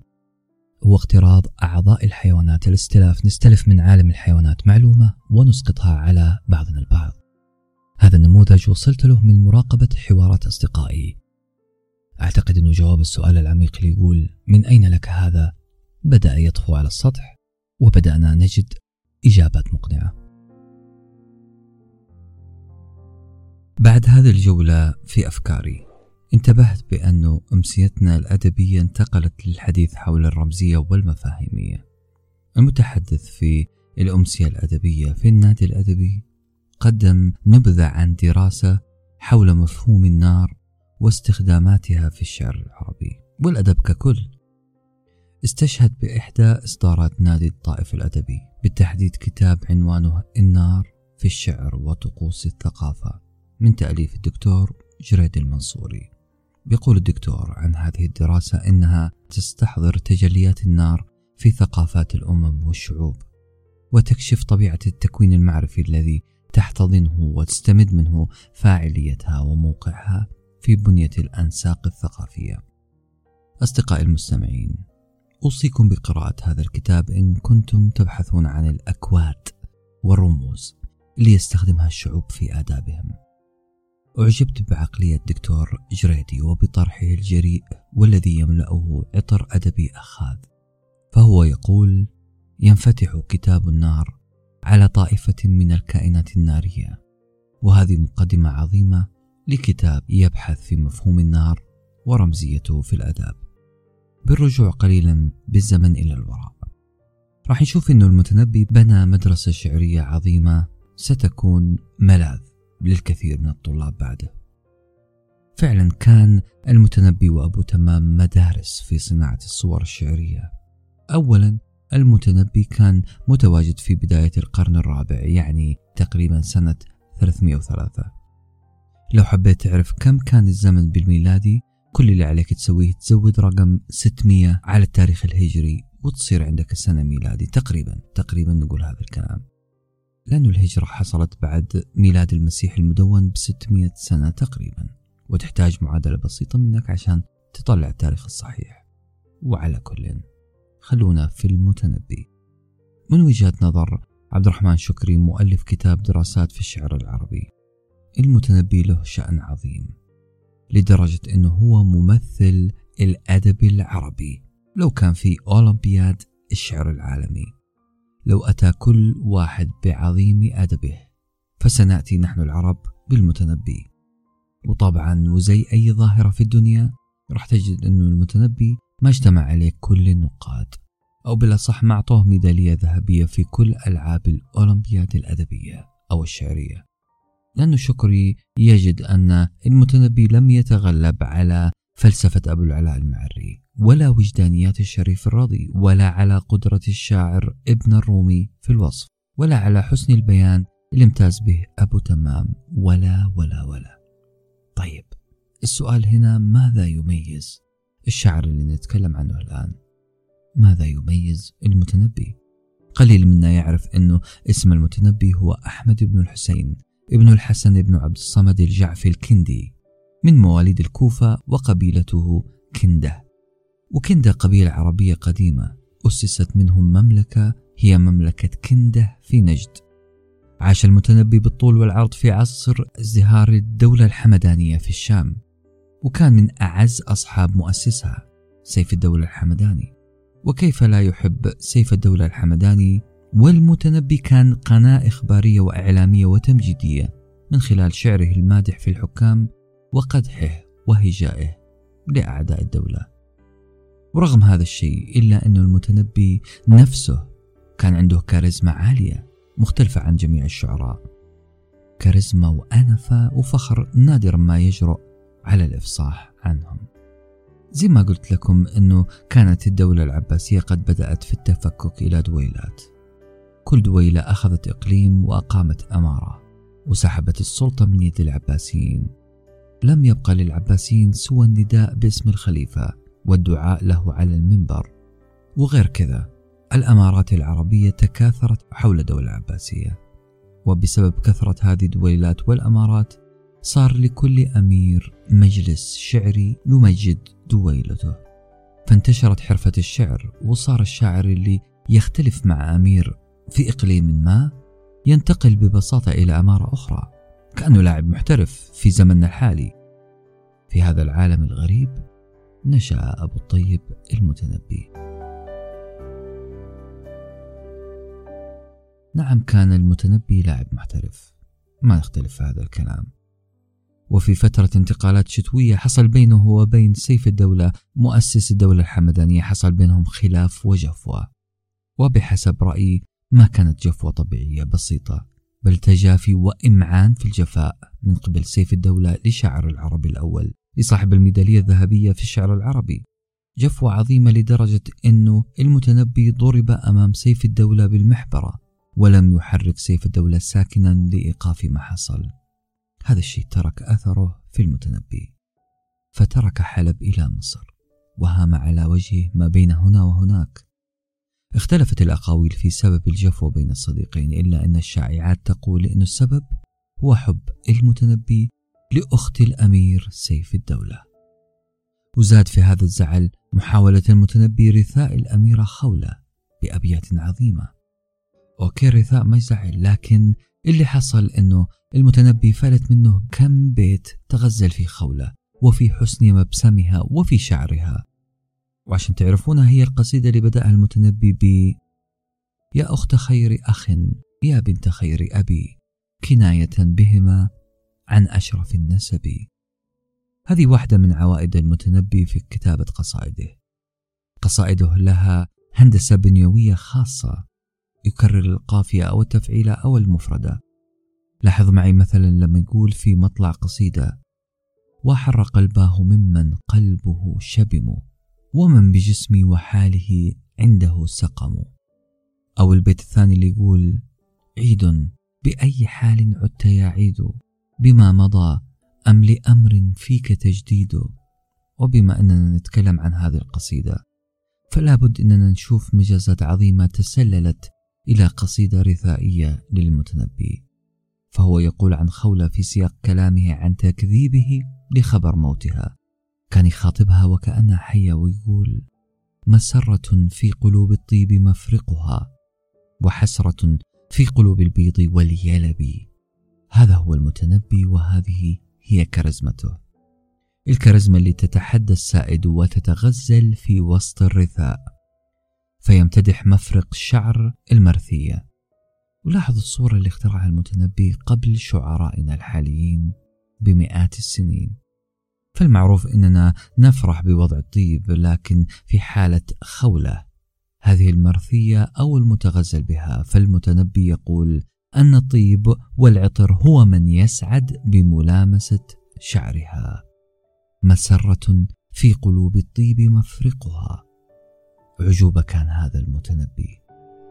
هو اقتراض أعضاء الحيوانات، الاستلاف. نستلف من عالم الحيوانات معلومة ونسقطها على بعضنا البعض. هذا النموذج وصلت له من مراقبة حوارات أصدقائي. أعتقد أنه جواب السؤال العميق اللي يقول من أين لك هذا بدأ يطفو على السطح، وبدأنا نجد إجابات مقنعة. بعد هذه الجولة في أفكاري انتبهت بأن أمسيتنا الأدبية انتقلت للحديث حول الرمزية والمفاهيمية. المتحدث في الأمسية الأدبية في النادي الأدبي قدم نبذة عن دراسة حول مفهوم النار واستخداماتها في الشعر العربي والأدب ككل. استشهد بإحدى إصدارات نادي الطائف الأدبي، بالتحديد كتاب عنوانه النار في الشعر وطقوس الثقافة من تأليف الدكتور جريد المنصوري. بيقول الدكتور عن هذه الدراسة إنها تستحضر تجليات النار في ثقافات الأمم والشعوب، وتكشف طبيعة التكوين المعرفي الذي تحتضنه وتستمد منه فاعليتها وموقعها في بنية الأنساق الثقافية. أصدقائي المستمعين، أوصيكم بقراءة هذا الكتاب إن كنتم تبحثون عن الأكواد والرموز اللي يستخدمها الشعوب في آدابهم. أعجبت بعقلية الدكتور جريدي وبطرحه الجريء والذي يملأه عطر أدبي أخاذ. فهو يقول: ينفتح كتاب النار على طائفة من الكائنات النارية. وهذه مقدمة عظيمة لكتاب يبحث في مفهوم النار ورمزيته في الأداب. بالرجوع قليلا بالزمن إلى الوراء، راح نشوف أنه المتنبي بنى مدرسة شعرية عظيمة ستكون ملاذ للكثير من الطلاب بعده. فعلا كان المتنبي وأبو تمام مدارس في صناعة الصور الشعرية. أولا، المتنبي كان متواجد في بداية القرن الرابع، يعني تقريبا سنة ثلاثمئة وثلاثة. لو حبيت تعرف كم كان الزمن بالميلادي، كل اللي عليك تسويه تزود رقم ستمئة على التاريخ الهجري وتصير عندك السنة ميلادي. تقريبا تقريبا نقول هذا الكلام، لأن الهجرة حصلت بعد ميلاد المسيح المدون بستمئة سنة تقريبا، وتحتاج معادلة بسيطة منك عشان تطلع التاريخ الصحيح. وعلى كل، خلونا في المتنبي. من وجهة نظر عبد الرحمن شكري مؤلف كتاب دراسات في الشعر العربي، المتنبي له شأن عظيم لدرجة أنه هو ممثل الأدب العربي. لو كان في أولمبياد الشعر العالمي، لو أتى كل واحد بعظيم أدبه، فسنأتي نحن العرب بالمتنبي. وطبعا وزي أي ظاهرة في الدنيا راح تجد أنه المتنبي ما اجتمع عليه كل النقاد، أو بالأصح ما أعطوه ميدالية ذهبية في كل ألعاب الأولمبياد الأدبية أو الشعرية، لأنه شكري يجد أن المتنبي لم يتغلب على فلسفة أبو العلاء المعري، ولا وجدانيات الشريف الرضي، ولا على قدرة الشاعر ابن الرومي في الوصف، ولا على حسن البيان اللي امتاز به أبو تمام، ولا ولا ولا. طيب السؤال هنا، ماذا يميز الشاعر اللي نتكلم عنه الآن؟ ماذا يميز المتنبي؟ قليل منا يعرف أنه اسم المتنبي هو أحمد بن الحسين ابن الحسن بن عبد الصمد الجعفي الكندي، من مواليد الكوفة، وقبيلته كندة. وكندة قبيلة عربية قديمة أسست منهم مملكة هي مملكة كندة في نجد. عاش المتنبي بالطول والعرض في عصر ازدهار الدولة الحمدانية في الشام، وكان من أعز أصحاب مؤسسها سيف الدولة الحمداني. وكيف لا يحب سيف الدولة الحمداني؟ والمتنبي كان قناة إخبارية وإعلامية وتمجيدية من خلال شعره المادح في الحكام وقدحه وهجائه لأعداء الدولة. ورغم هذا الشيء إلا أن المتنبي نفسه كان عنده كاريزما عالية مختلفة عن جميع الشعراء، كاريزما وأنفة وفخر نادرا ما يجرؤ على الإفصاح عنهم. زي ما قلت لكم أنه كانت الدولة العباسية قد بدأت في التفكك إلى دويلات، كل دويلة أخذت إقليم وأقامت أمارة وسحبت السلطة من يد العباسيين. لم يبقى للعباسيين سوى النداء باسم الخليفة والدعاء له على المنبر. وغير كذا الأمارات العربية تكاثرت حول الدولة العباسية، وبسبب كثرة هذه الدويلات والأمارات صار لكل أمير مجلس شعري يمجد دويلته، فانتشرت حرفة الشعر، وصار الشاعر اللي يختلف مع أمير في إقليم ما ينتقل ببساطة إلى أمارة أخرى، كأنه لاعب محترف في زمننا الحالي. في هذا العالم الغريب نشأ أبو الطيب المتنبي. نعم، كان المتنبي لاعب محترف، ما نختلف في هذا الكلام. وفي فترة انتقالات شتوية حصل بينه وبين سيف الدولة مؤسس الدولة الحمدانية، حصل بينهم خلاف وجفوة، وبحسب رأيي ما كانت جفوة طبيعية بسيطة، بل تجافي وإمعان في الجفاء من قبل سيف الدولة لشاعر العربي الأول، لصاحب الميدالية الذهبية في الشعر العربي. جفوة عظيمة لدرجة أنه المتنبي ضرب أمام سيف الدولة بالمحبرة، ولم يحرك سيف الدولة ساكنا لإيقاف ما حصل. هذا الشيء ترك أثره في المتنبي، فترك حلب إلى مصر، وهام على وجهه ما بين هنا وهناك. اختلفت الأقاويل في سبب الجفوة بين الصديقين، إلا أن الشائعات تقول أن السبب هو حب المتنبي لأخت الأمير سيف الدولة. وزاد في هذا الزعل محاولة المتنبي رثاء الأميرة خولة بأبيات عظيمة. أوكي، رثاء ما يزعل، لكن اللي حصل أنه المتنبي فلت منه كم بيت تغزل في خولة وفي حسن مبسمها وفي شعرها. وعشان تعرفونها هي القصيدة اللي بدأها المتنبي ب: يا أخت خير أخ يا بنت خير أبي، كناية بهما عن أشرف النسب. هذه واحدة من عوائد المتنبي في كتابة قصائده. قصائده لها هندسة بنيوية خاصة، يكرر القافية أو التفعيلة أو المفردة. لاحظ معي مثلا لما يقول في مطلع قصيدة: وحر قلباه ممن قلبه شبم، ومن بجسمي وحاله عنده سقم. أو البيت الثاني اللي يقول: عيد بأي حال عدت يا عيد، بما مضى أم لأمر فيك تجديد. وبما أننا نتكلم عن هذه القصيدة فلا بد أننا نشوف مجازات عظيمة تسللت إلى قصيدة رثائية للمتنبي. فهو يقول عن خولة في سياق كلامه عن تكذيبه لخبر موتها، كان يخاطبها وكأنها حية ويقول: مسرة في قلوب الطيب مفرقها، وحسرة في قلوب البيض واليلب. هذا هو المتنبي، وهذه هي كاريزمته، الكاريزما اللي تتحدى السائد وتتغزل في وسط الرثاء، فيمتدح مفرق شعر المرثية. ولاحظ الصورة اللي اخترعها المتنبي قبل شعرائنا الحاليين بمئات السنين. فالمعروف أننا نفرح بوضع الطيب، لكن في حالة خولة هذه المرثية أو المتغزل بها، فالمتنبي يقول أن الطيب والعطر هو من يسعد بملامسة شعرها. مسرة في قلوب الطيب مفرقها. عجوبة كان هذا المتنبي.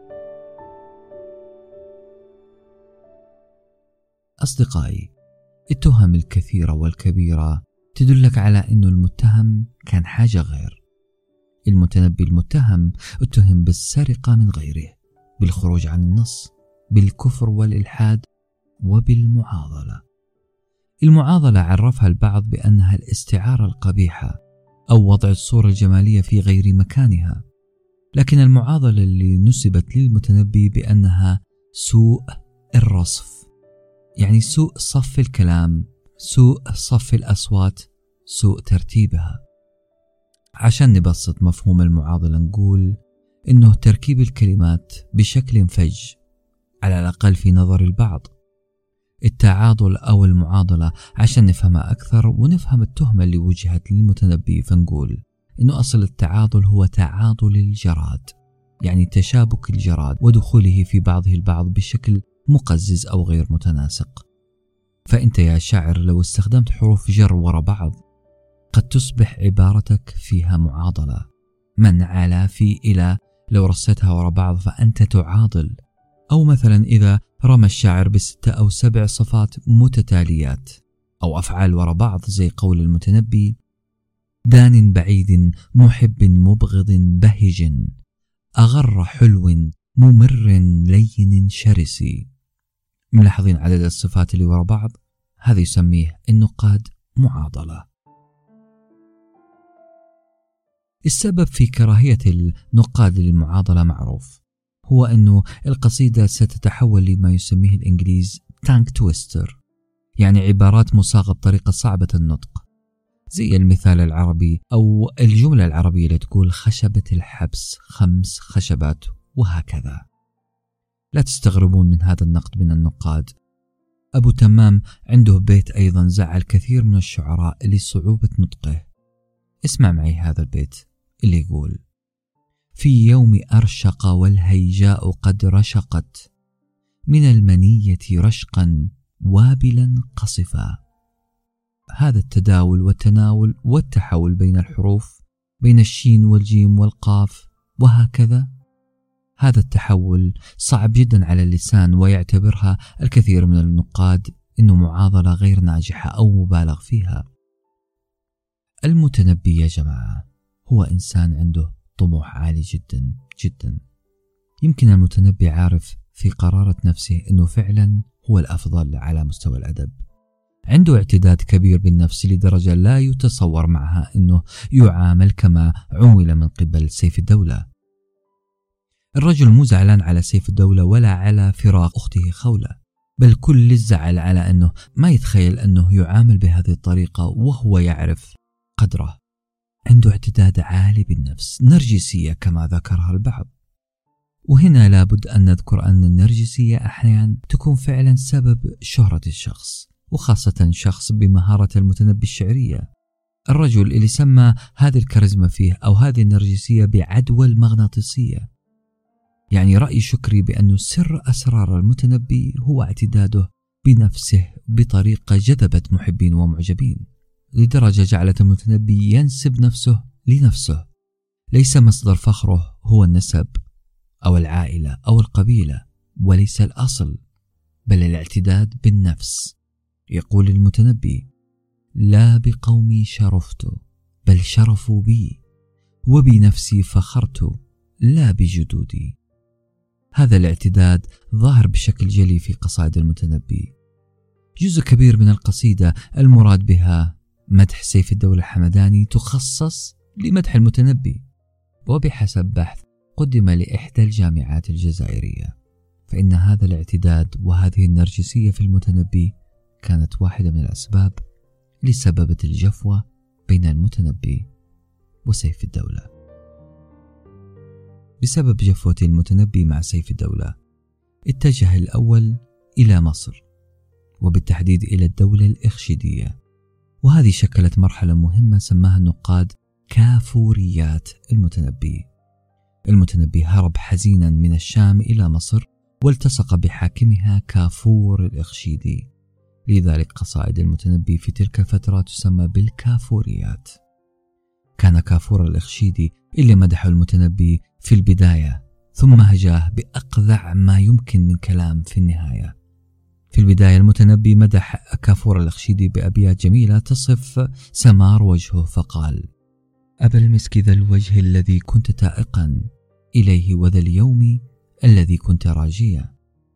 أصدقائي، التهم الكثيرة والكبيرة تدلك على أن المتهم كان حاجة غير. المتنبي المتهم اتهم بالسرقة من غيره، بالخروج عن النص، بالكفر والإلحاد، وبالمعاضلة. المعاضلة عرفها البعض بأنها الاستعارة القبيحة أو وضع الصورة الجمالية في غير مكانها، لكن المعاضلة اللي نسبت للمتنبي بأنها سوء الرصف، يعني سوء صف الكلام، سوء صف الأصوات، سوء ترتيبها. عشان نبسط مفهوم المعاضلة نقول إنه تركيب الكلمات بشكل فج على الأقل في نظر البعض. التعاضل أو المعاضلة عشان نفهمها أكثر ونفهم التهمة اللي وجهت للمتنبي، فنقول إنه أصل التعاضل هو تعاضل الجراد، يعني تشابك الجراد ودخوله في بعضه البعض بشكل مقزز أو غير متناسق. فأنت يا شاعر لو استخدمت حروف جر وراء بعض قد تصبح عبارتك فيها معاضلة. من، على، في، إلى لو رصيتها وراء بعض فأنت تعاضل. أو مثلا إذا رمى الشاعر بستة أو سبع صفات متتاليات أو أفعال وراء بعض، زي قول المتنبي: دان بعيد محب مبغض بهج، أغر حلو ممر لين شرس. ملاحظين عدد الصفات اللي وراء بعض؟ هذا يسميه النقاد معاضلة. السبب في كراهية النقاد للمعاضلة معروف، هو أنه القصيدة ستتحول لما يسميه الإنجليز تانك تويستر، يعني عبارات مصاغة بطريقة صعبة النطق، زي المثال العربي أو الجملة العربية اللي تقول خشبة الحبس خمس خشبات، وهكذا. لا تستغربون من هذا النقد من النقاد. أبو تمام عنده بيت أيضا زعل كثير من الشعراء لصعوبة نطقه. اسمع معي هذا البيت اللي يقول: في يوم أرشق والهيجاء قد رشقت، من المنية رشقا وابلا قصفا. هذا التداول والتناول والتحول بين الحروف، بين الشين والجيم والقاف وهكذا، هذا التحول صعب جدا على اللسان، ويعتبرها الكثير من النقاد إنه معاضلة غير ناجحة أو مبالغ فيها. المتنبي يا جماعة هو إنسان عنده طموح عالي جدا جدا. يمكن المتنبي عارف في قرارة نفسه إنه فعلا هو الأفضل على مستوى الأدب. عنده اعتداد كبير بالنفس لدرجة لا يتصور معها إنه يعامل كما عمل من قبل سيف الدولة. الرجل مو زعلان على سيف الدولة ولا على فراق أخته خولة، بل كل الزعل على أنه ما يتخيل أنه يعامل بهذه الطريقة وهو يعرف قدره. عنده اعتداد عالي بالنفس، نرجسية كما ذكرها البعض. وهنا لابد أن نذكر أن النرجسية أحيانا تكون فعلا سبب شهرة الشخص، وخاصة شخص بمهارة المتنبي الشعرية، الرجل اللي سمى هذه الكاريزما فيه أو هذه النرجسية بعدوى المغناطيسية. يعني رأي شكري بأن سر أسرار المتنبي هو اعتداده بنفسه بطريقة جذبت محبين ومعجبين، لدرجة جعلت المتنبي ينسب نفسه لنفسه. ليس مصدر فخره هو النسب أو العائلة أو القبيلة، وليس الأصل، بل الاعتداد بالنفس. يقول المتنبي: لا بقومي شرفت، بل شرفوا بي، وبنفسي فخرت، لا بجدودي. هذا الاعتداد ظاهر بشكل جلي في قصائد المتنبي. جزء كبير من القصيدة المراد بها مدح سيف الدولة الحمداني تخصص لمدح المتنبي، وبحسب بحث قدم لإحدى الجامعات الجزائرية، فإن هذا الاعتداد وهذه النرجسية في المتنبي كانت واحدة من الأسباب لسببة الجفوة بين المتنبي وسيف الدولة. بسبب جفوة المتنبي مع سيف الدولة اتجه الأول إلى مصر، وبالتحديد إلى الدولة الإخشيدية، وهذه شكلت مرحلة مهمة سماها النقاد كافوريات المتنبي. المتنبي هرب حزينا من الشام إلى مصر والتصق بحاكمها كافور الإخشيدي، لذلك قصائد المتنبي في تلك الفترة تسمى بالكافوريات. كان كافور الإخشيدي اللي مدحه المتنبي في البداية، ثم هجاه بأقذع ما يمكن من كلام في النهاية. في البداية المتنبي مدح كافور الإخشيدي بأبيات جميلة تصف سمار وجهه، فقال: أبا المسك ذا الوجه الذي كنت تائقا إليه، وذا اليوم الذي كنت راجيا.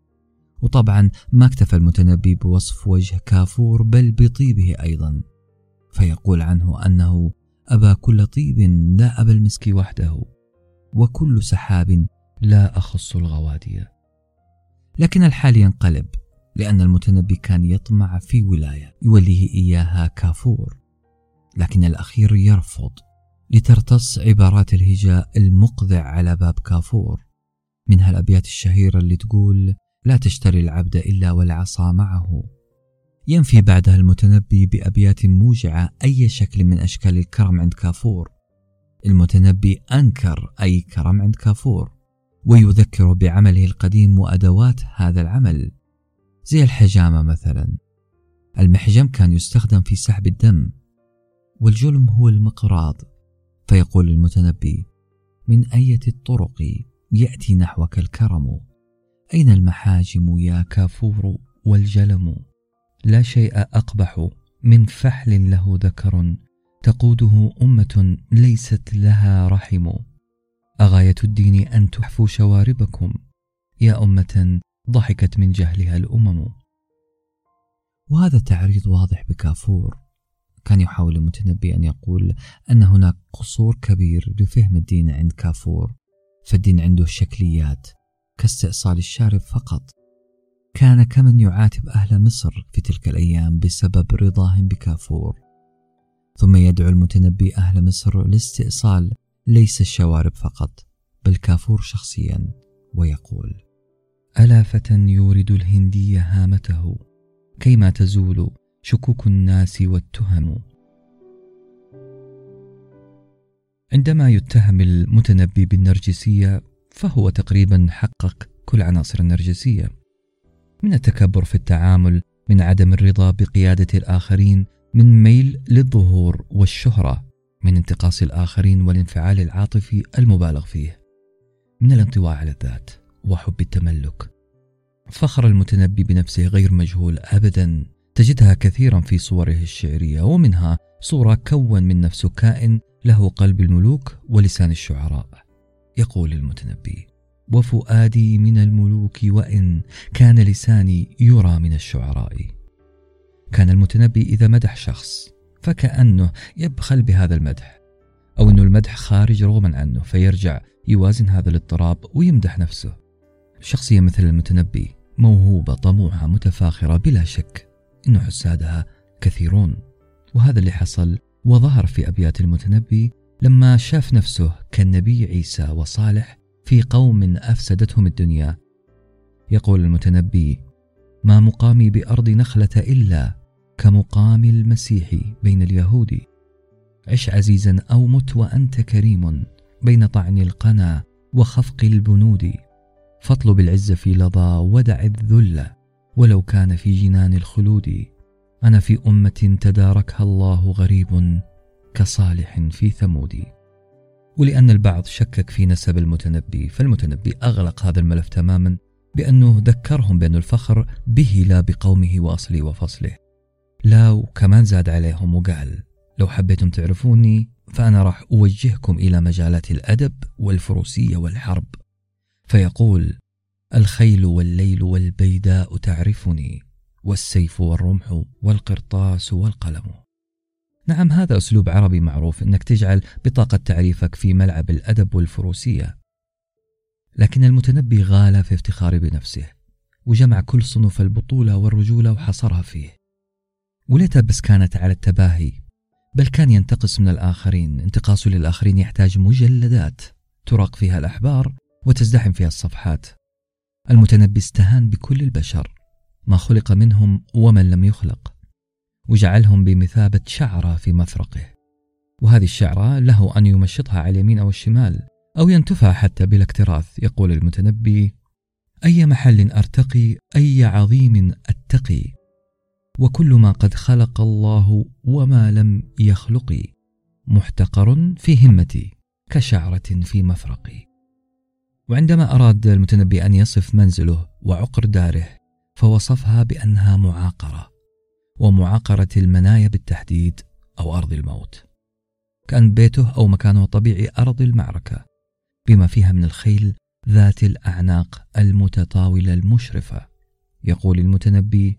وطبعا ما اكتفى المتنبي بوصف وجه كافور بل بطيبه أيضا، فيقول عنه أنه أبا كل طيب لا أبا المسك وحده، وكل سحاب لا أخص الغوادي. لكن الحال ينقلب، لأن المتنبي كان يطمع في ولاية يوليه إياها كافور، لكن الأخير يرفض، لترتص عبارات الهجاء المقذع على باب كافور، منها الأبيات الشهيرة اللي تقول: لا تشتري العبد إلا والعصا معه. ينفي بعدها المتنبي بأبيات موجعة أي شكل من أشكال الكرم عند كافور. المتنبي أنكر أي كرم عند كافور، ويذكر بعمله القديم وأدوات هذا العمل، زي الحجامة مثلا. المحجم كان يستخدم في سحب الدم، والجلم هو المقراض. فيقول المتنبي: من أية الطرق يأتي نحوك الكرم، أين المحاجم يا كافور والجلم؟ لا شيء أقبح من فحل له ذكر، تقوده أمة ليست لها رحم. أغاية الدين أن تحفوا شواربكم، يا أمة ضحكت من جهلها الأمم. وهذا تعريض واضح بكافور. كان يحاول المتنبي أن يقول أن هناك قصور كبير لفهم الدين عند كافور، فالدين عنده شكليات كاستئصال الشارب فقط. كان كمن يعاتب أهل مصر في تلك الأيام بسبب رضاهم بكافور. ثم يدعو المتنبي أهل مصر لاستئصال ليس الشوارب فقط، بل كافور شخصيا، ويقول: ألا فتى يورد الهندي هامته، كيما تزول شكوك الناس والتهم. عندما يتهم المتنبي بالنرجسية فهو تقريبا حقق كل عناصر النرجسية، من التكبر في التعامل، من عدم الرضا بقيادة الآخرين، من ميل للظهور والشهرة، من انتقاص الآخرين والانفعال العاطفي المبالغ فيه، من الانطواء على الذات وحب التملك. فخر المتنبي بنفسه غير مجهول أبدا، تجدها كثيرا في صوره الشعرية، ومنها صورة كون من نفسه كائن له قلب الملوك ولسان الشعراء. يقول المتنبي: وفؤادي من الملوك وإن كان لساني يرى من الشعراء. كان المتنبي إذا مدح شخص فكأنه يبخل بهذا المدح، أو أنه المدح خارج رغما عنه، فيرجع يوازن هذا الاضطراب ويمدح نفسه. شخصية مثل المتنبي موهوبة طموحة متفاخرة، بلا شك إنه حسادها كثيرون، وهذا اللي حصل وظهر في أبيات المتنبي لما شاف نفسه كالنبي عيسى وصالح في قوم أفسدتهم الدنيا. يقول المتنبي: ما مقامي بأرض نخلة إلا كمقام المسيح بين اليهود، عش عزيزا أو مت وأنت كريم بين طعن القنا وخفق البنود، فاطلب العز في لظى ودع الذل ولو كان في جنان الخلود، أنا في أمة تداركها الله غريب كصالح في ثمود. ولأن البعض شكك في نسب المتنبي، فالمتنبي أغلق هذا الملف تماما بأنه ذكرهم بأن الفخر به لا بقومه وأصله وفصله. لا، وكمان زاد عليهم وقال: لو حبيتم تعرفوني فأنا راح أوجهكم إلى مجالات الأدب والفروسية والحرب. فيقول: الخيل والليل والبيداء تعرفني، والسيف والرمح والقرطاس والقلم. نعم، هذا أسلوب عربي معروف، أنك تجعل بطاقة تعريفك في ملعب الأدب والفروسية. لكن المتنبي غال في افتخار بنفسه، وجمع كل صنوف البطولة والرجولة وحصرها فيه. وليتها بس كانت على التباهي، بل كان ينتقص من الآخرين. انتقاصه للآخرين يحتاج مجلدات تراق فيها الأحبار وتزدحم فيها الصفحات. المتنبي استهان بكل البشر، ما خلق منهم ومن لم يخلق، وجعلهم بمثابة شعرة في مفرقه. وهذه الشعرة له أن يمشطها على اليمين أو الشمال، أو ينتفع حتى بلا اكتراث. يقول المتنبي: أي محل أرتقي، أي عظيم أتقي، وكل ما قد خلق الله وما لم يخلق، محتقر في همتي كشعرة في مفرقي. وعندما أراد المتنبي أن يصف منزله وعقر داره، فوصفها بأنها معاقرة، ومعاقرة المنايا بالتحديد، أو أرض الموت. كان بيته أو مكانه الطبيعي أرض المعركة، بما فيها من الخيل ذات الأعناق المتطاولة المشرفة. يقول المتنبي: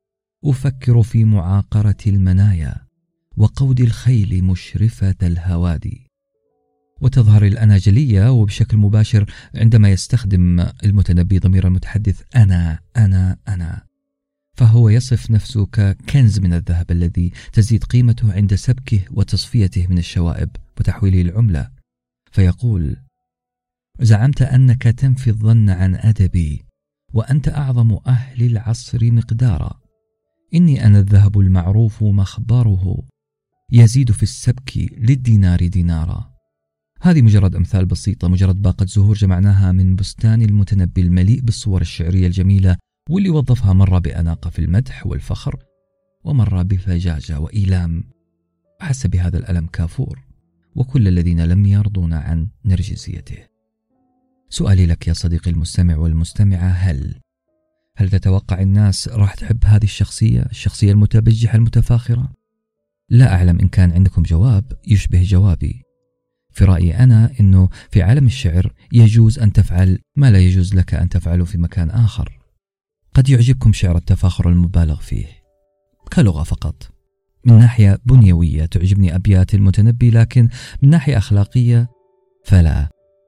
أفكر في معاقرة المنايا وقود الخيل مشرفة الهوادي. وتظهر الأناجلية وبشكل مباشر عندما يستخدم المتنبي ضمير المتحدث أنا أنا أنا، فهو يصف نفسه ككنز من الذهب الذي تزيد قيمته عند سبكه وتصفيته من الشوائب وتحويله العملة. فيقول: زعمت أنك تنفي الظن عن أدبي، وأنت أعظم أهل العصر مقدارا، إني أنا الذهب المعروف مخبره، يزيد في السبك للدينار دينارا. هذه مجرد أمثال بسيطة، مجرد باقة زهور جمعناها من بستان المتنبي المليء بالصور الشعرية الجميلة، واللي وظفها مرة بأناقة في المدح والفخر، ومرة بفجاجة وإيلام، وحس بهذا الألم كافور وكل الذين لم يرضون عن نرجسيته. سؤالي لك يا صديقي المستمع والمستمعة: هل هل تتوقع الناس راح تحب هذه الشخصية الشخصية المتبجحة المتفاخرة؟ لا أعلم إن كان عندكم جواب يشبه جوابي. في رأيي أنا أنه في عالم الشعر يجوز أن تفعل ما لا يجوز لك أن تفعله في مكان آخر. قد يعجبكم شعر التفاخر المبالغ فيه كلغة فقط، من ناحية بنيوية تعجبني أبيات المتنبي، لكن من ناحية أخلاقية فلا.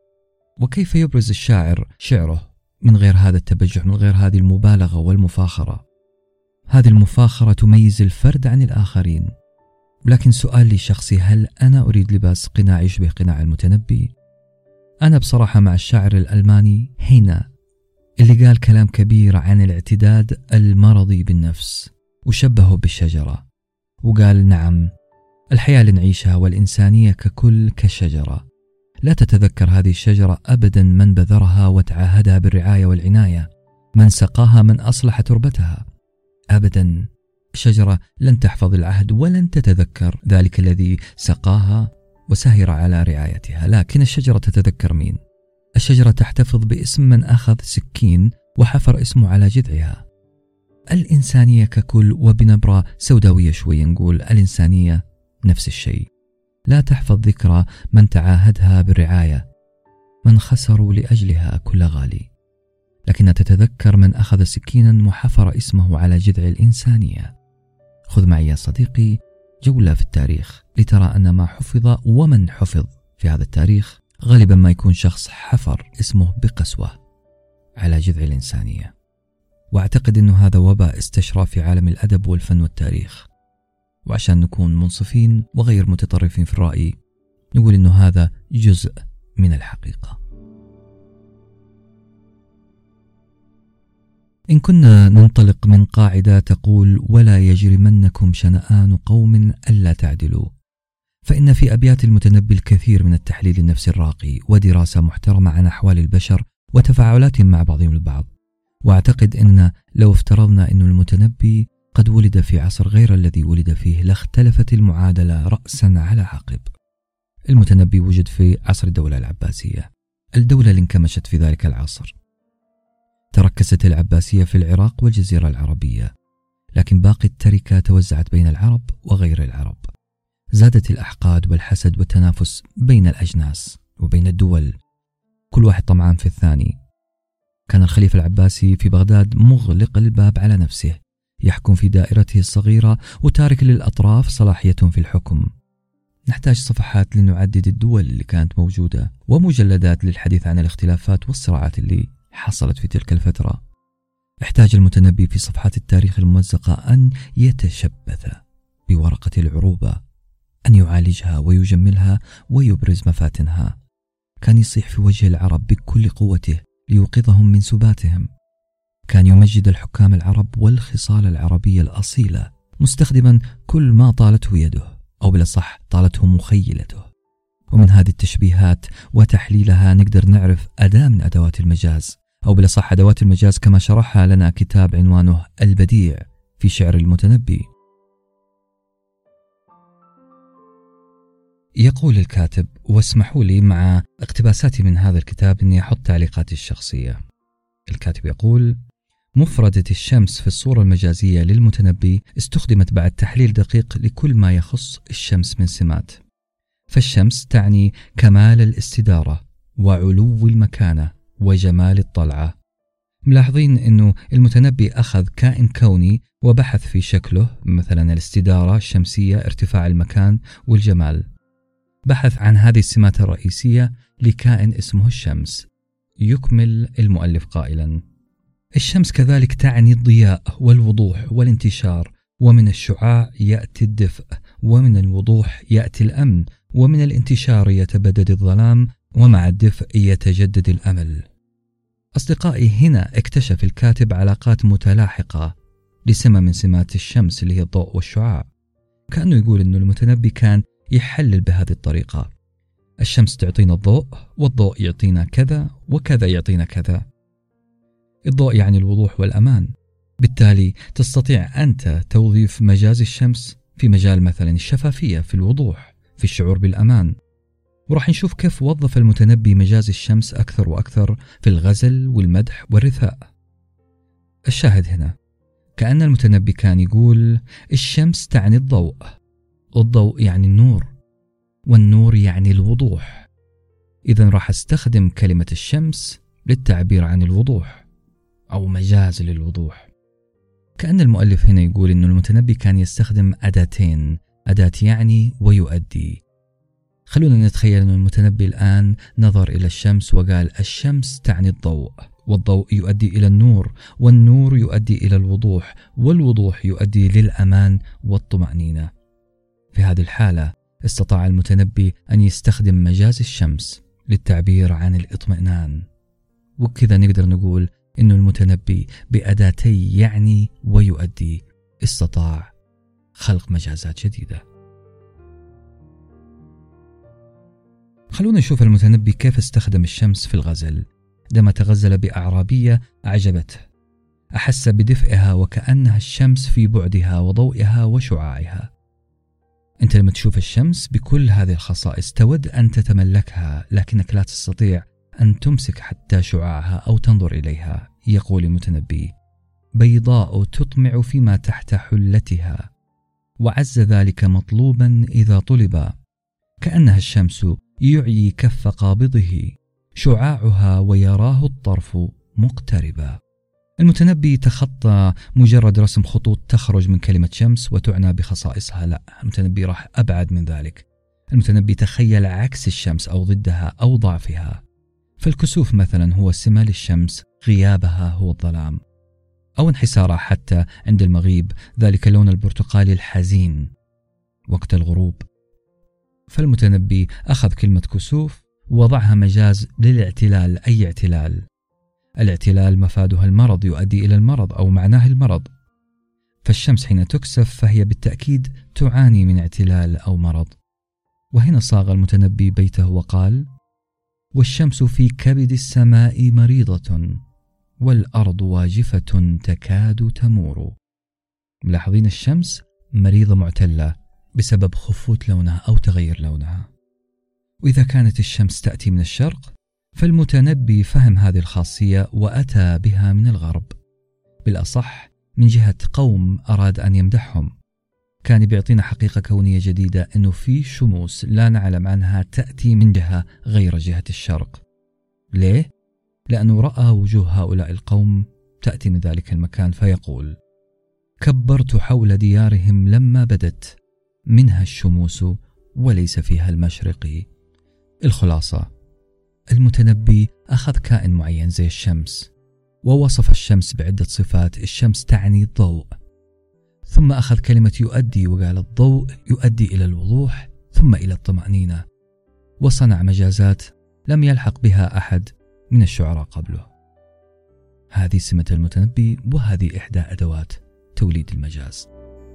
وكيف يبرز الشاعر شعره من غير هذا التبجح، من غير هذه المبالغة والمفاخرة؟ هذه المفاخرة تميز الفرد عن الآخرين. لكن سؤالي الشخصي: هل أنا أريد لباس قناع يشبه قناع المتنبي؟ أنا بصراحة مع الشاعر الألماني هينا، اللي قال كلام كبير عن الاعتداد المرضي بالنفس، وشبهه بالشجرة، وقال: نعم، الحياة اللي نعيشها والإنسانية ككل كالشجرة، لا تتذكر هذه الشجرة أبدا من بذرها وتعاهدها بالرعاية والعناية، من سقاها، من أصلح تربتها. أبدا، الشجرة لن تحفظ العهد ولن تتذكر ذلك الذي سقاها وسهر على رعايتها. لكن الشجرة تتذكر مين؟ الشجرة تحتفظ باسم من أخذ سكين وحفر اسمه على جذعها. الإنسانية ككل، وبنبرة سوداوية شوي نقول الإنسانية نفس الشيء، لا تحفظ ذكرى من تعاهدها بالرعاية، من خسروا لأجلها كل غالي، لكنها تتذكر من أخذ سكينا وحفر اسمه على جذع الإنسانية. خذ معي يا صديقي جولة في التاريخ لترى أن ما حفظ ومن حفظ في هذا التاريخ غالبا ما يكون شخص حفر اسمه بقسوة على جذع الإنسانية. وأعتقد أن هذا وباء استشرى في عالم الأدب والفن والتاريخ، وعشان نكون منصفين وغير متطرفين في الرأي نقول إنه هذا جزء من الحقيقة. إن كنا ننطلق من قاعدة تقول ولا يجرمنكم شنآن قوم ألا تعدلوا، فإن في أبيات المتنبي الكثير من التحليل النفسي الراقي ودراسة محترمة عن أحوال البشر وتفاعلاتهم مع بعضهم البعض. وأعتقد أن لو افترضنا أن المتنبي قد ولد في عصر غير الذي ولد فيه لاختلفت المعادلة رأسا على عقب. المتنبي وجد في عصر الدولة العباسية، الدولة اللي انكمشت في ذلك العصر. تركزت العباسية في العراق والجزيرة العربية، لكن باقي التركة توزعت بين العرب وغير العرب. زادت الأحقاد والحسد والتنافس بين الأجناس وبين الدول، كل واحد طمعان في الثاني. كان الخليفة العباسي في بغداد مغلق الباب على نفسه، يحكم في دائرته الصغيرة وتارك للأطراف صلاحيتهم في الحكم. نحتاج صفحات لنعدد الدول اللي كانت موجودة ومجلدات للحديث عن الاختلافات والصراعات اللي حصلت في تلك الفترة. احتاج المتنبي في صفحات التاريخ الممزقة أن يتشبث بورقة العروبة، أن يعالجها ويجملها ويبرز مفاتنها. كان يصيح في وجه العرب بكل قوته ليوقظهم من سباتهم. كان يمجد الحكام العرب والخصال العربية الأصيلة، مستخدما كل ما طالته يده، أو بالأصح طالته مخيلته. ومن هذه التشبيهات وتحليلها نقدر نعرف أداة من أدوات المجاز، أو بالأصح أدوات المجاز كما شرحها لنا كتاب عنوانه البديع في شعر المتنبي. يقول الكاتب، واسمحوا لي مع اقتباساتي من هذا الكتاب أني أحط تعليقاتي الشخصية. الكاتب يقول: مفردة الشمس في الصورة المجازية للمتنبي استخدمت بعد تحليل دقيق لكل ما يخص الشمس من سمات. فالشمس تعني كمال الاستدارة وعلو المكانة وجمال الطلعة. ملاحظين أنه المتنبي أخذ كائن كوني وبحث في شكله، مثلا الاستدارة الشمسية، ارتفاع المكان والجمال. بحث عن هذه السمات الرئيسية لكائن اسمه الشمس. يكمل المؤلف قائلا: الشمس كذلك تعني الضياء والوضوح والانتشار، ومن الشعاع يأتي الدفء، ومن الوضوح يأتي الأمن، ومن الانتشار يتبدد الظلام، ومع الدفء يتجدد الأمل. أصدقائي، هنا اكتشف الكاتب علاقات متلاحقة لسمة من سمات الشمس اللي هي الضوء والشعاع. كأنه يقول أنه المتنبي كان يحلل بهذه الطريقة: الشمس تعطينا الضوء، والضوء يعطينا كذا، وكذا يعطينا كذا. الضوء يعني الوضوح والأمان، بالتالي تستطيع أنت توظيف مجاز الشمس في مجال مثلا الشفافية، في الوضوح، في الشعور بالأمان. وراح نشوف كيف وظف المتنبي مجاز الشمس أكثر وأكثر في الغزل والمدح والرثاء. الشاهد هنا كأن المتنبي كان يقول الشمس تعني الضوء، والضوء يعني النور، والنور يعني الوضوح. إذن راح استخدم كلمة الشمس للتعبير عن الوضوح أو مجاز للوضوح. كأن المؤلف هنا يقول إنه المتنبي كان يستخدم أداتين، أداة يعني ويؤدي. خلونا نتخيل أن المتنبي الآن نظر إلى الشمس وقال الشمس تعني الضوء، والضوء يؤدي إلى النور، والنور يؤدي إلى الوضوح، والوضوح يؤدي للأمان والطمأنينة. في هذه الحالة استطاع المتنبي أن يستخدم مجاز الشمس للتعبير عن الاطمئنان. وكذا نقدر نقول إن المتنبي بأداتي يعني ويؤدي استطاع خلق مجازات جديدة. خلونا نشوف المتنبي كيف استخدم الشمس في الغزل. عندما تغزل بأعرابية أعجبته، أحس بدفئها وكأنها الشمس في بعدها وضوئها وشعاعها. أنت لما تشوف الشمس بكل هذه الخصائص تود أن تتملكها، لكنك لا تستطيع أن تمسك حتى شعاعها أو تنظر إليها. يقول المتنبي: بيضاء تطمع فيما تحت حلتها، وعز ذلك مطلوبا إذا طلبا، كأنها الشمس يعيي كف قابضه، شعاعها ويراه الطرف مقتربا. المتنبي تخطى مجرد رسم خطوط تخرج من كلمة شمس وتعنى بخصائصها، لا، المتنبي راح أبعد من ذلك. المتنبي تخيل عكس الشمس أو ضدها أو ضعفها. فالكسوف مثلا هو سمة للشمس، غيابها هو الظلام، أو انحسارها حتى عند المغيب، ذلك اللون البرتقالي الحزين. وقت الغروب. فالمتنبي أخذ كلمة كسوف ووضعها مجاز للاعتلال، أي اعتلال. الاعتلال مفادها المرض، يؤدي إلى المرض أو معناه المرض، فالشمس حين تكسف فهي بالتأكيد تعاني من اعتلال أو مرض. وهنا صاغ المتنبي بيته وقال: والشمس في كبد السماء مريضة والأرض واجفة تكاد تمور. ملاحظين الشمس مريضة معتلة بسبب خفوت لونها أو تغير لونها. وإذا كانت الشمس تأتي من الشرق فالمتنبي فهم هذه الخاصية وأتى بها من الغرب، بالأصح من جهة قوم أراد أن يمدحهم. كان بيعطينا حقيقة كونية جديدة، أنه في شموس لا نعلم عنها تأتي من جهة غير جهة الشرق. ليه؟ لأنه رأى وجوه هؤلاء القوم تأتي من ذلك المكان، فيقول: كبرت حول ديارهم لما بدت منها الشموس وليس فيها المشرق. الخلاصة: المتنبي أخذ كائن معين زي الشمس ووصف الشمس بعدة صفات. الشمس تعني الضوء، ثم أخذ كلمة يؤدي وقال الضوء يؤدي إلى الوضوح ثم إلى الطمأنينة، وصنع مجازات لم يلحق بها أحد من الشعراء قبله. هذه سمة المتنبي، وهذه إحدى أدوات توليد المجاز.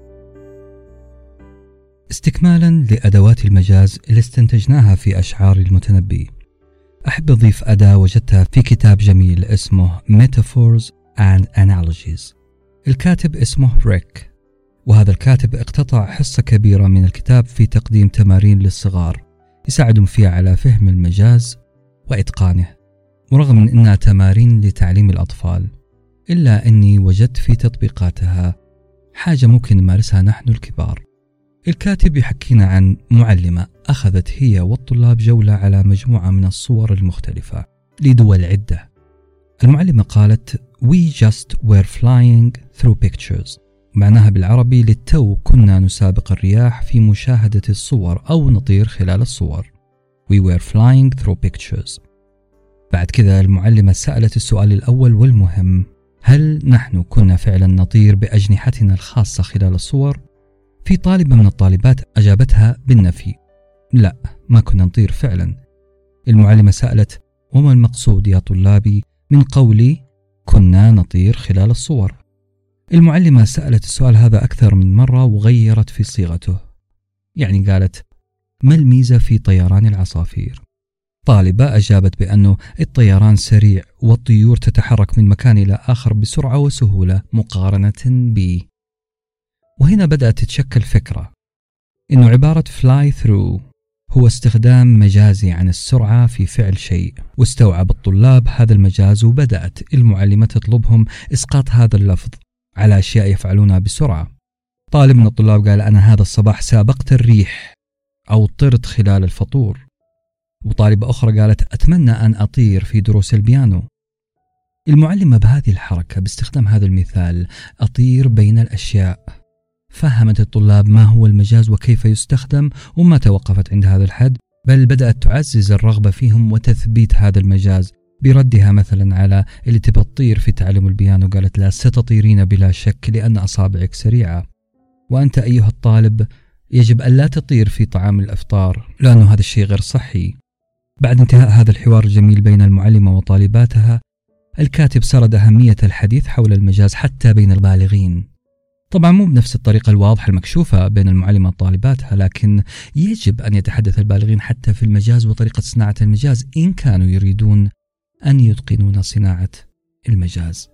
استكمالا لأدوات المجاز اللي استنتجناها في أشعار المتنبي، أحب أضيف أداة وجدتها في كتاب جميل اسمه Metaphors and Analogies. الكاتب اسمه ريك، وهذا الكاتب اقتطع حصة كبيرة من الكتاب في تقديم تمارين للصغار يساعدهم فيها على فهم المجاز وإتقانه. ورغم من أنها تمارين لتعليم الأطفال، إلا أني وجدت في تطبيقاتها حاجة ممكن نمارسها نحن الكبار. الكاتب يحكينا عن معلمة أخذت هي والطلاب جولة على مجموعة من الصور المختلفة لدول عدة. المعلمة قالت: We just were flying through pictures، معناها بالعربي للتو كنا نسابق الرياح في مشاهدة الصور أو نطير خلال الصور. We were flying through pictures. بعد كذا المعلمة سألت السؤال الأول والمهم: هل نحن كنا فعلا نطير بأجنحتنا الخاصة خلال الصور؟ في طالبة من الطالبات أجابتها بالنفي: لا، ما كنا نطير فعلا. المعلمة سألت: وما المقصود يا طلابي من قولي كنا نطير خلال الصور؟ المعلمة سألت السؤال هذا أكثر من مرة وغيرت في صيغته، يعني قالت: ما الميزة في طيران العصافير؟ طالبة أجابت بأنه الطيران سريع والطيور تتحرك من مكان إلى آخر بسرعة وسهولة مقارنة ب. وهنا بدأت تتشكل فكرة إنه عبارة fly through هو استخدام مجازي عن السرعة في فعل شيء. واستوعب الطلاب هذا المجاز، وبدأت المعلمة تطلبهم إسقاط هذا اللفظ على أشياء يفعلونها بسرعة. طالب من الطلاب قال: أنا هذا الصباح سابقت الريح أو طرت خلال الفطور. وطالبة أخرى قالت: أتمنى أن أطير في دروس البيانو. المعلمة بهذه الحركة باستخدام هذا المثال أطير بين الأشياء فهمت الطلاب ما هو المجاز وكيف يستخدم، وما توقفت عند هذا الحد، بل بدأت تعزز الرغبة فيهم وتثبيت هذا المجاز بردها مثلا على اللي تبى تطير في تعلم البيانو. قالت: لا، ستطيرين بلا شك لأن أصابعك سريعة. وأنت أيها الطالب يجب أن لا تطير في طعام الإفطار لأنه هذا الشيء غير صحي. بعد انتهاء هذا الحوار الجميل بين المعلمة وطالباتها، الكاتب سرد أهمية الحديث حول المجاز حتى بين البالغين. طبعا مو بنفس الطريقة الواضحة المكشوفة بين المعلمة وطالباتها، لكن يجب أن يتحدث البالغين حتى في المجاز وطريقة صناعة المجاز إن كانوا يريدون أن يتقنون صناعة المجاز.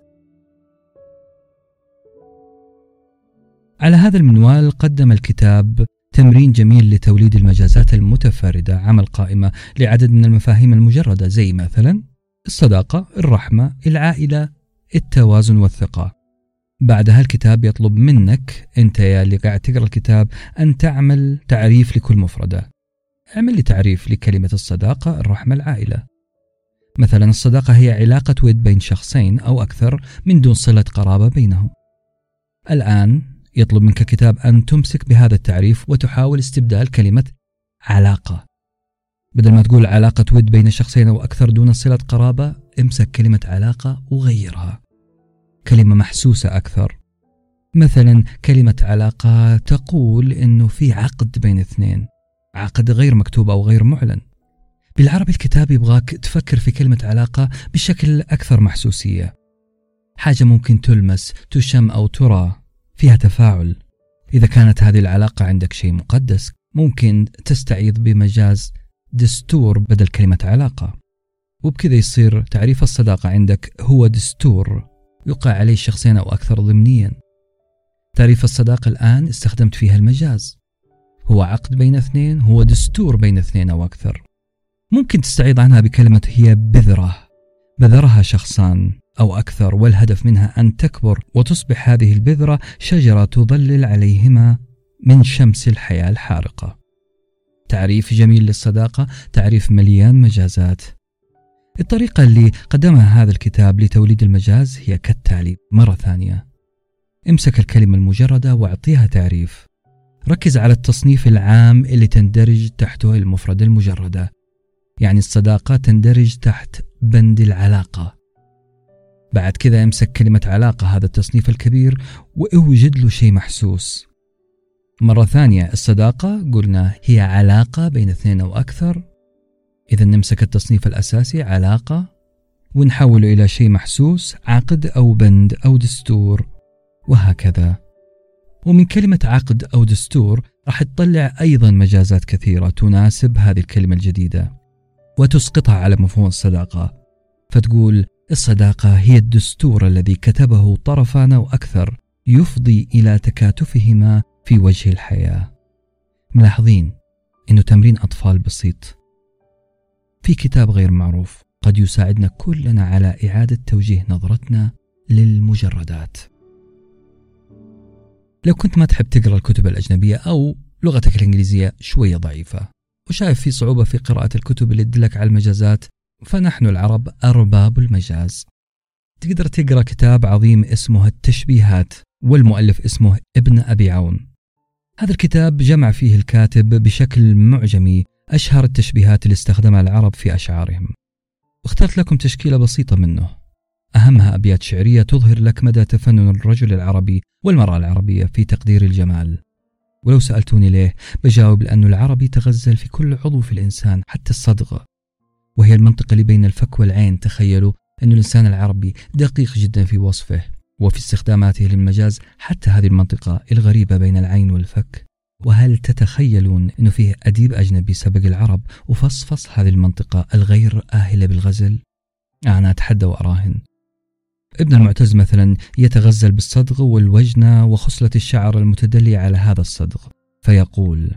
على هذا المنوال قدم الكتاب تمرين جميل لتوليد المجازات المتفردة، عمل قائمة لعدد من المفاهيم المجردة زي مثلا الصداقة، الرحمة، العائلة، التوازن والثقة. بعدها الكتاب يطلب منك أنت يا اللي قاعد تقرأ الكتاب أن تعمل تعريف لكل مفردة. اعمل لي تعريف لكلمة الصداقة، الرحمة، العائلة. مثلا الصداقة هي علاقة ود بين شخصين أو أكثر من دون صلة قرابة بينهم. الآن يطلب منك الكتاب أن تمسك بهذا التعريف وتحاول استبدال كلمة علاقة. بدل ما تقول علاقة ود بين شخصين أو أكثر دون صلة قرابة، امسك كلمة علاقة وغيرها، كلمة محسوسة أكثر. مثلا كلمة علاقة تقول إنه في عقد بين اثنين، عقد غير مكتوب أو غير معلن. بالعربي الكتاب يبغاك تفكر في كلمة علاقة بشكل أكثر محسوسية، حاجة ممكن تلمس، تشم أو ترى، فيها تفاعل. إذا كانت هذه العلاقة عندك شيء مقدس، ممكن تستعيض بمجاز دستور بدل كلمة علاقة، وبكذا يصير تعريف الصداقة عندك هو دستور يقع عليه الشخصين أو أكثر ضمنيا. تعريف الصداقة الآن استخدمت فيها المجاز، هو عقد بين اثنين، هو دستور بين اثنين أو أكثر. ممكن تستعيض عنها بكلمة هي بذرة، بذرها شخصان أو أكثر، والهدف منها أن تكبر وتصبح هذه البذرة شجرة تظلل عليهما من شمس الحياة الحارقة. تعريف جميل للصداقة، تعريف مليان مجازات. الطريقة اللي قدمها هذا الكتاب لتوليد المجاز هي كالتالي. مرة ثانية، امسك الكلمة المجردة واعطيها تعريف، ركز على التصنيف العام اللي تندرج تحته المفردة المجردة، يعني الصداقة تندرج تحت بند العلاقة. بعد كذا امسك كلمة علاقة، هذا التصنيف الكبير، واوجد له شيء محسوس. مرة ثانية، الصداقة قلنا هي علاقة بين اثنين أو أكثر، إذا نمسك التصنيف الأساسي علاقة ونحوله إلى شيء محسوس، عقد أو بند أو دستور، وهكذا. ومن كلمة عقد أو دستور راح تطلع أيضا مجازات كثيرة تناسب هذه الكلمة الجديدة وتسقطها على مفهوم الصداقة، فتقول الصداقة هي الدستور الذي كتبه طرفان أو أكثر يفضي إلى تكاتفهما في وجه الحياة. ملاحظين إنه تمرين أطفال بسيط في كتاب غير معروف قد يساعدنا كلنا على إعادة توجيه نظرتنا للمجردات. لو كنت ما تحب تقرأ الكتب الأجنبية أو لغتك الإنجليزية شوية ضعيفة وشايف في صعوبة في قراءة الكتب اللي تدلك على المجازات، فنحن العرب أرباب المجاز. تقدر تقرأ كتاب عظيم اسمه التشبيهات، والمؤلف اسمه ابن أبي عون. هذا الكتاب جمع فيه الكاتب بشكل معجمي أشهر التشبيهات اللي استخدمها العرب في أشعارهم، واخترت لكم تشكيلة بسيطة منه، أهمها أبيات شعرية تظهر لك مدى تفنن الرجل العربي والمرأة العربية في تقدير الجمال. ولو سألتوني ليه، بجاوب لأن العربي تغزل في كل عضو في الإنسان، حتى الصدغة، وهي المنطقة اللي بين الفك والعين. تخيلوا أن الإنسان العربي دقيق جدا في وصفه وفي استخداماته للمجاز، حتى هذه المنطقة الغريبة بين العين والفك. وهل تتخيلون أنه فيه أديب أجنبي سبق العرب وفصفص هذه المنطقة الغير آهلة بالغزل؟ أنا أتحدى وأراهن. ابن المعتز مثلا يتغزل بالصدغ والوجنة وخصلة الشعر المتدلي على هذا الصدغ، فيقول: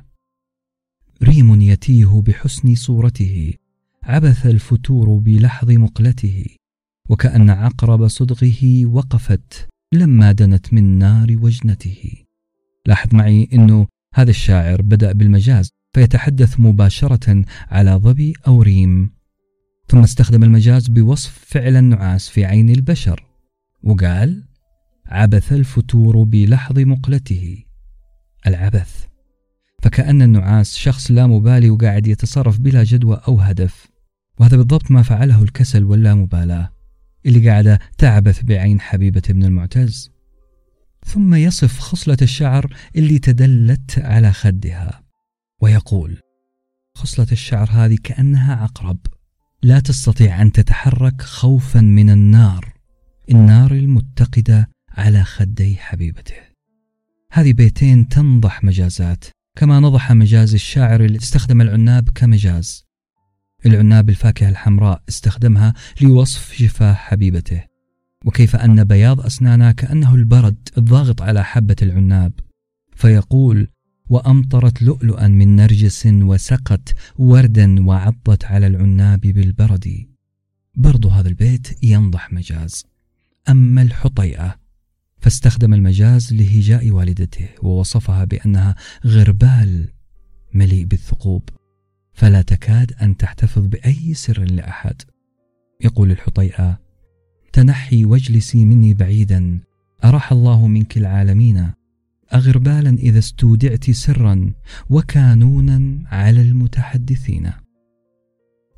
ريم يتيه بحسن صورته، عبث الفتور بلحظ مقلته، وكأن عقرب صدغه وقفت لما دنت من نار وجنته. لاحظ معي أنه هذا الشاعر بدأ بالمجاز فيتحدث مباشرة على ظبي أو ريم، ثم استخدم المجاز بوصف فعل النعاس في عين البشر وقال: عبث الفتور بلحظ مقلته. العبث، فكأن النعاس شخص لا مبالي وقاعد يتصرف بلا جدوى أو هدف، وهذا بالضبط ما فعله الكسل واللامبالاة اللي قاعدة تعبث بعين حبيبة ابن المعتز. ثم يصف خصلة الشعر اللي تدلت على خدها ويقول: خصلة الشعر هذه كأنها عقرب لا تستطيع أن تتحرك خوفا من النار، النار المتقدة على خدي حبيبته. هذه بيتين تنضح مجازات، كما نضح مجاز الشاعر اللي استخدم العناب كمجاز. العناب الفاكهة الحمراء استخدمها لوصف شفاه حبيبته، وكيف أن بياض أسنانها كأنه البرد الضاغط على حبة العناب، فيقول: وأمطرت لؤلؤا من نرجس وسقت وردا وعضت على العناب بالبرد. برضو هذا البيت ينضح مجاز. أما الحطيئة فاستخدم المجاز لهجاء والدته ووصفها بأنها غربال مليء بالثقوب، فلا تكاد أن تحتفظ بأي سر لأحد. يقول الحطيئة: تنحي واجلسي مني بعيدا، أراح الله منك العالمين، أغربالا إذا استودعت سرا وكانونا على المتحدثين.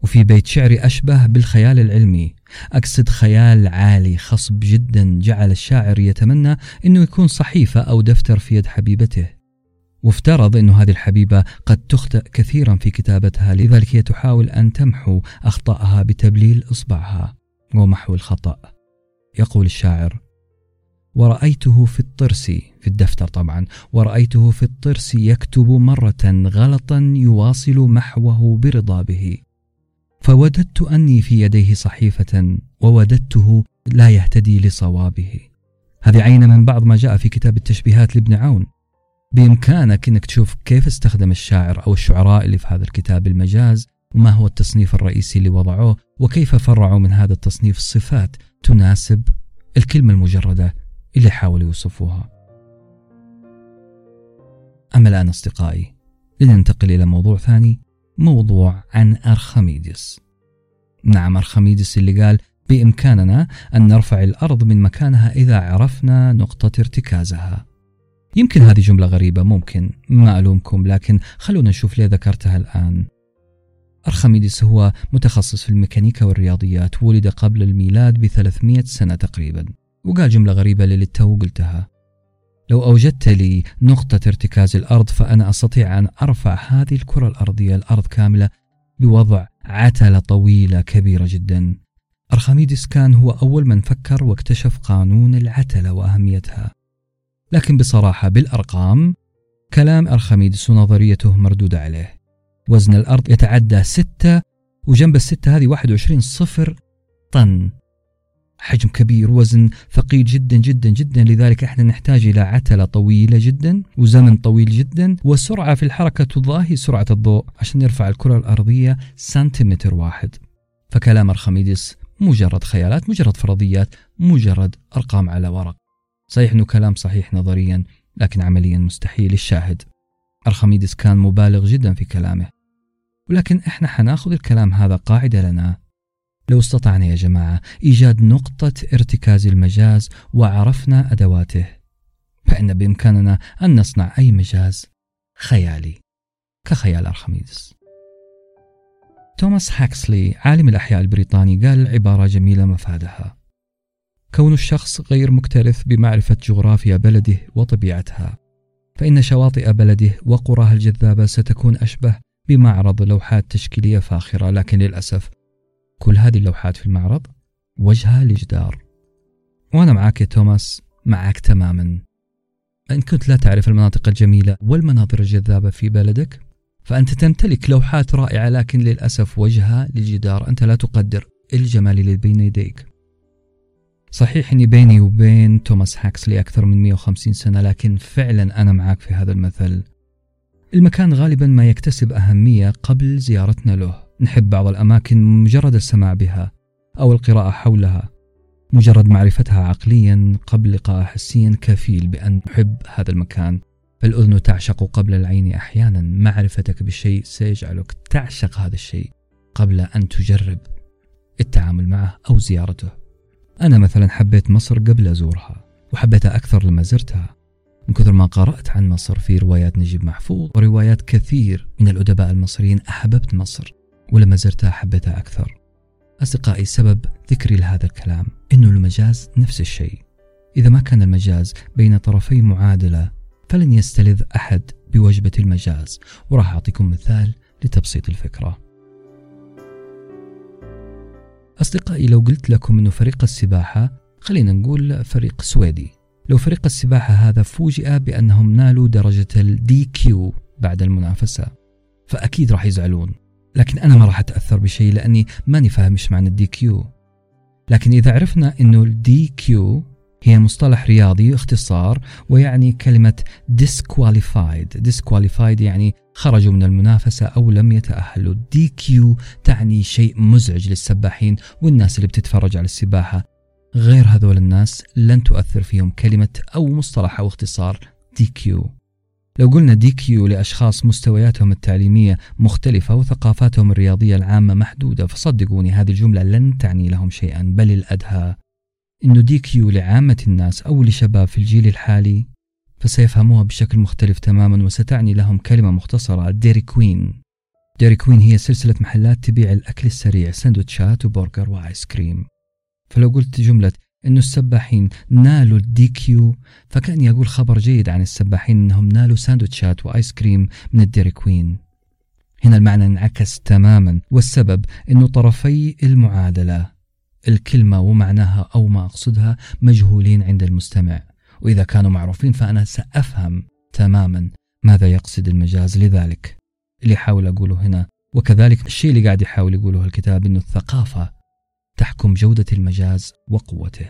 وفي بيت شعري أشبه بالخيال العلمي، أقصد خيال عالي خصب جدا جعل الشاعر يتمنى أنه يكون صحيفة أو دفتر في يد حبيبته، وافترض أن هذه الحبيبة قد تخطئ كثيرا في كتابتها، لذلك هي تحاول أن تمحو أخطائها بتبليل إصبعها ومحو الخطأ. يقول الشاعر: ورأيته في الطرس، في الدفتر طبعا، ورأيته في الطرس يكتب مرة غلطا يواصل محوه برضا به، فوددت أني في يديه صحيفة ووددته لا يهتدي لصوابه. هذه عينة من بعض ما جاء في كتاب التشبيهات لابن عون. بإمكانك أنك تشوف كيف استخدم الشاعر أو الشعراء اللي في هذا الكتاب المجاز، وما هو التصنيف الرئيسي اللي وضعوه، وكيف فرعوا من هذا التصنيف صفات تناسب الكلمة المجردة اللي حاولوا يوصفوها. أما الآن أصدقائي لننتقل إلى موضوع ثاني، موضوع عن أرخميدس. نعم، أرخميدس اللي قال بإمكاننا أن نرفع الأرض من مكانها إذا عرفنا نقطة ارتكازها. يمكن هذه جملة غريبة، ممكن، ما ألومكم، لكن خلونا نشوف ليه ذكرتها الآن. أرخميدس هو متخصص في الميكانيكا والرياضيات، ولد قبل الميلاد بثلاثمائة سنة تقريبا، وقال جملة غريبة اللي تو قلتها: لو أوجدت لي نقطة ارتكاز الأرض فأنا أستطيع أن أرفع هذه الكرة الأرضية الأرض كاملة بوضع عتلة طويلة كبيرة جدا. أرخميدس كان هو أول من فكر واكتشف قانون العتلة وأهميتها. لكن بصراحة بالأرقام كلام أرخميدس ونظريته مردودة عليه. وزن الأرض يتعدى ستة، وجنب الستة هذه واحد وعشرين صفر طن، حجم كبير، وزن ثقيل جدا جدا جدا. لذلك احنا نحتاج إلى عتلة طويلة جدا وزمن طويل جدا وسرعة في الحركة تضاهي سرعة الضوء عشان نرفع الكرة الأرضية سنتيمتر واحد. فكلام أرخميدس مجرد خيالات، مجرد فرضيات، مجرد أرقام على ورق. صحيح أنه كلام صحيح نظريا، لكن عمليا مستحيل. الشاهد أرخميدس كان مبالغ جدا في كلامه، ولكن احنا حناخذ الكلام هذا قاعدة لنا. لو استطعنا يا جماعة إيجاد نقطة ارتكاز المجاز وعرفنا أدواته، فإن بإمكاننا أن نصنع أي مجاز خيالي كخيال أرخميدس. توماس هاكسلي عالم الأحياء البريطاني قال عبارة جميلة مفادها: كون الشخص غير مكترث بمعرفة جغرافيا بلده وطبيعتها، فإن شواطئ بلده وقراها الجذابة ستكون أشبه بمعرض لوحات تشكيلية فاخرة، لكن للأسف كل هذه اللوحات في المعرض وجهها لجدار. وأنا معاك يا توماس، معاك تماما. إن كنت لا تعرف المناطق الجميلة والمناظر الجذابة في بلدك، فأنت تمتلك لوحات رائعة، لكن للأسف وجهها للجدار. أنت لا تقدر الجمال اللي بين يديك. صحيح أني بيني وبين توماس هاكسلي أكثر من مئة وخمسين سنة، لكن فعلا أنا معاك في هذا المثل. المكان غالبا ما يكتسب أهمية قبل زيارتنا له. نحب بعض الأماكن مجرد السماع بها أو القراءة حولها. مجرد معرفتها عقليا قبل لقاء حسيا كفيل بأن نحب هذا المكان. فالأذن تعشق قبل العين أحيانا. معرفتك بالشيء سيجعلك تعشق هذا الشيء قبل أن تجرب التعامل معه أو زيارته. أنا مثلا حبيت مصر قبل أزورها، وحبيتها أكثر لما زرتها، من كثر ما قرأت عن مصر في روايات نجيب محفوظ وروايات كثير من الأدباء المصريين. أحببت مصر، ولما زرتها حبيتها أكثر. أصدقائي، سبب ذكري لهذا الكلام إنه المجاز نفس الشيء. إذا ما كان المجاز بين طرفي معادلة فلن يستلذ أحد بوجبة المجاز. وراح أعطيكم مثال لتبسيط الفكرة. أصدقائي، لو قلت لكم إنه فريق السباحة، خلينا نقول فريق سويدي، لو فريق السباحة هذا فوجئ بأنهم نالوا درجة الدي كيو بعد المنافسة، فأكيد راح يزعلون. لكن أنا ما راح أتأثر بشيء لأني ماني فاهم إيش معنى الدي كيو. لكن إذا عرفنا إنه الدي كيو هي مصطلح رياضي اختصار، ويعني كلمة disqualified. disqualified يعني خرجوا من المنافسة أو لم يتأهلوا. دي كيو تعني شيء مزعج للسباحين والناس اللي بتتفرج على السباحة. غير هذول الناس لن تؤثر فيهم كلمة أو مصطلح أو اختصار دي كيو. لو قلنا دي كيو لأشخاص مستوياتهم التعليمية مختلفة وثقافاتهم الرياضية العامة محدودة، فصدقوني هذه الجملة لن تعني لهم شيئا، بل الأدهى. إنه دي كيو لعامة الناس أو لشباب في الجيل الحالي فسيفهموها بشكل مختلف تماما، وستعني لهم كلمة مختصرة ديري كوين. ديري كوين هي سلسلة محلات تبيع الأكل السريع، ساندوتشات وبرجر وآيس كريم. فلو قلت جملة إنه السباحين نالوا الدي كيو، فكأني أقول خبر جيد عن السباحين إنهم نالوا ساندوتشات وآيس كريم من الديري كوين. هنا المعنى انعكس تماما، والسبب إنه طرفي المعادلة، الكلمة ومعناها أو ما أقصدها، مجهولين عند المستمع، وإذا كانوا معروفين فأنا سأفهم تماما ماذا يقصد المجاز. لذلك اللي حاول أقوله هنا، وكذلك الشيء اللي قاعد يحاول يقوله الكتاب، إنه الثقافة تحكم جودة المجاز وقوته.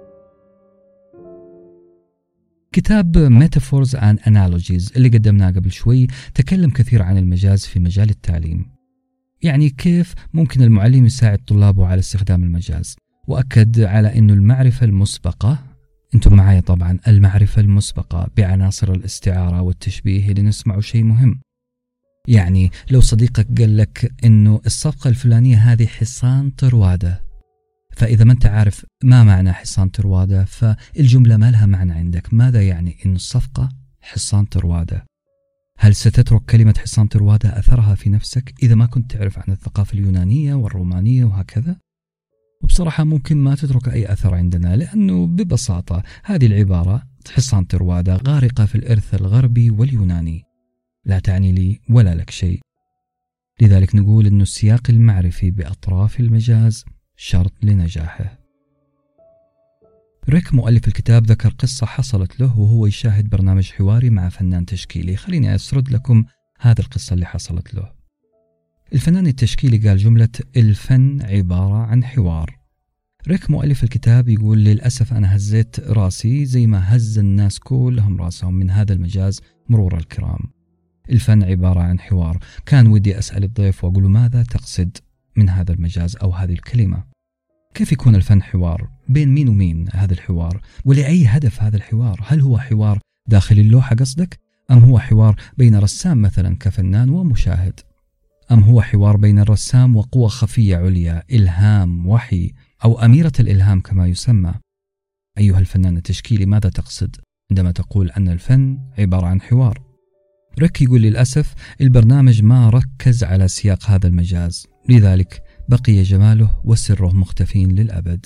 كتاب Metaphors and Analogies اللي قدمناه قبل شوي تكلم كثير عن المجاز في مجال التعليم، يعني كيف ممكن المعلم يساعد طلابه على استخدام المجاز، وأكد على أنه المعرفة المسبقة، أنتم معايا طبعا، المعرفة المسبقة بعناصر الاستعارة والتشبيه اللي نسمعه شيء مهم. يعني لو صديقك قال لك أنه الصفقة الفلانية هذه حصان طروادة، فإذا ما أنت عارف ما معنى حصان طروادة فالجملة ما لها معنى عندك. ماذا يعني أن الصفقة حصان طروادة؟ هل ستترك كلمة حصان طروادة أثرها في نفسك إذا ما كنت تعرف عن الثقافة اليونانية والرومانية وهكذا؟ وبصراحة ممكن ما تترك أي أثر عندنا، لأنه ببساطة هذه العبارة حصان طروادة غارقة في الإرث الغربي واليوناني، لا تعني لي ولا لك شيء. لذلك نقول أن السياق المعرفي بأطراف المجاز شرط لنجاحه. ريك مؤلف الكتاب ذكر قصة حصلت له وهو يشاهد برنامج حواري مع فنان تشكيلي. خليني أسرد لكم هذه القصة اللي حصلت له. الفنان التشكيلي قال جملة الفن عبارة عن حوار. ريك مؤلف الكتاب يقول للأسف أنا هزيت راسي زي ما هز الناس كلهم راسهم من هذا المجاز مرور الكرام. الفن عبارة عن حوار. كان ودي أسأل الضيف وأقول له ماذا تقصد من هذا المجاز أو هذه الكلمة؟ كيف يكون الفن حوار؟ بين مين ومين هذا الحوار؟ ولأي هدف هذا الحوار؟ هل هو حوار داخل اللوحة قصدك؟ أم هو حوار بين رسام مثلا كفنان ومشاهد؟ أم هو حوار بين الرسام وقوة خفية عليا، إلهام، وحي، أو أميرة الإلهام كما يسمى؟ أيها الفنان التشكيلي ماذا تقصد عندما تقول أن الفن عبارة عن حوار؟ ريك يقول للأسف البرنامج ما ركز على سياق هذا المجاز، لذلك بقي جماله وسره مختفين للأبد.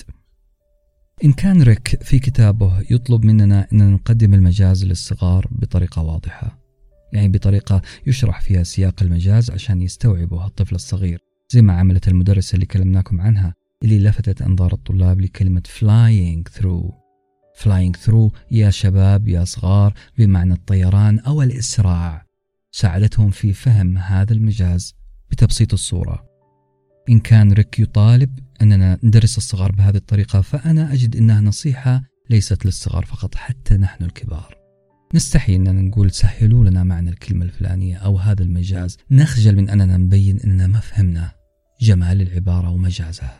إن كان ريك في كتابه يطلب مننا أن نقدم المجاز للصغار بطريقة واضحة، يعني بطريقة يشرح فيها سياق المجاز عشان يستوعبه الطفل الصغير، زي ما عملت المدرسة اللي كلمناكم عنها اللي لفتت أنظار الطلاب لكلمة flying through. flying through يا شباب يا صغار بمعنى الطيران أو الإسراع، ساعدتهم في فهم هذا المجاز بتبسيط الصورة. إن كان ريك يطالب أننا ندرس الصغار بهذه الطريقة، فأنا أجد أنها نصيحة ليست للصغار فقط، حتى نحن الكبار نستحي أننا نقول سهلوا لنا معنى الكلمة الفلانية أو هذا المجاز، نخجل من أننا نبين أننا ما فهمنا جمال العبارة ومجازها.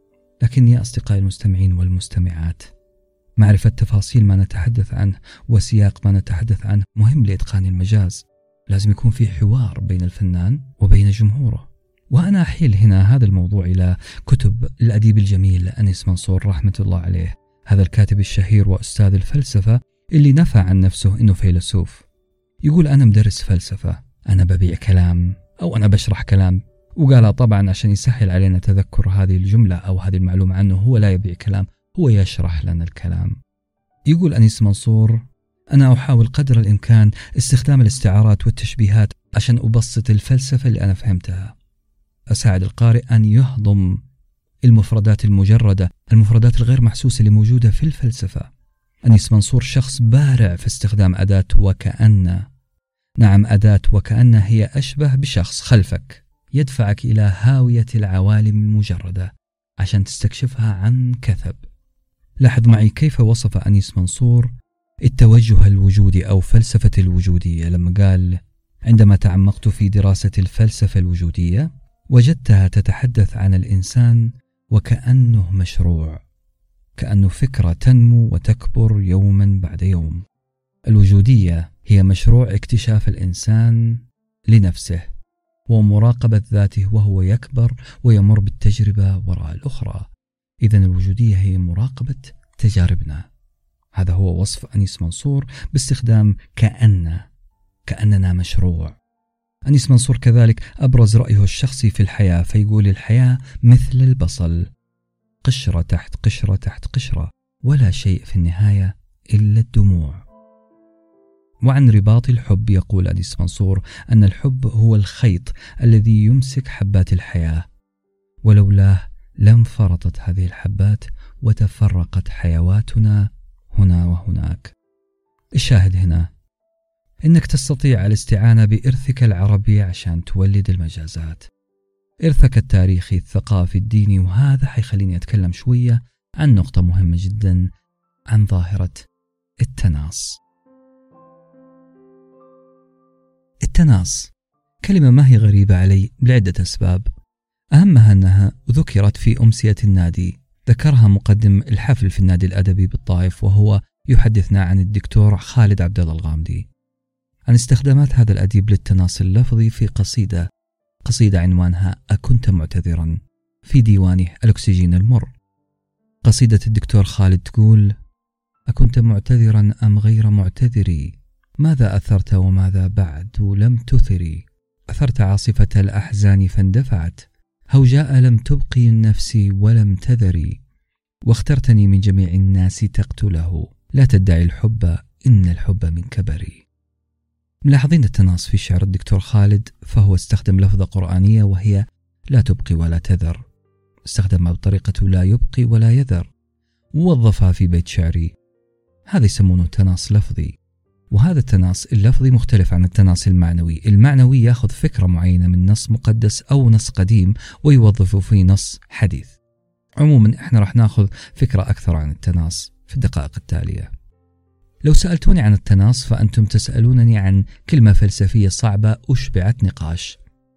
لكن يا أصدقائي المستمعين والمستمعات، معرفة تفاصيل ما نتحدث عنه وسياق ما نتحدث عنه مهم لإتقان المجاز. لازم يكون في حوار بين الفنان وبين جمهوره. وأنا أحيل هنا هذا الموضوع إلى كتب الأديب الجميل أنيس منصور رحمة الله عليه، هذا الكاتب الشهير وأستاذ الفلسفة اللي نفى عن نفسه إنه فيلسوف. يقول أنا مدرس فلسفة، أنا ببيع كلام أو أنا بشرح كلام، وقالها طبعا عشان يسهل علينا تذكر هذه الجملة أو هذه المعلومة عنه. هو لا يبيع كلام، هو يشرح لنا الكلام. يقول أنيس منصور أنا أحاول قدر الإمكان استخدام الاستعارات والتشبيهات عشان أبسط الفلسفة اللي أنا فهمتها، أساعد القارئ أن يهضم المفردات المجردة، المفردات الغير محسوسة اللي موجودة في الفلسفة. أنيس منصور شخص بارع في استخدام أداة وكأن. نعم، أداة وكأن هي أشبه بشخص خلفك يدفعك إلى هاوية العوالم المجردة عشان تستكشفها عن كثب. لاحظ معي كيف وصف أنيس منصور التوجه الوجودي أو فلسفة الوجودية لما قال عندما تعمقت في دراسة الفلسفة الوجودية وجدتها تتحدث عن الإنسان وكأنه مشروع، كأنه فكرة تنمو وتكبر يوما بعد يوم. الوجودية هي مشروع اكتشاف الإنسان لنفسه ومراقبة ذاته وهو يكبر ويمر بالتجربة وراء الأخرى. إذن الوجودية هي مراقبة تجاربنا. هذا هو وصف أنيس منصور باستخدام كأن، كأننا مشروع. أنيس منصور كذلك أبرز رأيه الشخصي في الحياة، فيقول: الحياة مثل البصل، قشرة تحت قشرة تحت قشرة، ولا شيء في النهاية إلا الدموع. وعن رباط الحب يقول أنيس منصور أن الحب هو الخيط الذي يمسك حبات الحياة، ولولاه لانفرطت هذه الحبات وتفرقت حيواتنا هنا وهناك. الشاهد هنا إنك تستطيع الاستعانة بإرثك العربي عشان تولد المجازات، إرثك التاريخي الثقافي الديني. وهذا حيخليني أتكلم شوية عن نقطة مهمة جدا، عن ظاهرة التناص. التناص كلمة ما هي غريبة علي لعدة أسباب، أهمها أنها ذكرت في أمسية النادي، ذكرها مقدم الحفل في النادي الأدبي بالطائف وهو يحدثنا عن الدكتور خالد عبد الله الغامدي عن استخدامات هذا الأديب للتناص اللفظي في قصيدة قصيدة عنوانها أكنت معتذرا في ديوانه الأكسجين المر. قصيدة الدكتور خالد تقول: أكنت معتذرا أم غير معتذري، ماذا أثرت وماذا بعد لم تثري، أثرت عاصفة الأحزان فاندفعت، هوجاء لم تبقي النفس ولم تذري، واخترتني من جميع الناس تقتله، لا تدعي الحب إن الحب من كبري. ملاحظين التناص في شعر الدكتور خالد، فهو استخدم لفظة قرآنية وهي لا تبقي ولا تذر، استخدمها بطريقة لا يبقي ولا يذر، ووظفها في بيت شعري. هذا يسمونه تناص لفظي. وهذا التناص اللفظي مختلف عن التناص المعنوي. المعنوي يأخذ فكرة معينة من نص مقدس أو نص قديم ويوظفه في نص حديث. عموما احنا راح ناخذ فكرة أكثر عن التناص في الدقائق التالية. لو سألتوني عن التناص فأنتم تسألونني عن كلمة فلسفية صعبة أشبعت نقاش.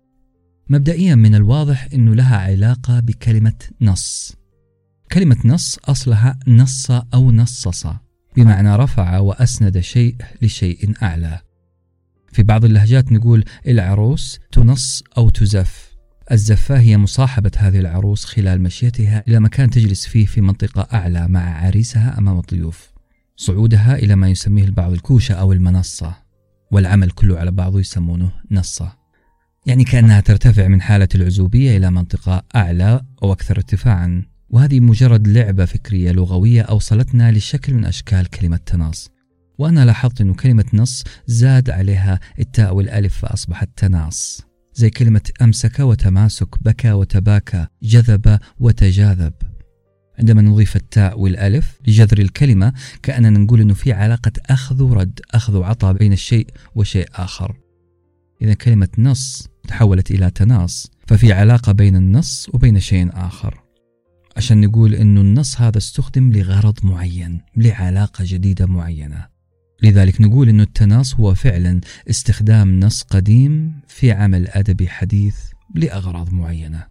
مبدئيا من الواضح أنه لها علاقة بكلمة نص. كلمة نص أصلها نص أو نصص، بمعنى رفع وأسند شيء لشيء أعلى. في بعض اللهجات نقول العروس تنص أو تزف. الزفة هي مصاحبة هذه العروس خلال مشيتها إلى مكان تجلس فيه في منطقة أعلى مع عريسها أمام الضيوف، صعودها إلى ما يسميه البعض الكوشة أو المنصة، والعمل كله على بعضه يسمونه نصة، يعني كأنها ترتفع من حالة العزوبية إلى منطقة أعلى أو أكثر ارتفاعا. وهذه مجرد لعبة فكرية لغوية أوصلتنا لشكل من أشكال كلمة تناص. وأنا لاحظت أنه كلمة نص زاد عليها التاء والألف فأصبحت تناص، زي كلمة أمسك وتماسك، بكى وتباكى، جذب وتجاذب. عندما نضيف التاء والألف لجذر الكلمة كأننا نقول أنه في علاقة أخذ ورد، أخذ وعطاء بين الشيء وشيء آخر. إذا كلمة نص تحولت إلى تناص ففي علاقة بين النص وبين شيء آخر، عشان نقول أنه النص هذا استخدم لغرض معين، لعلاقة جديدة معينة. لذلك نقول أنه التناص هو فعلا استخدام نص قديم في عمل أدبي حديث لأغراض معينة.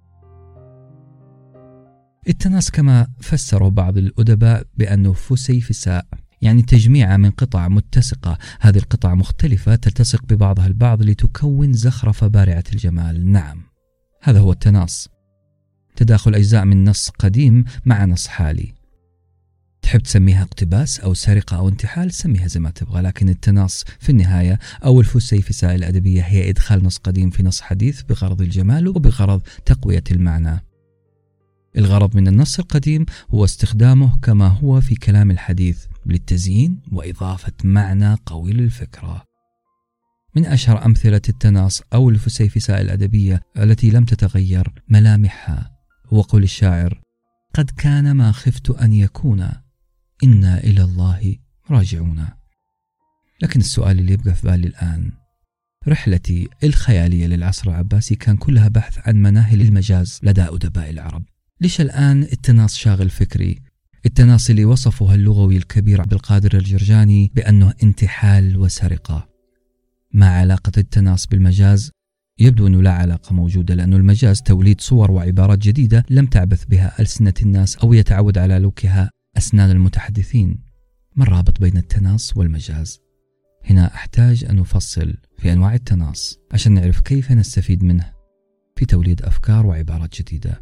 التناص كما فسره بعض الأدباء بأنه فسيفساء، يعني تجميعة من قطع متسقة، هذه القطع مختلفة تلتصق ببعضها البعض لتكون زخرفة بارعة الجمال. نعم، هذا هو التناص، تداخل أجزاء من نص قديم مع نص حالي. تحب تسميها اقتباس أو سرقة أو انتحال، سميها زي ما تبغى، لكن التناص في النهاية أو الفسيفساء الأدبية هي إدخال نص قديم في نص حديث بغرض الجمال وبغرض تقوية المعنى. الغرض من النص القديم هو استخدامه كما هو في كلام الحديث للتزيين وإضافة معنى قوي للفكرة. من أشهر أمثلة التناص أو الفسيفساء الأدبية التي لم تتغير ملامحها هو قول الشاعر: قد كان ما خفت أن يكون، إنا إلى الله راجعون. لكن السؤال اللي يبقى في بالي الآن، رحلتي الخيالية للعصر العباسي كان كلها بحث عن مناهل المجاز لدى أدباء العرب. ليش الآن التناص شاغل فكري؟ التناص اللي وصفه اللغوي الكبير عبد القادر الجرجاني بأنه انتحال وسرقة. ما علاقة التناص بالمجاز؟ يبدو أنه لا علاقة موجودة، لأن المجاز توليد صور وعبارات جديدة لم تعبث بها ألسنة الناس أو يتعود على لوكها أسنان المتحدثين. ما الرابط بين التناص والمجاز؟ هنا أحتاج أن أفصل في أنواع التناص عشان نعرف كيف نستفيد منه في توليد أفكار وعبارات جديدة.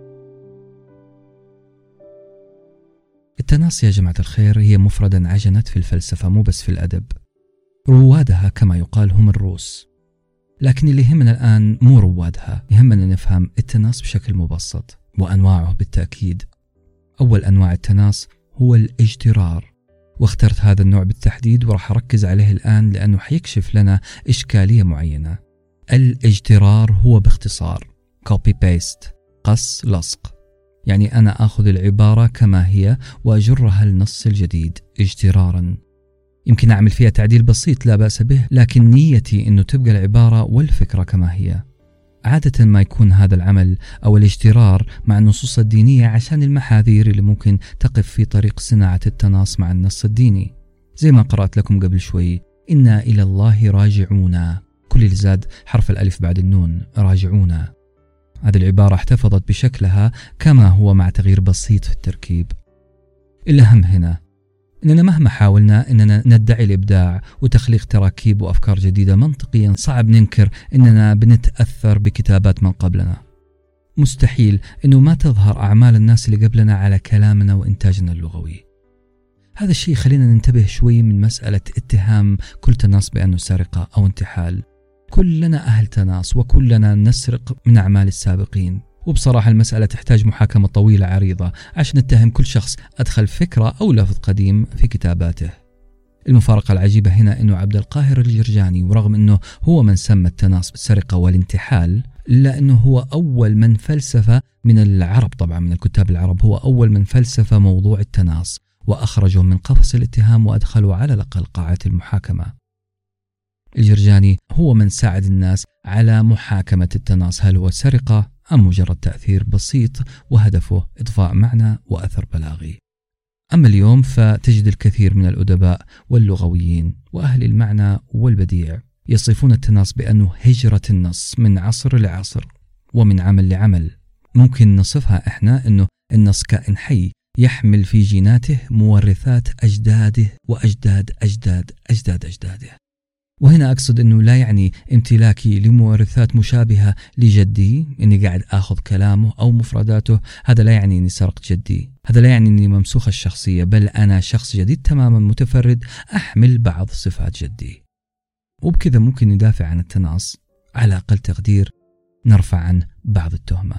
التناص يا جماعة الخير هي مفردة عجنت في الفلسفة، مو بس في الأدب. روادها كما يقال هم الروس. لكن اللي يهمنا الآن مو روادها، يهمنا نفهم التناص بشكل مبسط وأنواعه بالتأكيد. أول أنواع التناص هو الاجترار، واخترت هذا النوع بالتحديد وراح أركز عليه الآن لأنه حيكشف لنا إشكالية معينة. الاجترار هو باختصار copy paste، قص لصق، يعني أنا أخذ العبارة كما هي وأجرها للنص الجديد اجترارا. يمكن أعمل فيها تعديل بسيط لا بأس به، لكن نيتي أنه تبقى العبارة والفكرة كما هي. عادة ما يكون هذا العمل أو الاجترار مع النصوص الدينية عشان المحاذير اللي ممكن تقف في طريق صناعة التناص مع النص الديني، زي ما قرأت لكم قبل شوي إنا إلى الله راجعون، كل اللي زاد حرف الألف بعد النون، راجعون. هذه العبارة احتفظت بشكلها كما هو مع تغيير بسيط في التركيب. الأهم هنا إننا مهما حاولنا إننا ندعي الإبداع وتخليق تراكيب وأفكار جديدة منطقيا، صعب ننكر إننا بنتأثر بكتابات من قبلنا. مستحيل إنه ما تظهر أعمال الناس اللي قبلنا على كلامنا وإنتاجنا اللغوي. هذا الشيء خلينا ننتبه شوي من مسألة اتهام كل تناص بأنه سرقة أو انتحال. كلنا أهل تناص وكلنا نسرق من أعمال السابقين، وبصراحة المسألة تحتاج محاكمة طويلة عريضة عشان نتهم كل شخص أدخل فكرة أو لفظ قديم في كتاباته. المفارقة العجيبة هنا أنه عبد القاهر الجرجاني، ورغم أنه هو من سمى التناص بالسرقة والانتحال، إلا أنه هو أول من فلسفة من العرب، طبعا من الكتاب العرب، هو أول من فلسفة موضوع التناص وأخرجه من قفص الاتهام وأدخله على الأقل قاعة المحاكمة. الجرجاني هو من ساعد الناس على محاكمة التناص، هل هو سرقة أم مجرد تأثير بسيط وهدفه إضفاء معنى وأثر بلاغي. أما اليوم فتجد الكثير من الأدباء واللغويين وأهل المعنى والبديع يصفون التناص بأنه هجرة النص من عصر لعصر ومن عمل لعمل. ممكن نصفها إحنا أنه النص كائن حي يحمل في جيناته مورثات أجداده وأجداد أجداد أجداد أجداده. وهنا أقصد أنه لا يعني امتلاكي لمورثات مشابهة لجدي، أني قاعد أخذ كلامه أو مفرداته، هذا لا يعني أني سرقت جدي، هذا لا يعني أني ممسوخ الشخصية، بل أنا شخص جديد تماما متفرد أحمل بعض صفات جدي. وبكذا ممكن ندافع عن التناص، على أقل تقدير نرفع عنه بعض التهمة.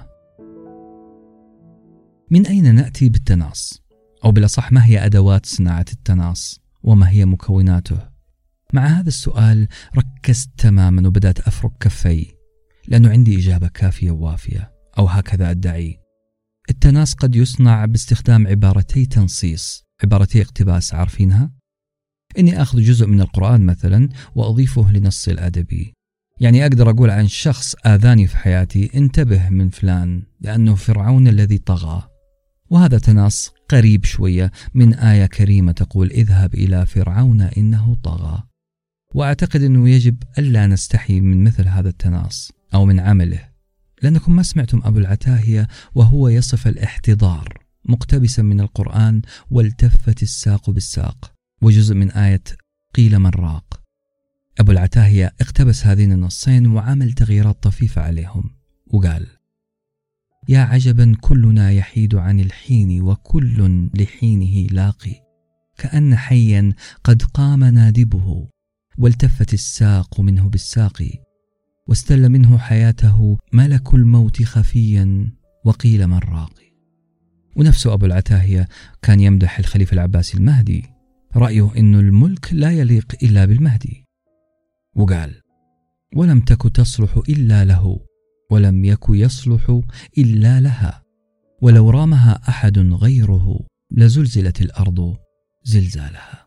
من أين نأتي بالتناص؟ أو بالأصح ما هي أدوات صناعة التناص وما هي مكوناته؟ مع هذا السؤال ركزت تماما وبدأت أفرك كفي، لأنه عندي إجابة كافية ووافية، أو هكذا أدعي. التناص قد يصنع باستخدام عبارتي تنصيص، عبارتي اقتباس، عارفينها؟ إني أخذ جزء من القرآن مثلا وأضيفه لنص الأدبي. يعني أقدر أقول عن شخص آذاني في حياتي انتبه من فلان لأنه فرعون الذي طغى، وهذا تناص قريب شوية من آية كريمة تقول اذهب إلى فرعون إنه طغى. وأعتقد أنه يجب ألا نستحي من مثل هذا التناص أو من عمله، لأنكم ما سمعتم أبو العتاهية وهو يصف الاحتضار مقتبسا من القرآن والتفت الساق بالساق، وجزء من آية قيل من راق. أبو العتاهية اقتبس هذين النصين وعمل تغييرات طفيفة عليهم، وقال: يا عجبا كلنا يحيد عن الحين وكل لحينه لاقي، كأن حيا قد قام نادبه والتفت الساق منه بالساق، واستل منه حياته ملك الموت خفيا وقيل من راقي. ونفس أبو العتاهية كان يمدح الخليفة العباسي المهدي، رأيه إنه الملك لا يليق إلا بالمهدي، وقال: ولم تك تصلح إلا له ولم يك يصلح إلا لها، ولو رامها أحد غيره لزلزلت الأرض زلزالها.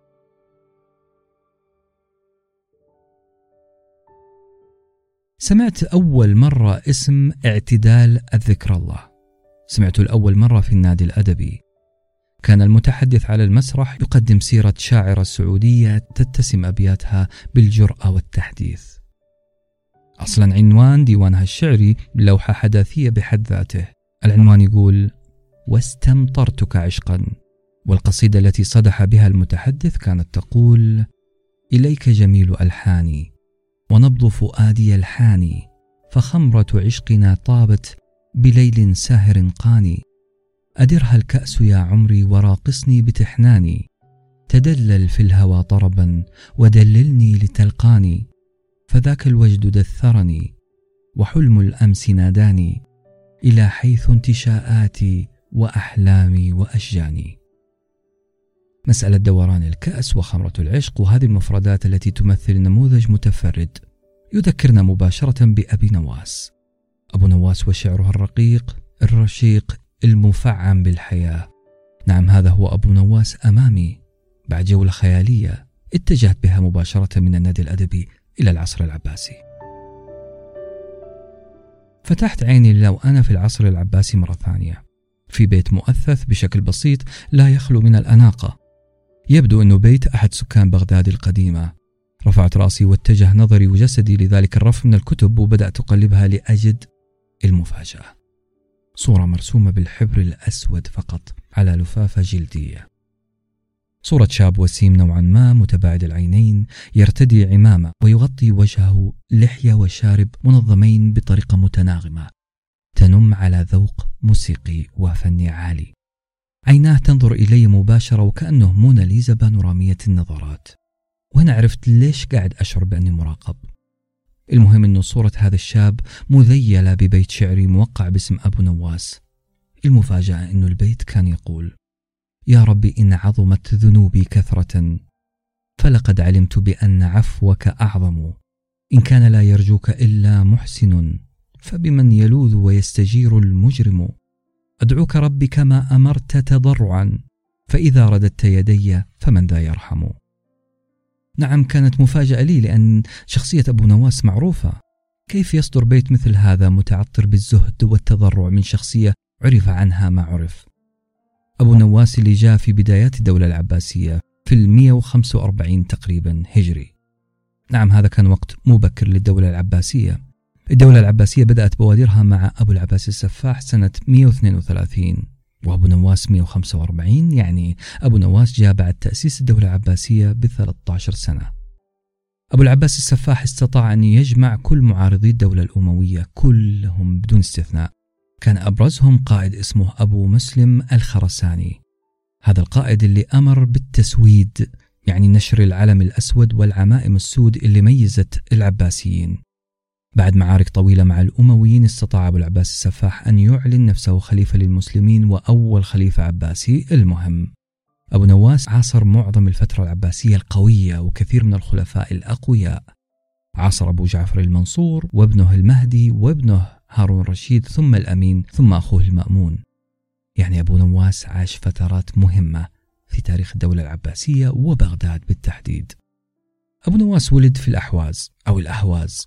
سمعت أول مرة اسم اعتدال الذكر الله، سمعته الأول مرة في النادي الأدبي. كان المتحدث على المسرح يقدم سيرة شاعرة سعودية تتسم أبياتها بالجرأة والتحديث. أصلا عنوان ديوانها الشعري لوحة حداثية بحد ذاته. العنوان يقول: واستمطرتك عشقا. والقصيدة التي صدح بها المتحدث كانت تقول: إليك جميل ألحاني ونبض فؤادي الحاني، فخمرة عشقنا طابت بليل ساهر قاني، أدرها الكأس يا عمري وراقصني بتحناني، تدلل في الهوى طربا ودللني لتلقاني، فذاك الوجد دثرني وحلم الأمس ناداني إلى حيث انتشاءاتي وأحلامي وأشجاني. مسألة دوران الكأس وخمرة العشق، وهذه المفردات التي تمثل نموذج متفرد يذكرنا مباشرة بأبي نواس. أبو نواس وشعره الرقيق الرشيق المفعم بالحياة. نعم، هذا هو أبو نواس أمامي. بعد جولة خيالية اتجهت بها مباشرة من النادي الأدبي إلى العصر العباسي. فتحت عيني لو أنا في العصر العباسي مرة ثانية، في بيت مؤثث بشكل بسيط لا يخلو من الأناقة. يبدو أنه بيت أحد سكان بغداد القديمة. رفعت رأسي واتجه نظري وجسدي لذلك الرف من الكتب وبدأت أقلبها لأجد المفاجأة. صورة مرسومة بالحبر الأسود فقط على لفافة جلدية. صورة شاب وسيم نوعا ما متباعد العينين، يرتدي عمامة ويغطي وجهه لحية وشارب منظمين بطريقة متناغمة تنم على ذوق موسيقي وفني عالي. عيناه تنظر إلي مباشرة وكأنه موناليزا بانورامية النظرات. وهنا عرفت ليش قاعد أشعر بأني مراقب. المهم أنه صورة هذا الشاب مذيلة ببيت شعري موقع باسم أبو نواس. المفاجأة أنه البيت كان يقول: يا ربي إن عظمت ذنوبي كثرة فلقد علمت بأن عفوك أعظم، إن كان لا يرجوك إلا محسن فبمن يلوذ ويستجير المجرم. أدعوك ربي كما أمرت تضرعا، فإذا رددت يدي فمن ذا يرحم. نعم، كانت مفاجأة لي لأن شخصية أبو نواس معروفة. كيف يصدر بيت مثل هذا متعطر بالزهد والتضرع من شخصية عرف عنها ما عرف؟ أبو نواس اللي جاء في بدايات الدولة العباسية في المئة وخمسة وأربعين تقريبا هجري. نعم، هذا كان وقت مبكر للدولة العباسية. الدولة العباسية بدأت بوادرها مع أبو العباس السفاح سنة مئة واثنين وثلاثين، وأبو نواس مئة وخمسة وأربعين، يعني أبو نواس جاء بعد تأسيس الدولة العباسية بثلاثة عشر سنة. أبو العباس السفاح استطاع أن يجمع كل معارضي الدولة الأموية كلهم بدون استثناء. كان أبرزهم قائد اسمه أبو مسلم الخرساني. هذا القائد اللي أمر بالتسويد، يعني نشر العلم الأسود والعمائم السود اللي ميزت العباسيين. بعد معارك طويلة مع الأمويين استطاع أبو العباس السفاح أن يعلن نفسه خليفة للمسلمين وأول خليفة عباسي. المهم، أبو نواس عاصر معظم الفترة العباسية القوية وكثير من الخلفاء الأقوياء. عاصر أبو جعفر المنصور وابنه المهدي وابنه هارون الرشيد ثم الأمين ثم أخوه المأمون. يعني أبو نواس عاش فترات مهمة في تاريخ الدولة العباسية وبغداد بالتحديد. أبو نواس ولد في الأحواز أو الأهواز،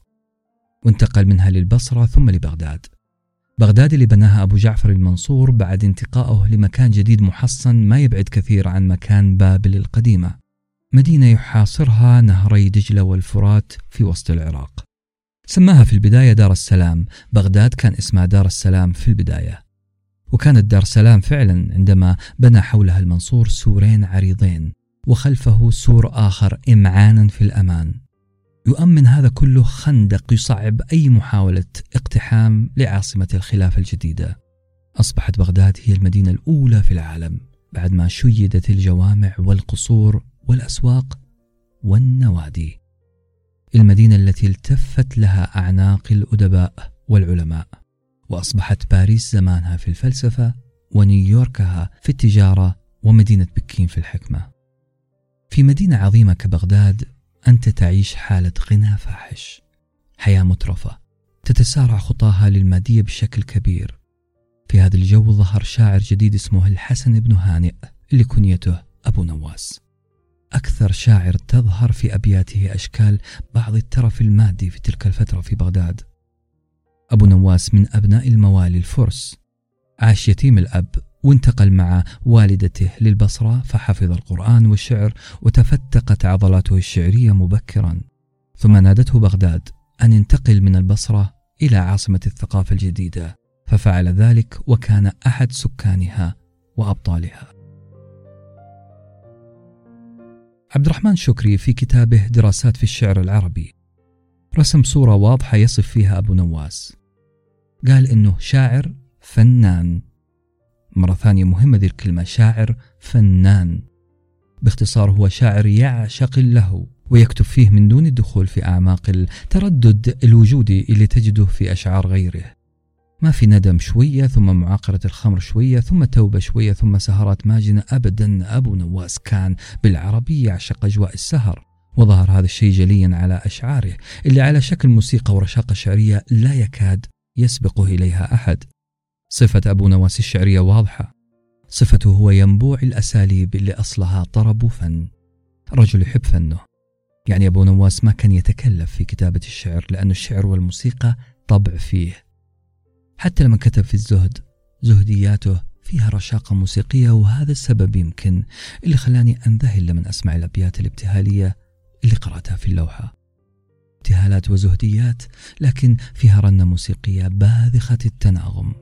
وانتقل منها للبصرة ثم لبغداد. بغداد اللي بناها أبو جعفر المنصور بعد انتقائه لمكان جديد محصن ما يبعد كثير عن مكان بابل القديمة، مدينة يحاصرها نهري دجلة والفرات في وسط العراق. سماها في البداية دار السلام. بغداد كان اسمها دار السلام في البداية، وكانت دار السلام فعلا عندما بنى حولها المنصور سورين عريضين وخلفه سور آخر إمعانا في الأمان. يؤمن هذا كله خندق يصعب أي محاولة اقتحام لعاصمة الخلافة الجديدة. أصبحت بغداد هي المدينة الأولى في العالم بعد ما شيدت الجوامع والقصور والأسواق والنوادي، المدينة التي التفت لها أعناق الأدباء والعلماء، وأصبحت باريس زمانها في الفلسفة ونيويوركها في التجارة ومدينة بكين في الحكمة. في مدينة عظيمة كبغداد أنت تعيش حالة غنى فاحش، حياة مترفة تتسارع خطاها للمادية بشكل كبير. في هذا الجو ظهر شاعر جديد اسمه الحسن بن هانئ اللي كنيته أبو نواس. أكثر شاعر تظهر في أبياته أشكال بعض الترف المادي في تلك الفترة في بغداد. أبو نواس من أبناء الموالي الفرس، عاش يتيم الأب وانتقل مع والدته للبصرة فحفظ القرآن والشعر وتفتقت عضلاته الشعرية مبكرا، ثم نادته بغداد أن ينتقل من البصرة إلى عاصمة الثقافة الجديدة، ففعل ذلك وكان أحد سكانها وأبطالها. عبد الرحمن شكري في كتابه دراسات في الشعر العربي رسم صورة واضحة يصف فيها أبو نواس. قال إنه شاعر فنان. مرة ثانية مهمة ذي الكلمة، شاعر فنان. باختصار هو شاعر يعشق اللهو ويكتب فيه من دون الدخول في أعماق التردد الوجودي اللي تجده في أشعار غيره. ما في ندم شوية ثم معاقرة الخمر شوية ثم توبة شوية ثم سهرات ماجنة. أبدا، أبو نواس كان بالعربي يعشق أجواء السهر، وظهر هذا الشيء جليا على أشعاره اللي على شكل موسيقى ورشاقة شعرية لا يكاد يسبقه إليها أحد. صفة أبو نواس الشعرية واضحة، صفته هو ينبوع الأساليب اللي أصلها طرب وفن، رجل يحب فنه. يعني أبو نواس ما كان يتكلف في كتابة الشعر، لأن الشعر والموسيقى طبع فيه. حتى لما كتب في الزهد، زهدياته فيها رشاقة موسيقية، وهذا السبب يمكن اللي خلاني أنذهل لمن أسمع الأبيات الابتهالية اللي قرأتها في اللوحة. ابتهالات وزهديات لكن فيها رنة موسيقية باذخة التناغم.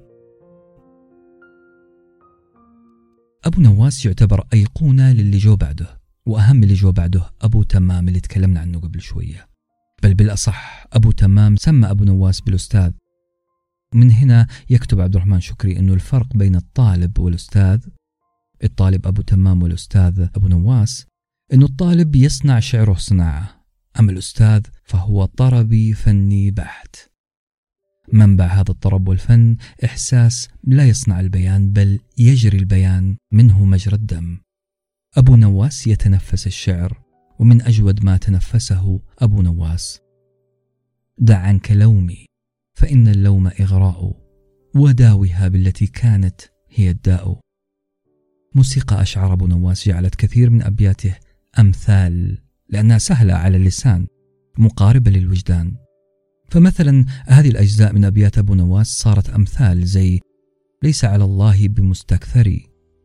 أبو نواس يعتبر أيقونة للي جو بعده، وأهم اللي جو بعده أبو تمام اللي تكلمنا عنه قبل شوية، بل بالأصح أبو تمام سمى أبو نواس بالأستاذ. من هنا يكتب عبد الرحمن شكري أنه الفرق بين الطالب والأستاذ، الطالب أبو تمام والأستاذ أبو نواس، أنه الطالب يصنع شعره صناعة، أما الأستاذ فهو طربي فني بحت. منبع هذا الطرب والفن إحساس لا يصنع البيان بل يجري البيان منه مجرى الدم. أبو نواس يتنفس الشعر، ومن أجود ما تنفسه أبو نواس: دع عنك لومي فإن اللوم إغراء، وداوها بالتي كانت هي الداء. موسيقى أشعار أبو نواس جعلت كثير من أبياته أمثال، لأنها سهلة على اللسان مقاربة للوجدان. فمثلا هذه الأجزاء من أبيات أبو نواس صارت أمثال زي: ليس على الله بمستكثر،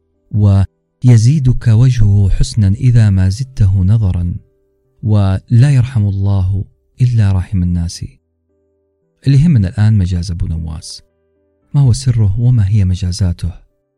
ويزيدك وجهه حسنا إذا ما زدته نظرا، ولا يرحم الله إلا رحم الناس. اللي يهمنا الآن مجاز أبو نواس. ما هو سره وما هي مجازاته؟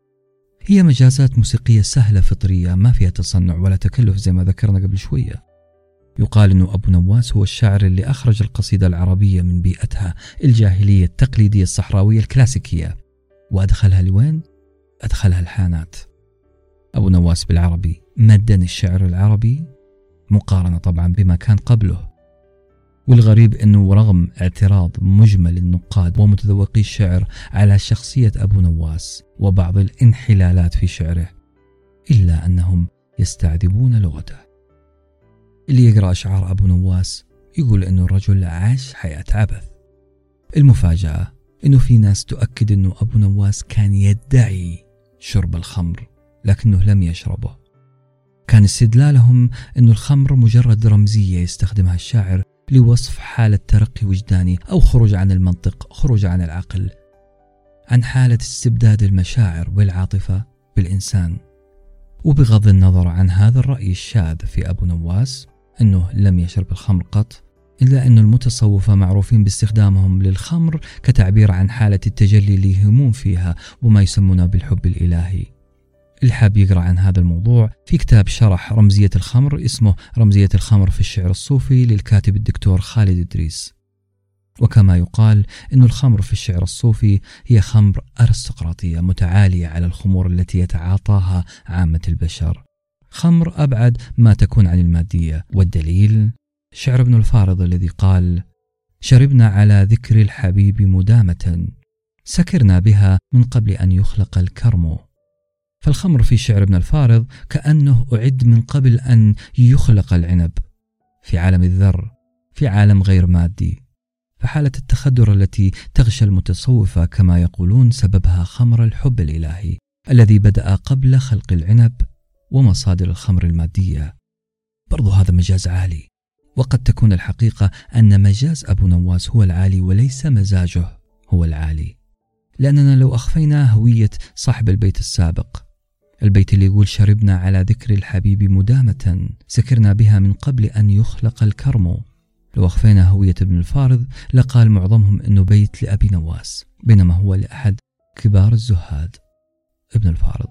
هي مجازات موسيقية سهلة فطرية ما فيها تصنع ولا تكلف زي ما ذكرنا قبل شوية. يقال أنه أبو نواس هو الشاعر اللي أخرج القصيدة العربية من بيئتها الجاهلية التقليدية الصحراوية الكلاسيكية، وأدخلها لوين؟ أدخلها الحانات. أبو نواس بالعربي مدن الشعر العربي مقارنة طبعا بما كان قبله. والغريب أنه رغم اعتراض مجمل النقاد ومتذوقي الشعر على شخصية أبو نواس وبعض الانحلالات في شعره، إلا أنهم يستعذبون لغته. اللي يقرأ أشعار أبو نواس يقول أنه الرجل عاش حياة عبث. المفاجأة أنه في ناس تؤكد أنه أبو نواس كان يدعي شرب الخمر لكنه لم يشربه. كان استدلالهم أنه الخمر مجرد رمزية يستخدمها الشاعر لوصف حالة ترقي وجداني أو خروج عن المنطق، خروج عن العقل، عن حالة استبداد المشاعر والعاطفة بالإنسان. وبغض النظر عن هذا الرأي الشاذ في أبو نواس أنه لم يشرب الخمر قط، إلا أن المتصوفة معروفين باستخدامهم للخمر كتعبير عن حالة التجلي اللي يهمون فيها وما يسمونه بالحب الإلهي. اللي حاب يقرأ عن هذا الموضوع في كتاب شرح رمزية الخمر اسمه رمزية الخمر في الشعر الصوفي للكاتب الدكتور خالد إدريس. وكما يقال أن الخمر في الشعر الصوفي هي خمر أرستقراطية متعالية على الخمور التي يتعاطاها عامة البشر، خمر أبعد ما تكون عن المادية. والدليل شعر ابن الفارض الذي قال: شربنا على ذكر الحبيب مدامة، سكرنا بها من قبل أن يخلق الكرم. فالخمر في شعر ابن الفارض كأنه أعد من قبل أن يخلق العنب، في عالم الذر، في عالم غير مادي. فحالة التخدر التي تغشى المتصوفة كما يقولون سببها خمر الحب الإلهي الذي بدأ قبل خلق العنب ومصادر الخمر المادية. برضو هذا مجاز عالي، وقد تكون الحقيقة أن مجاز أبو نواس هو العالي وليس مزاجه هو العالي. لأننا لو أخفينا هوية صاحب البيت السابق، البيت اللي يقول شربنا على ذكر الحبيب مدامة، سكرنا بها من قبل أن يخلق الكرم، لو أخفينا هوية ابن الفارض لقال معظمهم أنه بيت لأبي نواس، بينما هو لأحد كبار الزهاد ابن الفارض.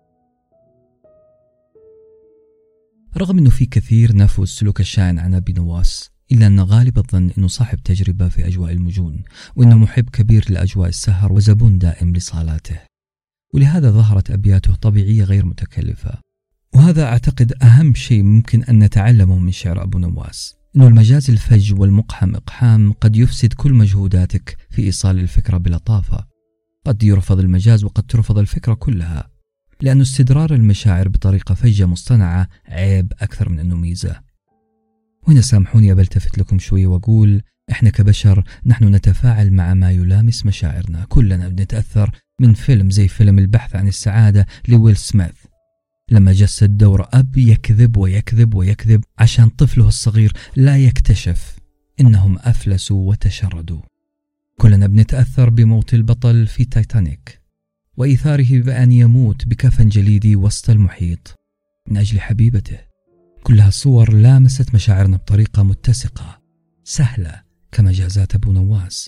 رغم أنه في كثير نفوا السلوك الشائن عن أبي نواس، إلا أن غالب الظن أنه صاحب تجربة في أجواء المجون، وأنه محب كبير لأجواء السهر وزبون دائم لصالاته، ولهذا ظهرت أبياته طبيعية غير متكلفة. وهذا أعتقد أهم شيء ممكن أن نتعلمه من شعر أبو نواس، أن المجاز الفج والمقحم إقحام قد يفسد كل مجهوداتك في إيصال الفكرة بلطافة. قد يرفض المجاز وقد ترفض الفكرة كلها، لأن استدرار المشاعر بطريقة فجة مصطنعة عيب أكثر من أنه ميزة. وهنا سامحوني أبلتفت لكم شوي وأقول إحنا كبشر نحن نتفاعل مع ما يلامس مشاعرنا. كلنا بنتأثر من فيلم زي فيلم البحث عن السعادة لويل سميث، لما جسد دور أب يكذب ويكذب ويكذب عشان طفله الصغير لا يكتشف إنهم أفلسوا وتشردوا. كلنا بنتأثر بموت البطل في تايتانيك وإيثاره بأن يموت بكفن جليدي وسط المحيط من أجل حبيبته. كلها صور لامست مشاعرنا بطريقة متسقة سهلة كمجازات أبو نواس.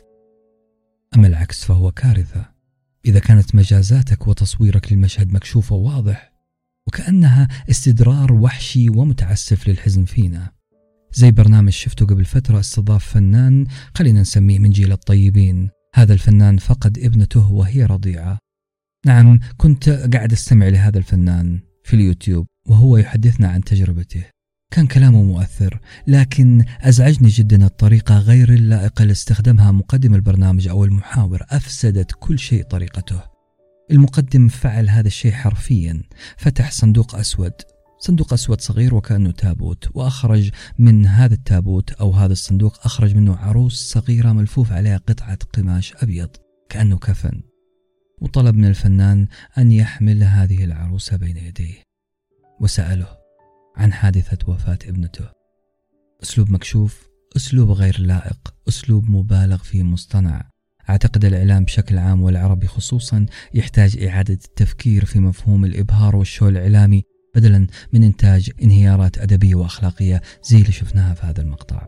أما العكس فهو كارثة، إذا كانت مجازاتك وتصويرك للمشهد مكشوف وواضح وكأنها استدرار وحشي ومتعسف للحزن فينا. زي برنامج شفته قبل فترة استضاف فنان خلينا نسميه من جيل الطيبين. هذا الفنان فقد ابنته وهي رضيعة. نعم، كنت قاعد استمع لهذا الفنان في اليوتيوب وهو يحدثنا عن تجربته. كان كلامه مؤثر، لكن أزعجني جدا الطريقة غير اللائقة لاستخدامها مقدم البرنامج أو المحاور. أفسدت كل شيء طريقته. المقدم فعل هذا الشيء حرفيا، فتح صندوق أسود صندوق أسود صغير وكأنه تابوت، وأخرج من هذا التابوت أو هذا الصندوق أخرج منه عروس صغيرة ملفوف عليها قطعة قماش أبيض كأنه كفن، وطلب من الفنان أن يحمل هذه العروسة بين يديه، وسأله عن حادثة وفاة ابنته. أسلوب مكشوف، أسلوب غير لائق، أسلوب مبالغ فيه مصطنع. أعتقد الإعلام بشكل عام والعربي خصوصا يحتاج إعادة التفكير في مفهوم الإبهار والشو الإعلامي بدلا من إنتاج انهيارات أدبية وأخلاقية زي اللي شفناها في هذا المقطع.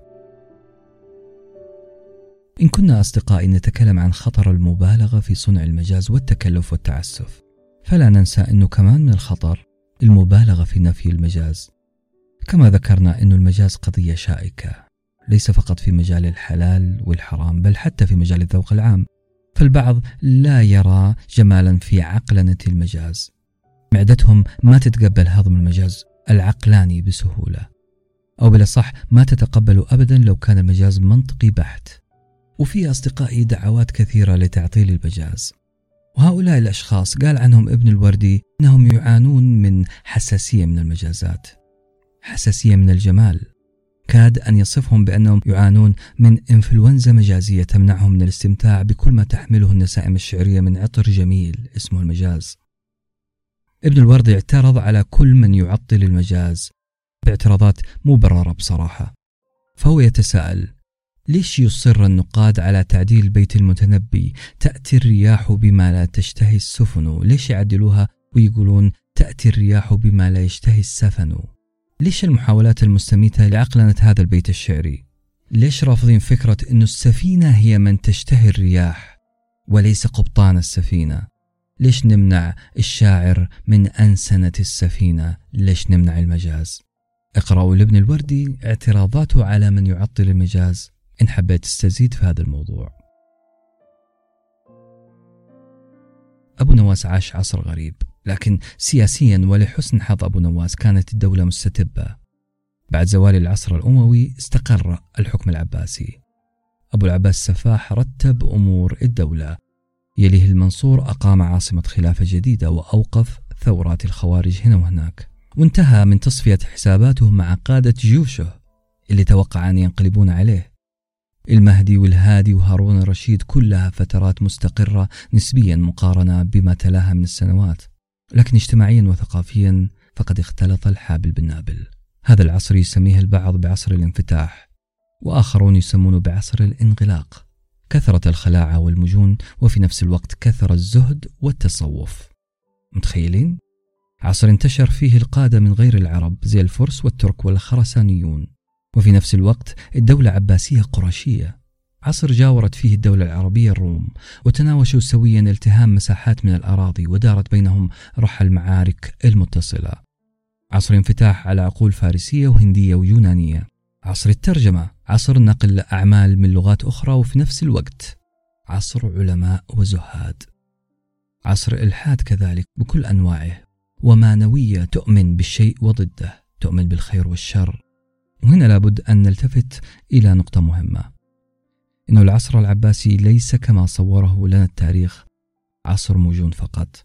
إن كنا أصدقائي نتكلم عن خطر المبالغة في صنع المجاز والتكلف والتعسف، فلا ننسى أنه كمان من الخطر المبالغة في نفي المجاز. كما ذكرنا أن المجاز قضية شائكة ليس فقط في مجال الحلال والحرام بل حتى في مجال الذوق العام. فالبعض لا يرى جمالا في عقلنة المجاز، معدتهم ما تتقبل هضم المجاز العقلاني بسهولة، أو بالأصح ما تتقبل أبدا لو كان المجاز منطقي بحت. وفي أصدقائي دعوات كثيرة لتعطيل المجاز، وهؤلاء الأشخاص قال عنهم ابن الوردي أنهم يعانون من حساسية من المجازات، حساسية من الجمال. كاد أن يصفهم بأنهم يعانون من إنفلونزا مجازية تمنعهم من الاستمتاع بكل ما تحمله النسائم الشعرية من عطر جميل اسمه المجاز. ابن الوردي اعترض على كل من يعطل المجاز باعتراضات مبررة بصراحة، فهو يتساءل ليش يصر النقاد على تعديل بيت المتنبي تأتي الرياح بما لا تشتهي السفن؟ ليش يعدلوها ويقولون تأتي الرياح بما لا يشتهي السفن؟ ليش المحاولات المستميتة لعقلنة هذا البيت الشعري؟ ليش رافضين فكرة أن السفينة هي من تشتهي الرياح وليس قبطان السفينة؟ ليش نمنع الشاعر من أنسنة السفينة؟ ليش نمنع المجاز؟ اقرأوا لابن الوردي اعتراضاته على من يعطل المجاز إن حبيت تستزيد في هذا الموضوع. أبو نواس عاش عصر غريب، لكن سياسيا ولحسن حظ أبو نواس كانت الدولة مستتبة. بعد زوال العصر الأموي استقر الحكم العباسي. أبو العباس السفاح رتب أمور الدولة، يليه المنصور أقام عاصمة خلافة جديدة وأوقف ثورات الخوارج هنا وهناك، وانتهى من تصفية حساباته مع قادة جيوشه اللي توقع أن ينقلبون عليه. المهدي والهادي وهارون الرشيد كلها فترات مستقرة نسبيا مقارنة بما تلاها من السنوات، لكن اجتماعيا وثقافيا فقد اختلط الحابل بالنابل. هذا العصر يسميه البعض بعصر الانفتاح، وآخرون يسمونه بعصر الانغلاق. كثرت الخلاعة والمجون، وفي نفس الوقت كثر الزهد والتصوف. متخيلين؟ عصر انتشر فيه القادة من غير العرب زي الفرس والترك والخرسانيون، وفي نفس الوقت الدولة عباسية قرشية. عصر جاورت فيه الدولة العربية الروم، وتناوشوا سويا التهام مساحات من الأراضي، ودارت بينهم رحى المعارك المتصلة. عصر انفتاح على عقول فارسية وهندية ويونانية. عصر الترجمة، عصر نقل أعمال من لغات أخرى، وفي نفس الوقت عصر علماء وزهاد. عصر الإلحاد كذلك بكل أنواعه، ومعنوية تؤمن بالشيء وضده، تؤمن بالخير والشر. وهنا لابد أن نلتفت إلى نقطة مهمة، إنه العصر العباسي ليس كما صوره لنا التاريخ عصر موجون فقط.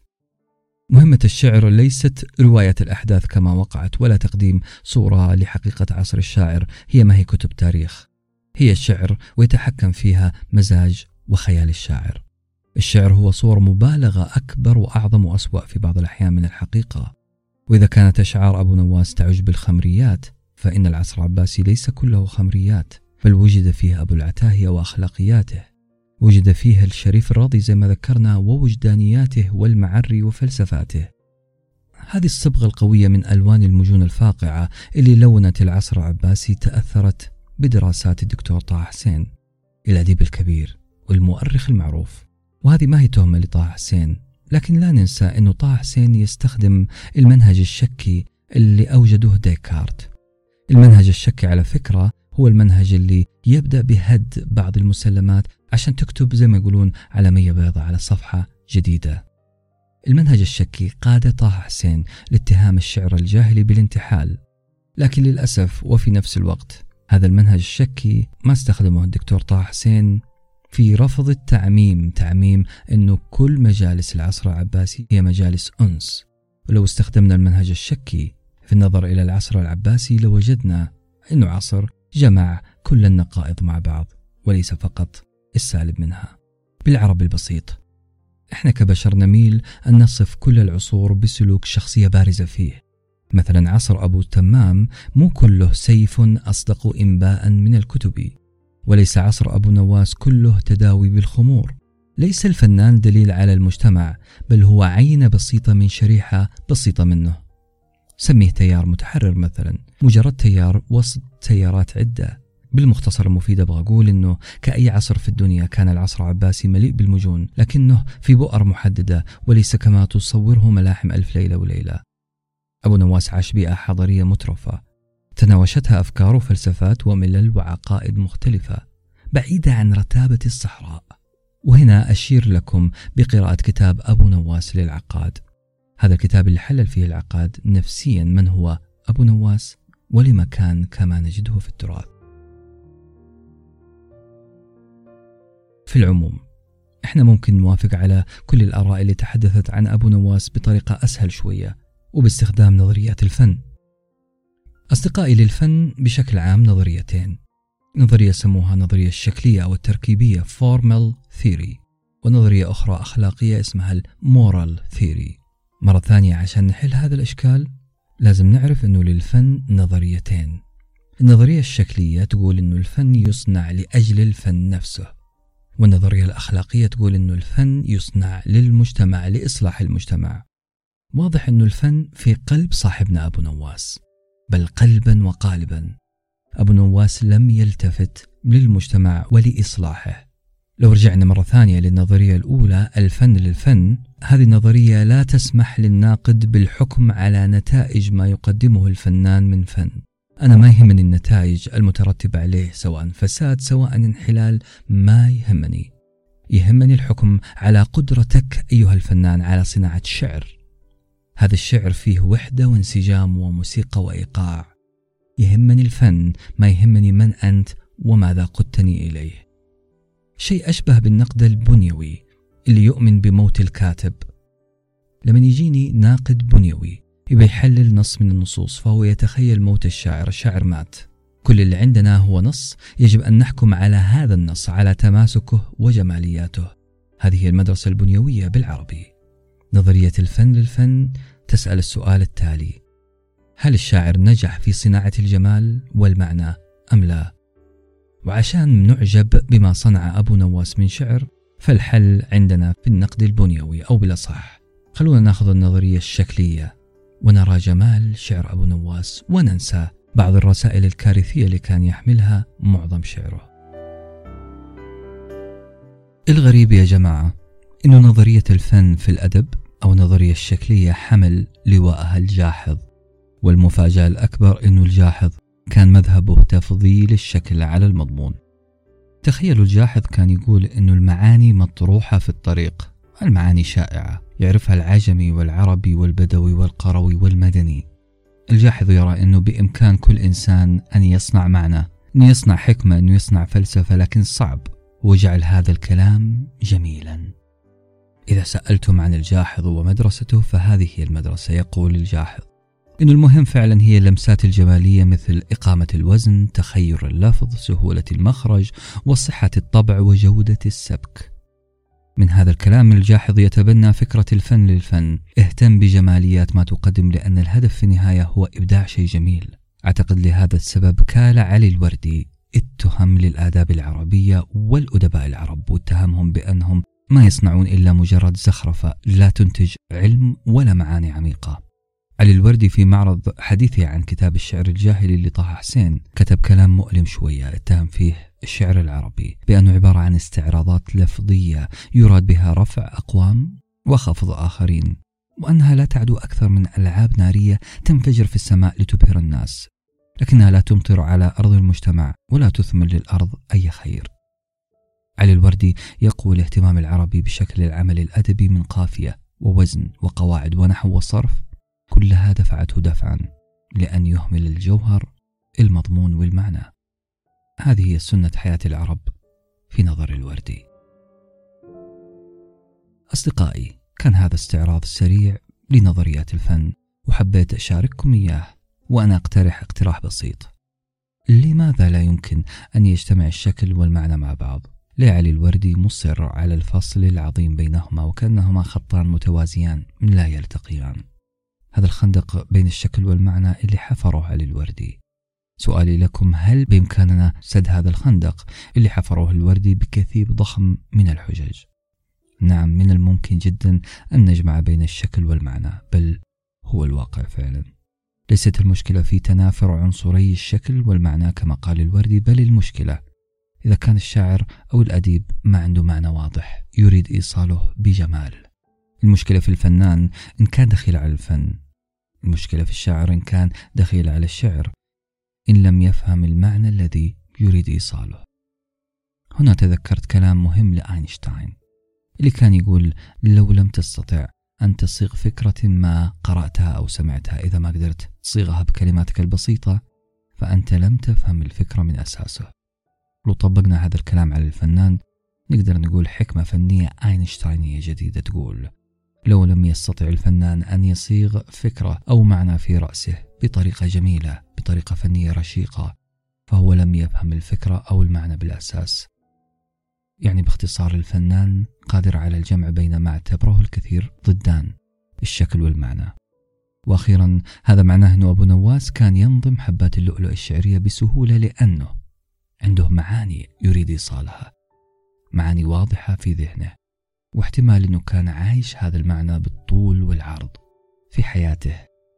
مهمة الشعر ليست رواية الأحداث كما وقعت، ولا تقديم صورة لحقيقة عصر الشاعر، هي ما هي كتب تاريخ، هي الشعر ويتحكم فيها مزاج وخيال الشاعر. الشعر هو صور مبالغة أكبر وأعظم وأسوأ في بعض الأحيان من الحقيقة. وإذا كانت أشعار أبو نواس تعج بالخمريات، فإن العصر العباسي ليس كله خمريات، بل وجد فيه أبو العتاهية وأخلاقياته، وجد فيه الشريف الراضي زي ما ذكرنا ووجدانياته والمعري وفلسفاته. هذه الصبغة القوية من ألوان المجون الفاقعة اللي لونت العصر العباسي تأثرت بدراسات الدكتور طه حسين، الأديب الكبير والمؤرخ المعروف. وهذه ما هي تهمة لطه حسين، لكن لا ننسى أنه طه حسين يستخدم المنهج الشكي اللي أوجده ديكارت. المنهج الشكي على فكرة هو المنهج اللي يبدأ بهد بعض المسلمات عشان تكتب زي ما يقولون علامية بيضاء على صفحة جديدة. المنهج الشكي قاد طه حسين لاتهام الشعر الجاهلي بالانتحال، لكن للأسف وفي نفس الوقت هذا المنهج الشكي ما استخدمه الدكتور طه حسين في رفض التعميم، تعميم أنه كل مجالس العصر العباسي هي مجالس أنس. ولو استخدمنا المنهج الشكي في النظر إلى العصر العباسي لوجدنا أنه عصر جمع كل النقائض مع بعض وليس فقط السالب منها. بالعربي البسيط، احنا كبشر نميل أن نصف كل العصور بسلوك شخصية بارزة فيه. مثلا عصر أبو تمام مو كله سيف أصدق إنباء من الكتب، وليس عصر أبو نواس كله تداوي بالخمور. ليس الفنان دليل على المجتمع، بل هو عينة بسيطة من شريحة بسيطة منه. سميه تيار متحرر مثلا، مجرد تيار وسط تيارات عدة. بالمختصر المفيد أبغى أقول أنه كأي عصر في الدنيا كان العصر العباسي مليء بالمجون، لكنه في بؤر محددة وليس كما تصوره ملاحم ألف ليلة وليلة. أبو نواس عاش بيئة حضارية مترفة تناوشتها أفكار وفلسفات وملل وعقائد مختلفة بعيدة عن رتابة الصحراء. وهنا أشير لكم بقراءة كتاب أبو نواس للعقاد، هذا الكتاب اللي حلل فيه العقاد نفسيا من هو أبو نواس ولما كان كما نجده في التراث. في العموم احنا ممكن نوافق على كل الآراء اللي تحدثت عن أبو نواس بطريقة أسهل شوية وباستخدام نظريات الفن. أصدقائي، للفن بشكل عام نظريتين، نظرية سموها نظرية الشكلية أو التركيبية Formal Theory، ونظرية أخرى أخلاقية اسمها Moral Theory. مرة ثانية عشان نحل هذا الإشكال لازم نعرف أنه للفن نظريتين. النظرية الشكلية تقول أنه الفن يصنع لأجل الفن نفسه، والنظرية الأخلاقية تقول أنه الفن يصنع للمجتمع لإصلاح المجتمع. واضح أنه الفن في قلب صاحبنا أبو نواس، بل قلبا وقالبا. أبو نواس لم يلتفت للمجتمع ولإصلاحه. لو رجعنا مرة ثانية للنظرية الأولى الفن للفن، هذه النظرية لا تسمح للناقد بالحكم على نتائج ما يقدمه الفنان من فن. أنا ما يهمني النتائج المترتبة عليه، سواء فساد سواء انحلال، ما يهمني. يهمني الحكم على قدرتك أيها الفنان على صناعة شعر. هذا الشعر فيه وحدة وانسجام وموسيقى وإيقاع. يهمني الفن، ما يهمني من أنت وماذا قدتني إليه. شيء أشبه بالنقد البنيوي اللي يؤمن بموت الكاتب. لما يجيني ناقد بنيوي يبي يحلل نص من النصوص، فهو يتخيل موت الشاعر، الشاعر مات، كل اللي عندنا هو نص، يجب أن نحكم على هذا النص، على تماسكه وجمالياته. هذه هي المدرسة البنيوية بالعربي. نظرية الفن للفن تسأل السؤال التالي: هل الشاعر نجح في صناعة الجمال والمعنى أم لا؟ وعشان نعجب بما صنع أبو نواس من شعر، فالحل عندنا في النقد البنيوي، أو بالأصح خلونا ناخذ النظرية الشكلية ونرى جمال شعر أبو نواس وننسى بعض الرسائل الكارثية اللي كان يحملها معظم شعره. الغريب يا جماعة إنه نظرية الفن في الأدب أو النظرية الشكلية حمل لواءها الجاحظ، والمفاجأة الأكبر إنه الجاحظ كان مذهبه تفضيل الشكل على المضمون. تخيلوا الجاحظ كان يقول إنه المعاني مطروحة في الطريق، المعاني شائعة، يعرفها العجمي والعربي والبدوي والقروي والمدني. الجاحظ يرى أنه بإمكان كل إنسان أن يصنع معنى، أن يصنع حكمة، أن يصنع فلسفة، لكن صعب، وجعل هذا الكلام جميلا. إذا سألتم عن الجاحظ ومدرسته فهذه هي المدرسة. يقول الجاحظ إن المهم فعلا هي اللمسات الجمالية مثل إقامة الوزن، تخير اللفظ، سهولة المخرج، وصحة الطبع وجودة السبك. من هذا الكلام الجاحظ يتبنى فكرة الفن للفن، اهتم بجماليات ما تقدم، لأن الهدف في النهاية هو إبداع شيء جميل. أعتقد لهذا السبب كال علي الوردي اتهم للآداب العربية والأدباء العرب، واتهمهم بأنهم ما يصنعون إلا مجرد زخرفة لا تنتج علم ولا معاني عميقة. علي الوردي في معرض حديثه عن كتاب الشعر الجاهلي لطه حسين كتب كلام مؤلم شوية، اتهم فيه الشعر العربي بأنه عبارة عن استعراضات لفظية يراد بها رفع أقوام وخفض آخرين، وأنها لا تعدو أكثر من ألعاب نارية تنفجر في السماء لتبهر الناس، لكنها لا تمطر على أرض المجتمع ولا تثمر للأرض أي خير. علي الوردي يقول الاهتمام العربي بشكل العمل الأدبي من قافية ووزن وقواعد ونحو وصرف، كلها دفعته دفعا لأن يهمل الجوهر المضمون والمعنى. هذه هي سنة حياة العرب في نظر الوردي. أصدقائي، كان هذا استعراض سريع لنظريات الفن، وحبيت أشارككم إياه، وأنا أقترح اقتراح بسيط. لماذا لا يمكن أن يجتمع الشكل والمعنى مع بعض؟ ليه علي الوردي مصر على الفصل العظيم بينهما وكأنهما خطان متوازيان لا يلتقيان؟ هذا الخندق بين الشكل والمعنى اللي حفره علي الوردي. سؤالي لكم، هل بإمكاننا سد هذا الخندق اللي حفره الوردي بكثيب ضخم من الحجج؟ نعم، من الممكن جدا أن نجمع بين الشكل والمعنى، بل هو الواقع فعلا. ليست المشكلة في تنافر عنصري الشكل والمعنى كما قال الوردي، بل المشكلة إذا كان الشاعر أو الأديب ما عنده معنى واضح يريد إيصاله بجمال. المشكلة في الفنان إن كان دخيل على الفن، المشكلة في الشاعر إن كان دخيل على الشعر، إن لم يفهم المعنى الذي يريد إيصاله. هنا تذكرت كلام مهم لأينشتاين اللي كان يقول: لو لم تستطع أن تصيغ فكرة ما قرأتها أو سمعتها، إذا ما قدرت تصيغها بكلماتك البسيطة فأنت لم تفهم الفكرة من أساسه. لو طبقنا هذا الكلام على الفنان نقدر نقول حكمة فنية أينشتاينية جديدة تقول: لو لم يستطع الفنان أن يصيغ فكرة أو معنى في رأسه بطريقة جميلة، بطريقة فنية رشيقة، فهو لم يفهم الفكرة أو المعنى بالأساس. يعني باختصار، الفنان قادر على الجمع بين ما اعتبره الكثير ضدان، الشكل والمعنى. وأخيرا، هذا معناه أن أبو نواس كان ينظم حبات اللؤلؤ الشعرية بسهولة، لأنه عنده معاني يريد إيصالها، معاني واضحة في ذهنه، واحتمال أنه كان عايش هذا المعنى بالطول والعرض في حياته.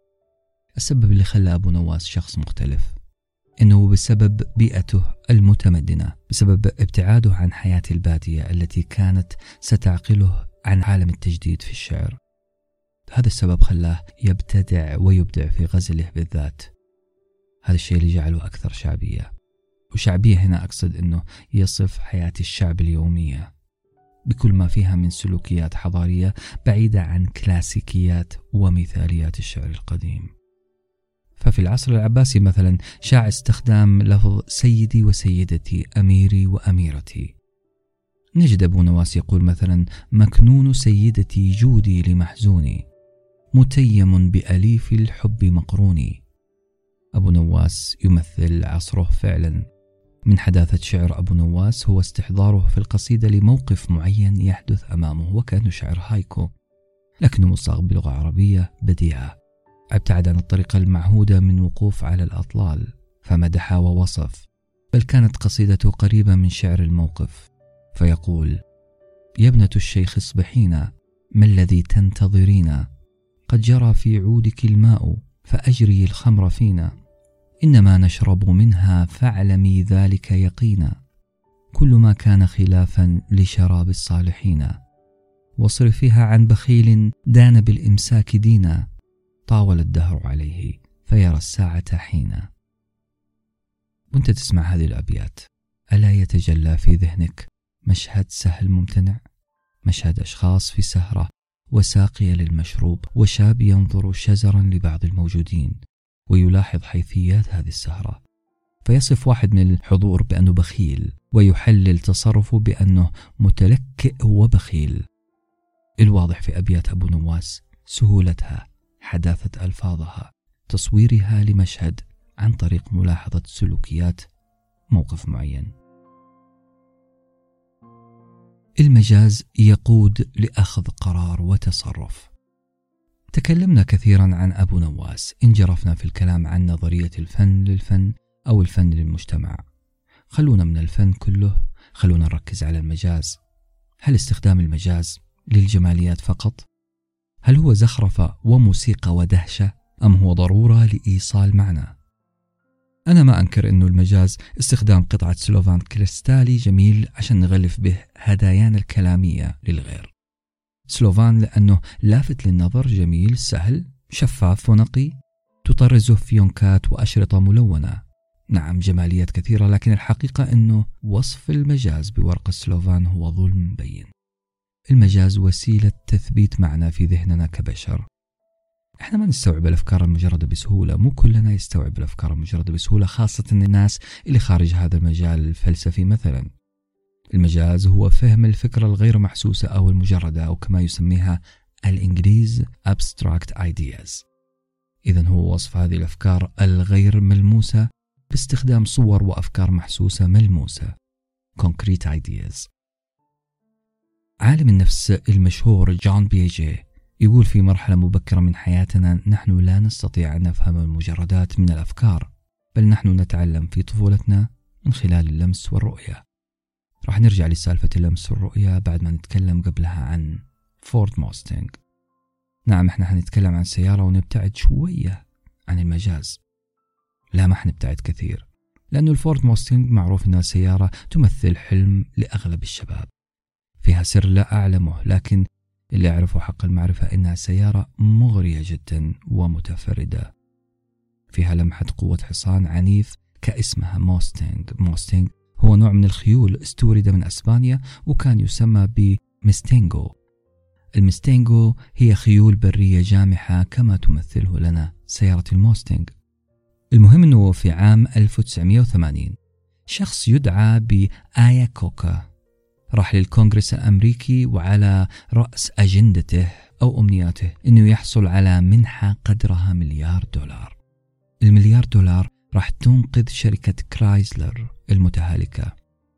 السبب اللي خلى أبو نواس شخص مختلف إنه بسبب بيئته المتمدنة، بسبب ابتعاده عن حياة البادية التي كانت ستعقله عن عالم التجديد في الشعر. هذا السبب خلاه يبتدع ويبدع في غزله بالذات. هذا الشيء اللي جعله أكثر شعبية، وشعبية هنا أقصد أنه يصف حياة الشعب اليومية بكل ما فيها من سلوكيات حضارية بعيدة عن كلاسيكيات ومثاليات الشعر القديم. ففي العصر العباسي مثلا شاع استخدام لفظ سيدي وسيدتي، أميري وأميرتي. نجد أبو نواس يقول مثلا: مكنون سيدتي جودي لمحزوني، متيم بأليف الحب مقروني. أبو نواس يمثل عصره فعلا. من حداثة شعر أبو نواس هو استحضاره في القصيدة لموقف معين يحدث أمامه، وكأنه شعر هايكو لكنه مصاغ بلغة عربية بديعة، ابتعد عن الطريقة المعهودة من وقوف على الأطلال فمدح ووصف، بل كانت قصيدته قريبة من شعر الموقف. فيقول: يا ابنة الشيخ اصبحينا، ما الذي تنتظرين؟ قد جرى في عودك الماء فأجري الخمر فينا، إنما نشرب منها فاعلمي ذلك يقينا، كل ما كان خلافا لشراب الصالحين، واصرفها عن بخيل دان بالإمساك دينا، طاول الدهر عليه فيرى الساعة حينا. وانت تسمع هذه الأبيات، ألا يتجلى في ذهنك مشهد سهل ممتنع؟ مشهد أشخاص في سهرة وساقية للمشروب، وشاب ينظر شزرا لبعض الموجودين ويلاحظ حيثيات هذه السهرة، فيصف واحد من الحضور بأنه بخيل، ويحلل تصرفه بأنه متلكئ وبخيل. الواضح في أبيات أبو نواس سهولتها، حداثة ألفاظها، تصويرها لمشهد عن طريق ملاحظة سلوكيات موقف معين. المجاز يقود لأخذ قرار وتصرف. تكلمنا كثيرا عن أبو نواس، إن جرفنا في الكلام عن نظرية الفن للفن أو الفن للمجتمع. خلونا من الفن كله، خلونا نركز على المجاز. هل استخدام المجاز للجماليات فقط؟ هل هو زخرفة وموسيقى ودهشة، أم هو ضرورة لإيصال معنى؟ أنا ما أنكر أنه المجاز استخدام قطعة سلوفان كريستالي جميل عشان نغلف به هدايانا الكلامية للغير. سلوفان لأنه لافت للنظر، جميل، سهل، شفاف ونقي، تطرزه فيونكات وأشرطة ملونة. نعم، جماليات كثيرة، لكن الحقيقة أنه وصف المجاز بورق السلوفان هو ظلم بين. المجاز وسيلة تثبيت معنى في ذهننا كبشر. احنا ما نستوعب الأفكار المجردة بسهولة، مو كلنا يستوعب الأفكار المجردة بسهولة، خاصة الناس اللي خارج هذا المجال الفلسفي مثلا. المجاز هو فهم الفكرة الغير محسوسة أو المجردة، أو كما يسميها الإنجليز abstract ideas. إذن هو وصف هذه الأفكار الغير ملموسة باستخدام صور وأفكار محسوسة ملموسة concrete ideas. عالم النفس المشهور جون بياجي يقول في مرحلة مبكرة من حياتنا نحن لا نستطيع أن نفهم المجردات من الأفكار، بل نحن نتعلم في طفولتنا من خلال اللمس والرؤية. راح نرجع لسالفة اللمس والرؤية بعد ما نتكلم قبلها عن فورد موستنج. نعم، احنا حنتكلم عن سيارة ونبتعد شوية عن المجاز. لا، ما حنبتعد كثير، لأنه الفورد موستنج معروف أنها سيارة تمثل حلم لأغلب الشباب، فيها سر لا أعلمه، لكن اللي أعرفه حق المعرفة إنها سيارة مغرية جدا ومتفردة، فيها لمحة قوة حصان عنيف كاسمها موستنج. موستنج هو نوع من الخيول استورد من أسبانيا وكان يسمى بمستينغو. المستينغو هي خيول برية جامحة كما تمثله لنا سيارة الموستنج. المهم أنه في عام ألف وتسعمائة وثمانين شخص يدعى بآيا كوكا راح للكونغرس الأمريكي، وعلى رأس أجندته أو أمنياته أنه يحصل على منحة قدرها مليار دولار. المليار دولار راح تنقذ شركة كرايسلر المتهالكة.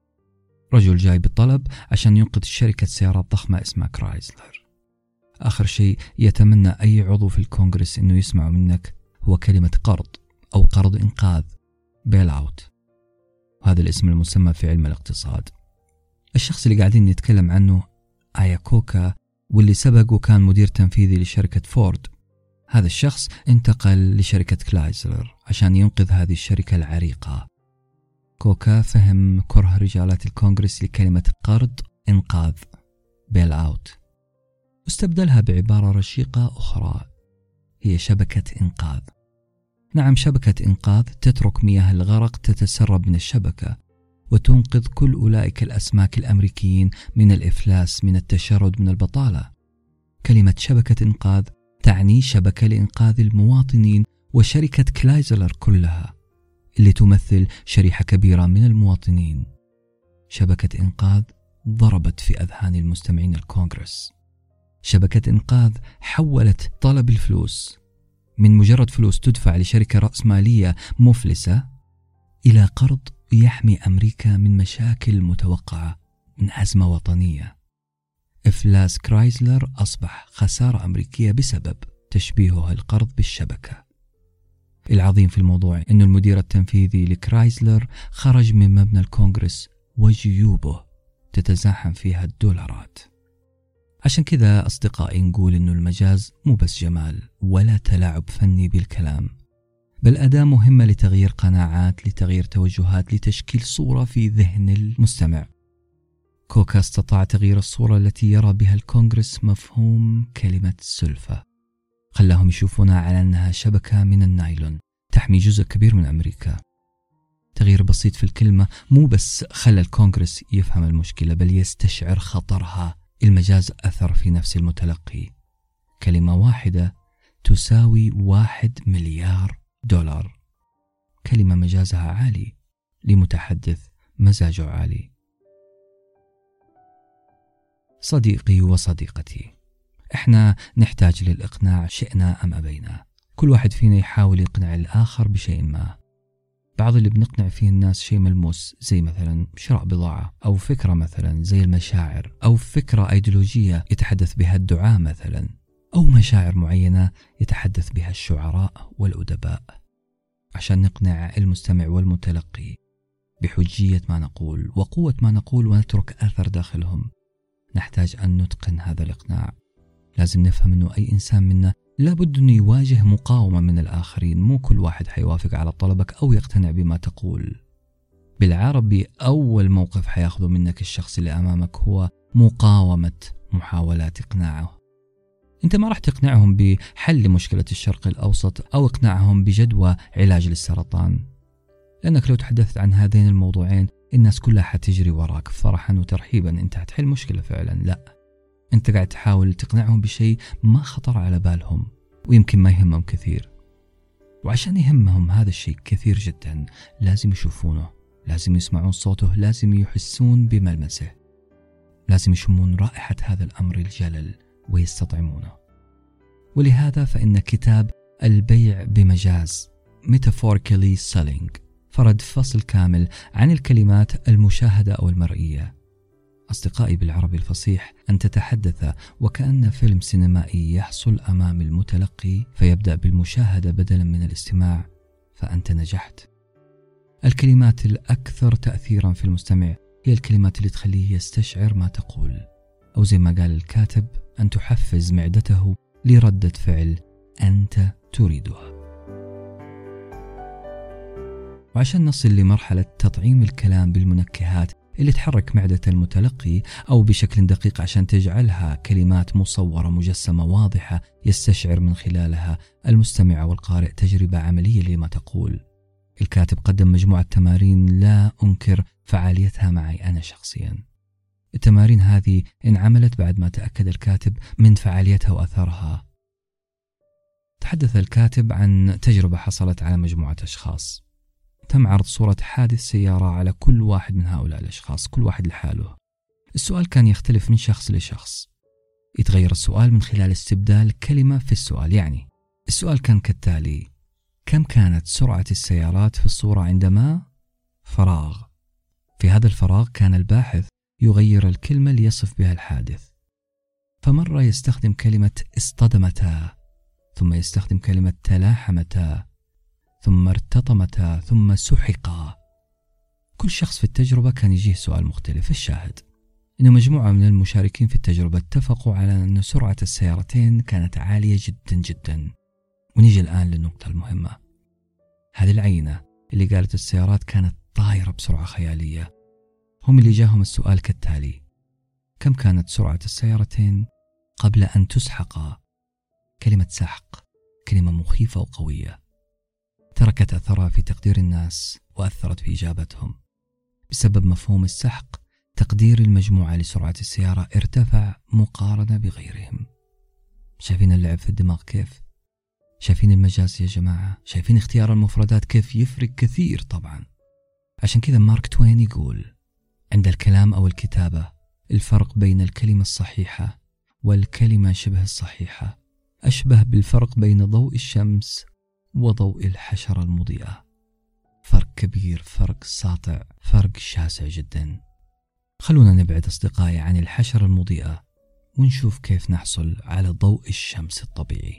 رجل جاي بالطلب عشان ينقذ شركة سيارات ضخمة اسمها كرايسلر. آخر شيء يتمنى أي عضو في الكونغرس أنه يسمع منك هو كلمة قرض أو قرض إنقاذ، بيل أوت، هذا الاسم المسمى في علم الاقتصاد. الشخص اللي قاعدين نتكلم عنه آيا كوكا، واللي سبق وكان مدير تنفيذي لشركة فورد، هذا الشخص انتقل لشركة كرايسلر عشان ينقذ هذه الشركة العريقة. كوكا فهم كره رجالات الكونغرس لكلمة قرض إنقاذ، بيل أوت، واستبدلها بعبارة رشيقة أخرى هي شبكة إنقاذ. نعم، شبكة إنقاذ تترك مياه الغرق تتسرب من الشبكة وتنقذ كل أولئك الأسماك الأمريكيين من الإفلاس، من التشرد، من البطالة. كلمة شبكة إنقاذ تعني شبكة لإنقاذ المواطنين وشركة كرايسلر كلها اللي تمثل شريحة كبيرة من المواطنين. شبكة إنقاذ ضربت في أذهان المستمعين الكونغرس. شبكة إنقاذ حولت طلب الفلوس من مجرد فلوس تدفع لشركة رأسمالية مفلسة إلى قرض يحمي أمريكا من مشاكل متوقعة، من أزمة وطنية. إفلاس كرايسلر أصبح خسارة أمريكية بسبب تشبيهها القرض بالشبكة. العظيم في الموضوع أن المدير التنفيذي لكرايسلر خرج من مبنى الكونغرس وجيوبه تتزاحم فيها الدولارات. عشان كذا أصدقائي نقول أنه المجاز مو بس جمال ولا تلاعب فني بالكلام، بل أداة مهمة لتغيير قناعات، لتغيير توجهات، لتشكيل صورة في ذهن المستمع. كوكا استطاع تغيير الصورة التي يرى بها الكونغرس مفهوم كلمة سلفة، خلاهم يشوفونها على أنها شبكة من النايلون تحمي جزء كبير من أمريكا. تغيير بسيط في الكلمة مو بس خلى الكونغرس يفهم المشكلة، بل يستشعر خطرها. المجاز أثر في نفس المتلقي، كلمة واحدة تساوي واحد مليار دولار. كلمة مجازها عالي لمتحدث مزاجه عالي. صديقي وصديقتي، احنا نحتاج للإقناع شئنا أم أبينا. كل واحد فينا يحاول يقنع الآخر بشيء ما. بعض اللي بنقنع فيه الناس شيء ملموس، زي مثلا شراء بضاعة، أو فكرة مثلا زي المشاعر، أو فكرة أيديولوجية يتحدث بها الدعاة مثلا، أو مشاعر معينة يتحدث بها الشعراء والأدباء، عشان نقنع المستمع والمتلقي بحجية ما نقول وقوة ما نقول ونترك أثر داخلهم. نحتاج أن نتقن هذا الإقناع. لازم نفهم أنه أي إنسان منا لابد أنه يواجه مقاومة من الآخرين. مو كل واحد حيوافق على طلبك أو يقتنع بما تقول. بالعربي أول موقف حياخذه منك الشخص اللي أمامك هو مقاومة محاولات إقناعه. أنت ما راح تقنعهم بحل لمشكلة الشرق الأوسط أو إقناعهم بجدوى علاج للسرطان، لأنك لو تحدثت عن هذين الموضوعين الناس كلها حتجري وراك فرحا وترحيبا. أنت هتحل مشكلة فعلا؟ لا، أنت قاعد تحاول تقنعهم بشيء ما خطر على بالهم ويمكن ما يهمهم كثير. وعشان يهمهم هذا الشيء كثير جدا لازم يشوفونه، لازم يسمعون صوته، لازم يحسون بملمسه، لازم يشمون رائحة هذا الأمر الجلل ويستطعمونه. ولهذا فإن كتاب البيع بمجاز Metaphorically Selling فرد فصل كامل عن الكلمات المشاهدة أو المرئية. أصدقائي، بالعربي الفصيح أن تتحدث وكأن فيلم سينمائي يحصل أمام المتلقي فيبدأ بالمشاهدة بدلا من الاستماع، فأنت نجحت. الكلمات الأكثر تأثيرا في المستمع هي الكلمات اللي تخليه يستشعر ما تقول، أو زي ما قال الكاتب أن تحفز معدته لردة فعل أنت تريدها. وعشان نصل لمرحلة تطعيم الكلام بالمنكهات اللي تحرك معدة المتلقي، أو بشكل دقيق عشان تجعلها كلمات مصورة مجسمة واضحة يستشعر من خلالها المستمع والقارئ تجربة عملية لما تقول، الكاتب قدم مجموعة تمارين لا أنكر فعاليتها معي أنا شخصيا. التمارين هذه انعملت بعد ما تأكد الكاتب من فعاليتها وأثرها. تحدث الكاتب عن تجربة حصلت على مجموعة أشخاص. تم عرض صورة حادث سيارة على كل واحد من هؤلاء الأشخاص، كل واحد لحاله. السؤال كان يختلف من شخص لشخص. يتغير السؤال من خلال استبدال كلمة في السؤال. يعني السؤال كان كالتالي: كم كانت سرعة السيارات في الصورة عندما فراغ؟ في هذا الفراغ كان الباحث يغير الكلمة ليصف بها الحادث. فمرة يستخدم كلمة اصطدمتا، ثم يستخدم كلمة تلاحمتا، ثم ارتطمتا، ثم سحقا. كل شخص في التجربة كان يجيه سؤال مختلف. الشاهد إن مجموعة من المشاركين في التجربة اتفقوا على أن سرعة السيارتين كانت عالية جدا جدا. ونيجي الآن للنقطة المهمة. هذه العينة اللي قالت السيارات كانت طايرة بسرعة خيالية، هم اللي جاهم السؤال كالتالي: كم كانت سرعة السيارتين قبل أن تسحقا؟ كلمة سحق كلمة مخيفة وقوية، تركت أثرها في تقدير الناس وأثرت في إجابتهم. بسبب مفهوم السحق، تقدير المجموعة لسرعة السيارة ارتفع مقارنة بغيرهم. شايفين اللعب في الدماغ كيف؟ شايفين المجاز يا جماعة؟ شايفين اختيار المفردات كيف يفرق كثير؟ طبعا. عشان كذا مارك توين يقول: عند الكلام أو الكتابة الفرق بين الكلمة الصحيحة والكلمة شبه الصحيحة أشبه بالفرق بين ضوء الشمس وضوء الحشرة المضيئة. فرق كبير، فرق ساطع، فرق شاسع جدا. خلونا نبعد أصدقائي عن الحشرة المضيئة ونشوف كيف نحصل على ضوء الشمس الطبيعي.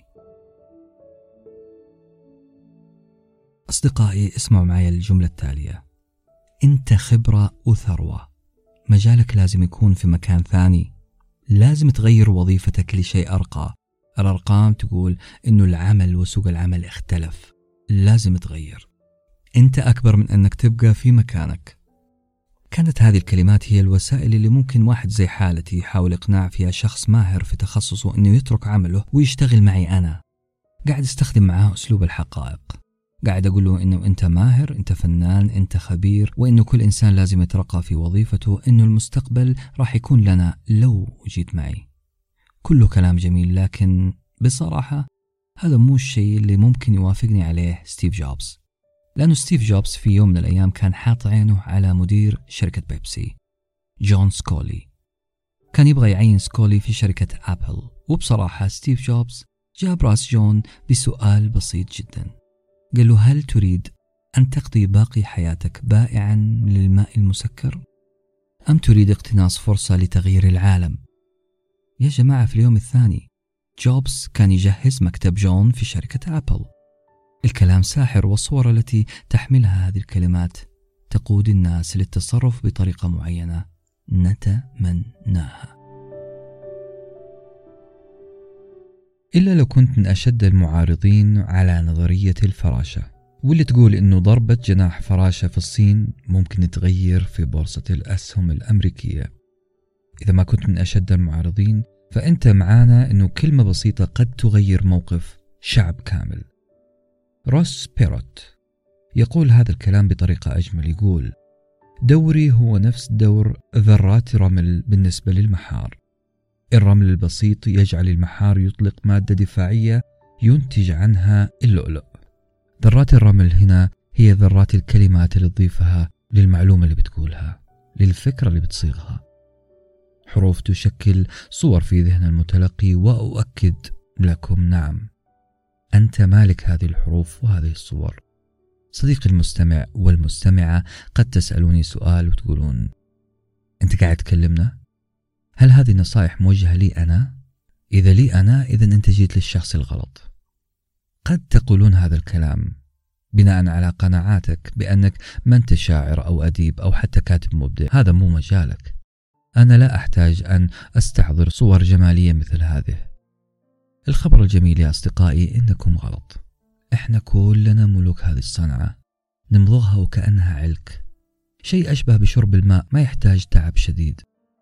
أصدقائي، اسمعوا معي الجملة التالية: أنت خبرة وثروة. مجالك لازم يكون في مكان ثاني. لازم تغير وظيفتك لشيء أرقى. الأرقام تقول إنه العمل وسوق العمل اختلف. لازم تغير. أنت أكبر من أنك تبقى في مكانك. كانت هذه الكلمات هي الوسائل اللي ممكن واحد زي حالتي يحاول إقناع فيها شخص ماهر في تخصصه إنه يترك عمله ويشتغل معي أنا. قاعد استخدم معاه أسلوب الحقائق. قاعد أقول له إنه أنت ماهر، أنت فنان، أنت خبير، وإنه كل إنسان لازم يترقى في وظيفته، إنه المستقبل راح يكون لنا لو جيت معي. كله كلام جميل، لكن بصراحة هذا مو الشيء اللي ممكن يوافقني عليه ستيف جوبز، لأنه ستيف جوبز في يوم من الأيام كان حاط عينه على مدير شركة بيبسي جون سكولي، كان يبغى يعين سكولي في شركة أبل. وبصراحة ستيف جوبز جاب راس جون بسؤال بسيط جدا، قال له: هل تريد أن تقضي باقي حياتك بائعا للماء المسكر؟ أم تريد اقتناص فرصة لتغيير العالم؟ يا جماعة في اليوم الثاني جوبز كان يجهز مكتب جون في شركة أبل. الكلام ساحر، والصور التي تحملها هذه الكلمات تقود الناس للتصرف بطريقة معينة نتمناها. إلا لو كنت من أشد المعارضين على نظرية الفراشة، واللي تقول إنه ضربة جناح فراشة في الصين ممكن تغير في بورصة الأسهم الأمريكية. إذا ما كنت من أشد المعارضين فأنت معانا إنه كلمة بسيطة قد تغير موقف شعب كامل. روس بيروت يقول هذا الكلام بطريقة أجمل، يقول: دوري هو نفس دور ذرات رمل بالنسبة للمحار. الرمل البسيط يجعل المحار يطلق مادة دفاعية ينتج عنها اللؤلؤ. ذرات الرمل هنا هي ذرات الكلمات اللي تضيفها للمعلومة اللي بتقولها، للفكرة اللي بتصيغها. حروف تشكل صور في ذهن المتلقي، وأؤكد لكم نعم أنت مالك هذه الحروف وهذه الصور. صديقي المستمع والمستمعة، قد تسألوني سؤال وتقولون: أنت قاعد تكلمنا؟ هل هذه النصائح موجهة لي أنا؟ إذا لي أنا، إذن أنت جيت للشخص الغلط. قد تقولون هذا الكلام بناء على قناعاتك بأنك ما أنت شاعر أو أديب أو حتى كاتب مبدع، هذا مو مجالك. أنا لا أحتاج أن أستحضر صور جمالية مثل هذه. الخبر الجميل يا أصدقائي إنكم غلط. إحنا كلنا ملوك هذه الصنعة، نمضغها وكأنها علك، شيء أشبه بشرب الماء، ما يحتاج تعب شديد.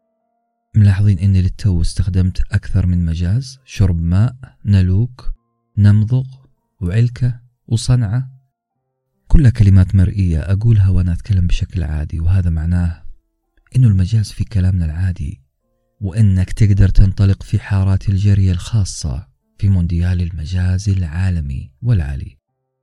ملاحظين إني للتو استخدمت أكثر من مجاز: شرب ماء، نلوك، نمضغ، وعلكة، وصنعة، كلها كلمات مرئية أقولها وأنا أتكلم بشكل عادي. وهذا معناه إنه المجاز في كلامنا العادي، وإنك تقدر تنطلق في حارات الجري الخاصة في مونديال المجاز العالمي والعالي.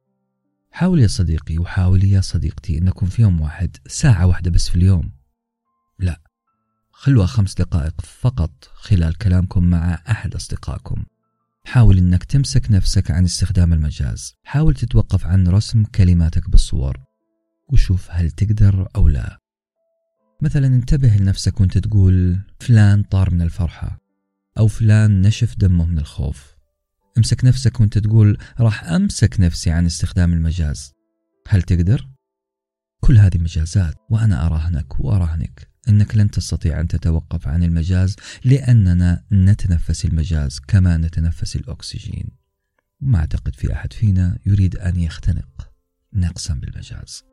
حاول يا صديقي وحاولي يا صديقتي إنكم في يوم واحد، ساعة واحدة بس في اليوم، لا خلوها خمس دقائق فقط خلال كلامكم مع أحد أصدقائكم، حاول إنك تمسك نفسك عن استخدام المجاز. حاول تتوقف عن رسم كلماتك بالصور وشوف هل تقدر أو لا. مثلا انتبه لنفسك وانت تقول فلان طار من الفرحة، أو فلان نشف دمه من الخوف. امسك نفسك وانت تقول راح أمسك نفسي عن استخدام المجاز. هل تقدر؟ كل هذه مجازات، وأنا أراهنك وأراهنك أنك لن تستطيع أن تتوقف عن المجاز، لأننا نتنفس المجاز كما نتنفس الأكسجين. وما أعتقد في أحد فينا يريد أن يختنق نقصا بالمجاز.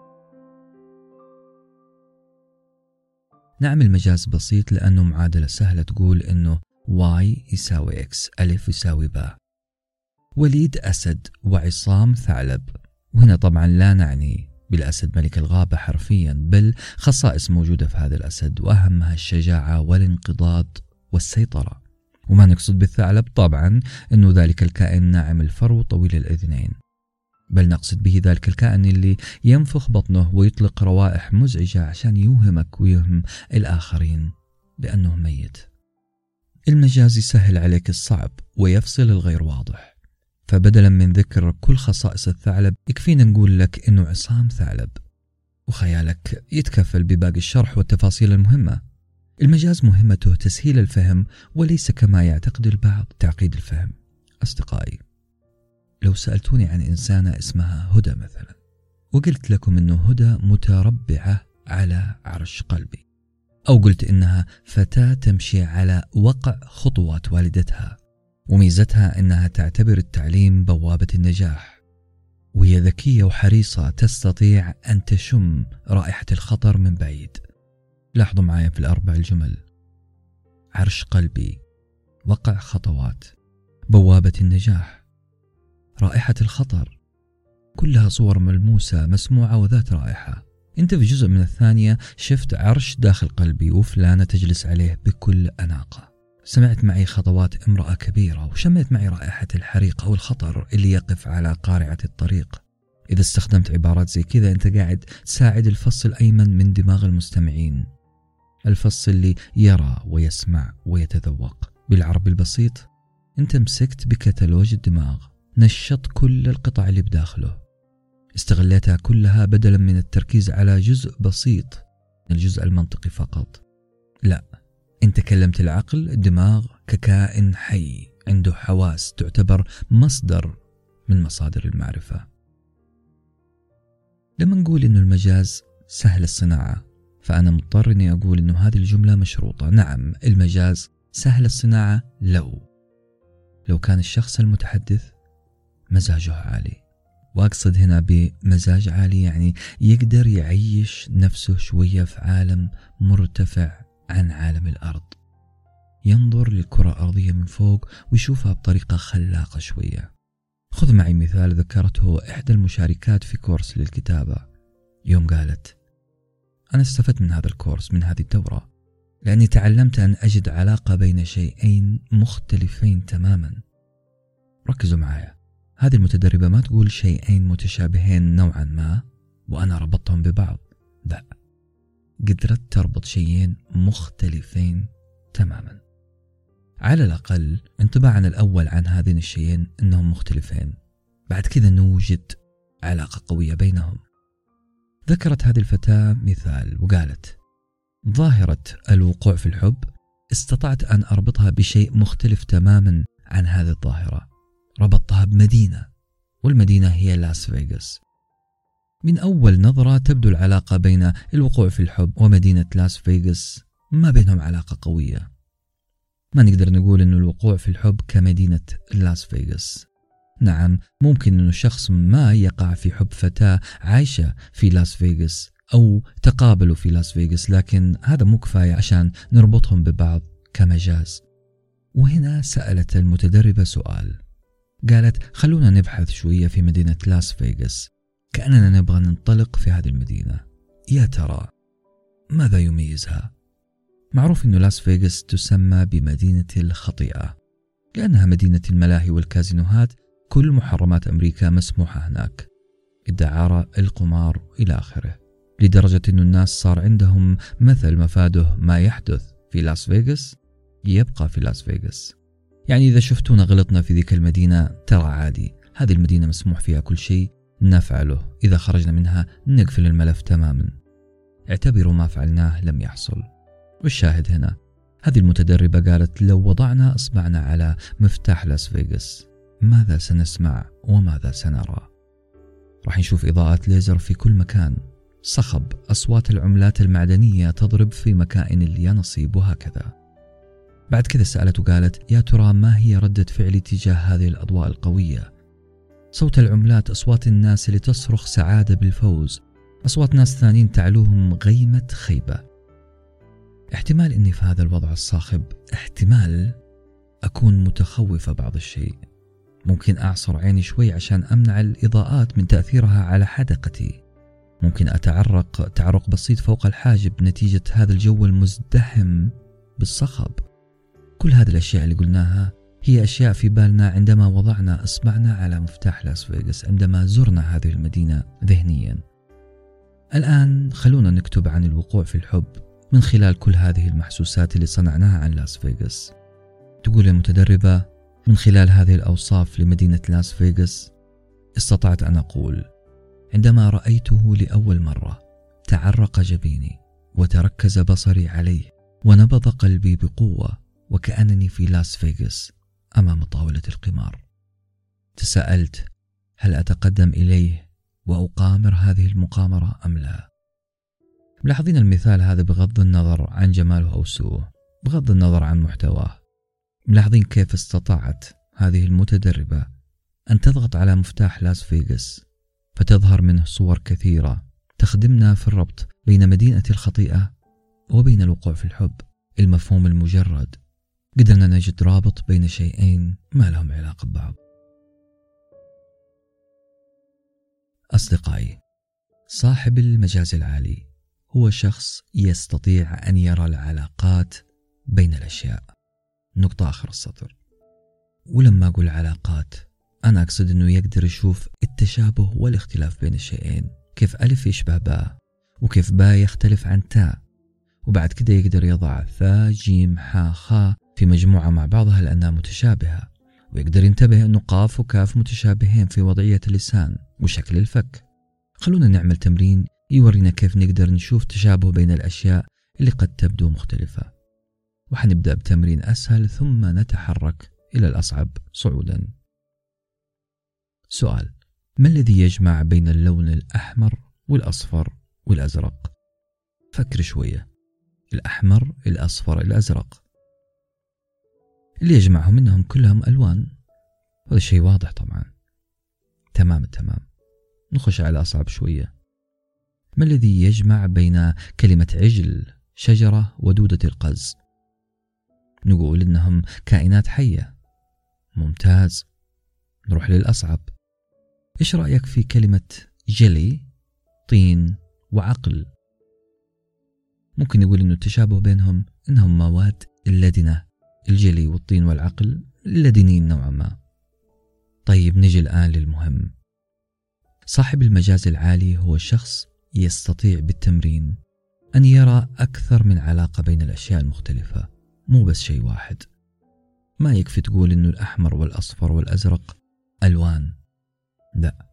نعمل مجاز بسيط لأنه معادلة سهلة تقول أنه y يساوي x، ألف يساوي باء. وليد أسد وعصام ثعلب. وهنا طبعا لا نعني بالأسد ملك الغابة حرفيا، بل خصائص موجودة في هذا الأسد، وأهمها الشجاعة والانقضاض والسيطرة. وما نقصد بالثعلب طبعا أنه ذلك الكائن ناعم الفرو طويل الأذنين، بل نقصد به ذلك الكائن اللي ينفخ بطنه ويطلق روائح مزعجة عشان يوهمك ويوهم الآخرين بأنه ميت. المجاز يسهل عليك الصعب ويفصل الغير واضح، فبدلا من ذكر كل خصائص الثعلب يكفينا نقول لك إنه عصام ثعلب، وخيالك يتكفل بباقي الشرح والتفاصيل المهمة. المجاز مهمته تسهيل الفهم وليس كما يعتقد البعض تعقيد الفهم. أصدقائي، لو سألتوني عن إنسانة اسمها هدى مثلا، وقلت لكم إنه هدى متربعة على عرش قلبي، أو قلت إنها فتاة تمشي على وقع خطوات والدتها، وميزتها إنها تعتبر التعليم بوابة النجاح، وهي ذكية وحريصة تستطيع أن تشم رائحة الخطر من بعيد. لاحظوا معايا في الأربع الجمل: عرش قلبي، وقع خطوات، بوابة النجاح، رائحة الخطر، كلها صور ملموسة مسموعة وذات رائحة. انت في جزء من الثانية شفت عرش داخل قلبي وفلانة تجلس عليه بكل أناقة. سمعت معي خطوات امرأة كبيرة، وشميت معي رائحة الحريق أو الخطر اللي يقف على قارعة الطريق. إذا استخدمت عبارات زي كذا أنت قاعد تساعد الفص الأيمن من دماغ المستمعين، الفص اللي يرى ويسمع ويتذوق. بالعربي البسيط أنت مسكت بكتالوج الدماغ، نشط كل القطع اللي بداخله، استغليتها كلها بدلا من التركيز على جزء بسيط، الجزء المنطقي فقط. لا، أنت كلمت العقل، الدماغ ككائن حي عنده حواس تعتبر مصدر من مصادر المعرفة. لما نقول إنه المجاز سهل الصناعة، فأنا مضطر إني أقول إنه هذه الجملة مشروطة. نعم، المجاز سهل الصناعة لو لو كان الشخص المتحدث مزاجه عالي. وأقصد هنا بمزاج عالي يعني يقدر يعيش نفسه شوية في عالم مرتفع عن عالم الأرض، ينظر للكرة الأرضية من فوق ويشوفها بطريقة خلاقة شوية. خذ معي مثال ذكرته إحدى المشاركات في كورس للكتابة، يوم قالت: أنا استفدت من هذا الكورس، من هذه الدورة، لأني تعلمت أن أجد علاقة بين شيئين مختلفين تماما. ركزوا معايا، هذه المتدربة ما تقول شيئين متشابهين نوعا ما وأنا ربطتهم ببعض، لا، قدرت تربط شيئين مختلفين تماما. على الأقل انطباعنا الأول عن هذين الشيئين أنهم مختلفين، بعد كذا نوجد علاقة قوية بينهم. ذكرت هذه الفتاة مثال وقالت: ظاهرة الوقوع في الحب استطعت أن أربطها بشيء مختلف تماما عن هذه الظاهرة، ربطتها بمدينة، والمدينة هي لاس فيغاس. من أول نظرة تبدو العلاقة بين الوقوع في الحب ومدينة لاس فيغاس ما بينهم علاقة قوية. ما نقدر نقول أن الوقوع في الحب كمدينة لاس فيغاس. نعم، ممكن أن شخص ما يقع في حب فتاة عايشة في لاس فيغاس أو تقابلوا في لاس فيغاس، لكن هذا مو كفاية عشان نربطهم ببعض كمجاز. وهنا سألت المتدربة سؤال، قالت: خلونا نبحث شوية في مدينة لاس فيغاس، كأننا نبغى ننطلق في هذه المدينة، يا ترى ماذا يميزها؟ معروف أن لاس فيغاس تسمى بمدينة الخطيئة لأنها مدينة الملاهي والكازينوهات، كل محرمات أمريكا مسموحة هناك، الدعارة، القمار إلى آخره، لدرجة أن الناس صار عندهم مثل مفاده: ما يحدث في لاس فيغاس يبقى في لاس فيغاس. يعني إذا شفتونا غلطنا في ذيك المدينة ترى عادي، هذه المدينة مسموح فيها كل شيء نفعله، إذا خرجنا منها نقفل الملف تماما، اعتبروا ما فعلناه لم يحصل. والشاهد هنا، هذه المتدربة قالت: لو وضعنا إصبعنا على مفتاح لاس فيغاس ماذا سنسمع وماذا سنرى؟ راح نشوف إضاءات ليزر في كل مكان، صخب، أصوات العملات المعدنية تضرب في مكائن اليانصيب وهكذا. بعد كذا سألت وقالت: يا ترى ما هي ردة فعلي تجاه هذه الأضواء القوية؟ صوت العملات، أصوات الناس اللي تصرخ سعادة بالفوز، أصوات ناس ثانيين تعلوهم غيمة خيبة. احتمال أني في هذا الوضع الصاخب، احتمال أكون متخوفة بعض الشيء، ممكن أعصر عيني شوي عشان أمنع الإضاءات من تأثيرها على حدقتي، ممكن أتعرق تعرق بسيط فوق الحاجب نتيجة هذا الجو المزدحم بالصخب. كل هذه الأشياء اللي قلناها هي أشياء في بالنا عندما وضعنا إصبعنا على مفتاح لاس فيغاس، عندما زرنا هذه المدينة ذهنيا. الآن خلونا نكتب عن الوقوع في الحب من خلال كل هذه المحسوسات اللي صنعناها عن لاس فيغاس. تقول المتدربة: من خلال هذه الأوصاف لمدينة لاس فيغاس استطعت أن أقول: عندما رأيته لأول مرة تعرق جبيني وتركز بصري عليه ونبض قلبي بقوة وكأنني في لاس فيغاس أمام طاولة القمار. تساءلت: هل أتقدم إليه وأقامر هذه المقامرة أم لا؟ ملاحظين المثال هذا بغض النظر عن جماله أو سوءه، بغض النظر عن محتواه. ملاحظين كيف استطاعت هذه المتدربة أن تضغط على مفتاح لاس فيغاس فتظهر منه صور كثيرة تخدمنا في الربط بين مدينة الخطيئة وبين الوقوع في الحب. المفهوم المجرد، قدرنا نجد رابط بين شيئين ما لهم علاقة ببعض. أصدقائي، صاحب المجاز العالي هو شخص يستطيع أن يرى العلاقات بين الأشياء، نقطة آخر السطر. ولما أقول علاقات أنا أقصد أنه يقدر يشوف التشابه والاختلاف بين الشيئين، كيف ألف يشبه باء وكيف باء يختلف عن تاء، وبعد كده يقدر يضع ثاء جيم حاء خاء في مجموعة مع بعضها لأنها متشابهة، ويقدر ينتبه أنه قاف وكاف متشابهين في وضعية اللسان وشكل الفك. خلونا نعمل تمرين يورينا كيف نقدر نشوف تشابه بين الأشياء اللي قد تبدو مختلفة، وحنبدأ بتمرين أسهل ثم نتحرك إلى الأصعب صعودا. سؤال: ما الذي يجمع بين اللون الأحمر والأصفر والأزرق؟ فكر شوية. الأحمر، الأصفر، الأزرق، اللي يجمعهم إنهم كلهم ألوان، هذا شيء واضح طبعا. تمام التمام. نخش على أصعب شوية. ما الذي يجمع بين كلمة عجل، شجرة، ودودة القز؟ نقول إنهم كائنات حية. ممتاز. نروح للأصعب. إيش رأيك في كلمة جلي، طين، وعقل؟ ممكن نقول إنه التشابه بينهم إنهم مواد اللدنة. الجلي والطين والعقل لدنين نوعا ما. طيب نجي الآن للمهم. صاحب المجاز العالي هو شخص يستطيع بالتمرين أن يرى أكثر من علاقة بين الأشياء المختلفة، مو بس شيء واحد. ما يكفي تقول إنه الأحمر والأصفر والأزرق ألوان، لا.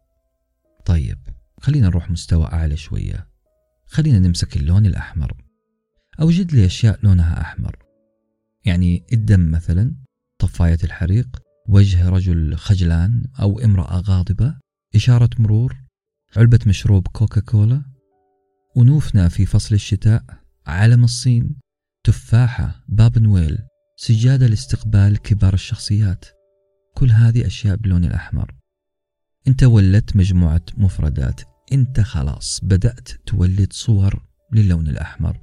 طيب خلينا نروح مستوى أعلى شوية. خلينا نمسك اللون الأحمر. أوجد لي أشياء لونها أحمر، يعني الدم مثلا، طفاية الحريق، وجه رجل خجلان أو امرأة غاضبة، إشارة مرور، علبة مشروب كوكاكولا، أنوفنا في فصل الشتاء، علم الصين، تفاحة، باب نويل، سجادة لاستقبال كبار الشخصيات. كل هذه أشياء باللون الأحمر. أنت ولدت مجموعة مفردات، أنت خلاص بدأت تولد صور للون الأحمر،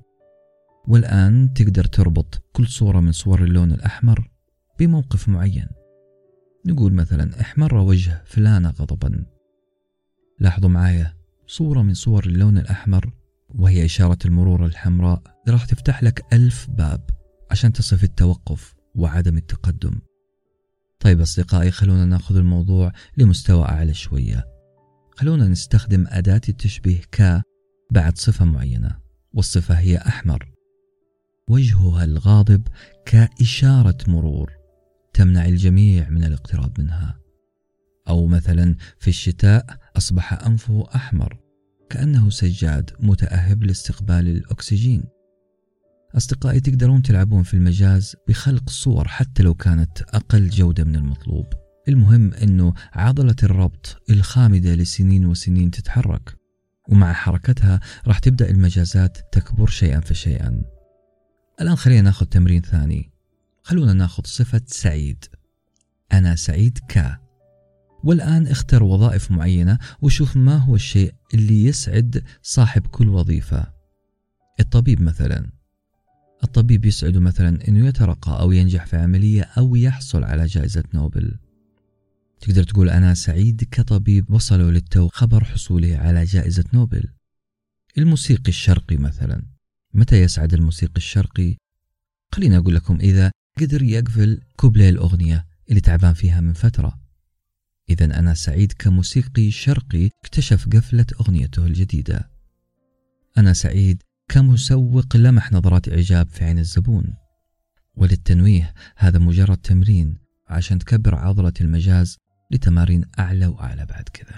والآن تقدر تربط كل صورة من صور اللون الأحمر بموقف معين. نقول مثلا احمر وجه فلانة غضبا. لاحظوا معايا، صورة من صور اللون الأحمر وهي إشارة المرور الحمراء راح تفتح لك ألف باب عشان تصف التوقف وعدم التقدم. طيب أصدقائي، خلونا ناخذ الموضوع لمستوى أعلى شوية. خلونا نستخدم أداة التشبيه ك بعد صفة معينة، والصفة هي أحمر. وجهها الغاضب كإشارة مرور تمنع الجميع من الاقتراب منها. أو مثلا في الشتاء أصبح أنفه أحمر كأنه سجاد متأهب لاستقبال الأكسجين. أصدقائي، تقدرون تلعبون في المجاز بخلق صور حتى لو كانت أقل جودة من المطلوب. المهم أنه عضلة الربط الخامدة لسنين وسنين تتحرك، ومع حركتها راح تبدأ المجازات تكبر شيئا فشيئا. الآن خلينا ناخذ تمرين ثاني. خلونا ناخذ صفة سعيد. أنا سعيد ك. والآن اختر وظائف معينة وشوف ما هو الشيء اللي يسعد صاحب كل وظيفة. الطبيب مثلا، الطبيب يسعد مثلا أنه يترقى أو ينجح في عملية أو يحصل على جائزة نوبل. تقدر تقول أنا سعيد كطبيب وصلوا للتو خبر حصوله على جائزة نوبل. الموسيقي الشرقي مثلا، متى يسعد الموسيقي الشرقي؟ خليني أقول لكم إذا قدر يقفل كوبليه الأغنية اللي تعبان فيها من فترة. إذن أنا سعيد كموسيقي شرقي اكتشف قفلة أغنيته الجديدة. أنا سعيد كمسوق لمح نظرات إعجاب في عين الزبون. وللتنويه، هذا مجرد تمرين عشان تكبر عضلة المجاز لتمارين أعلى وأعلى بعد كذا.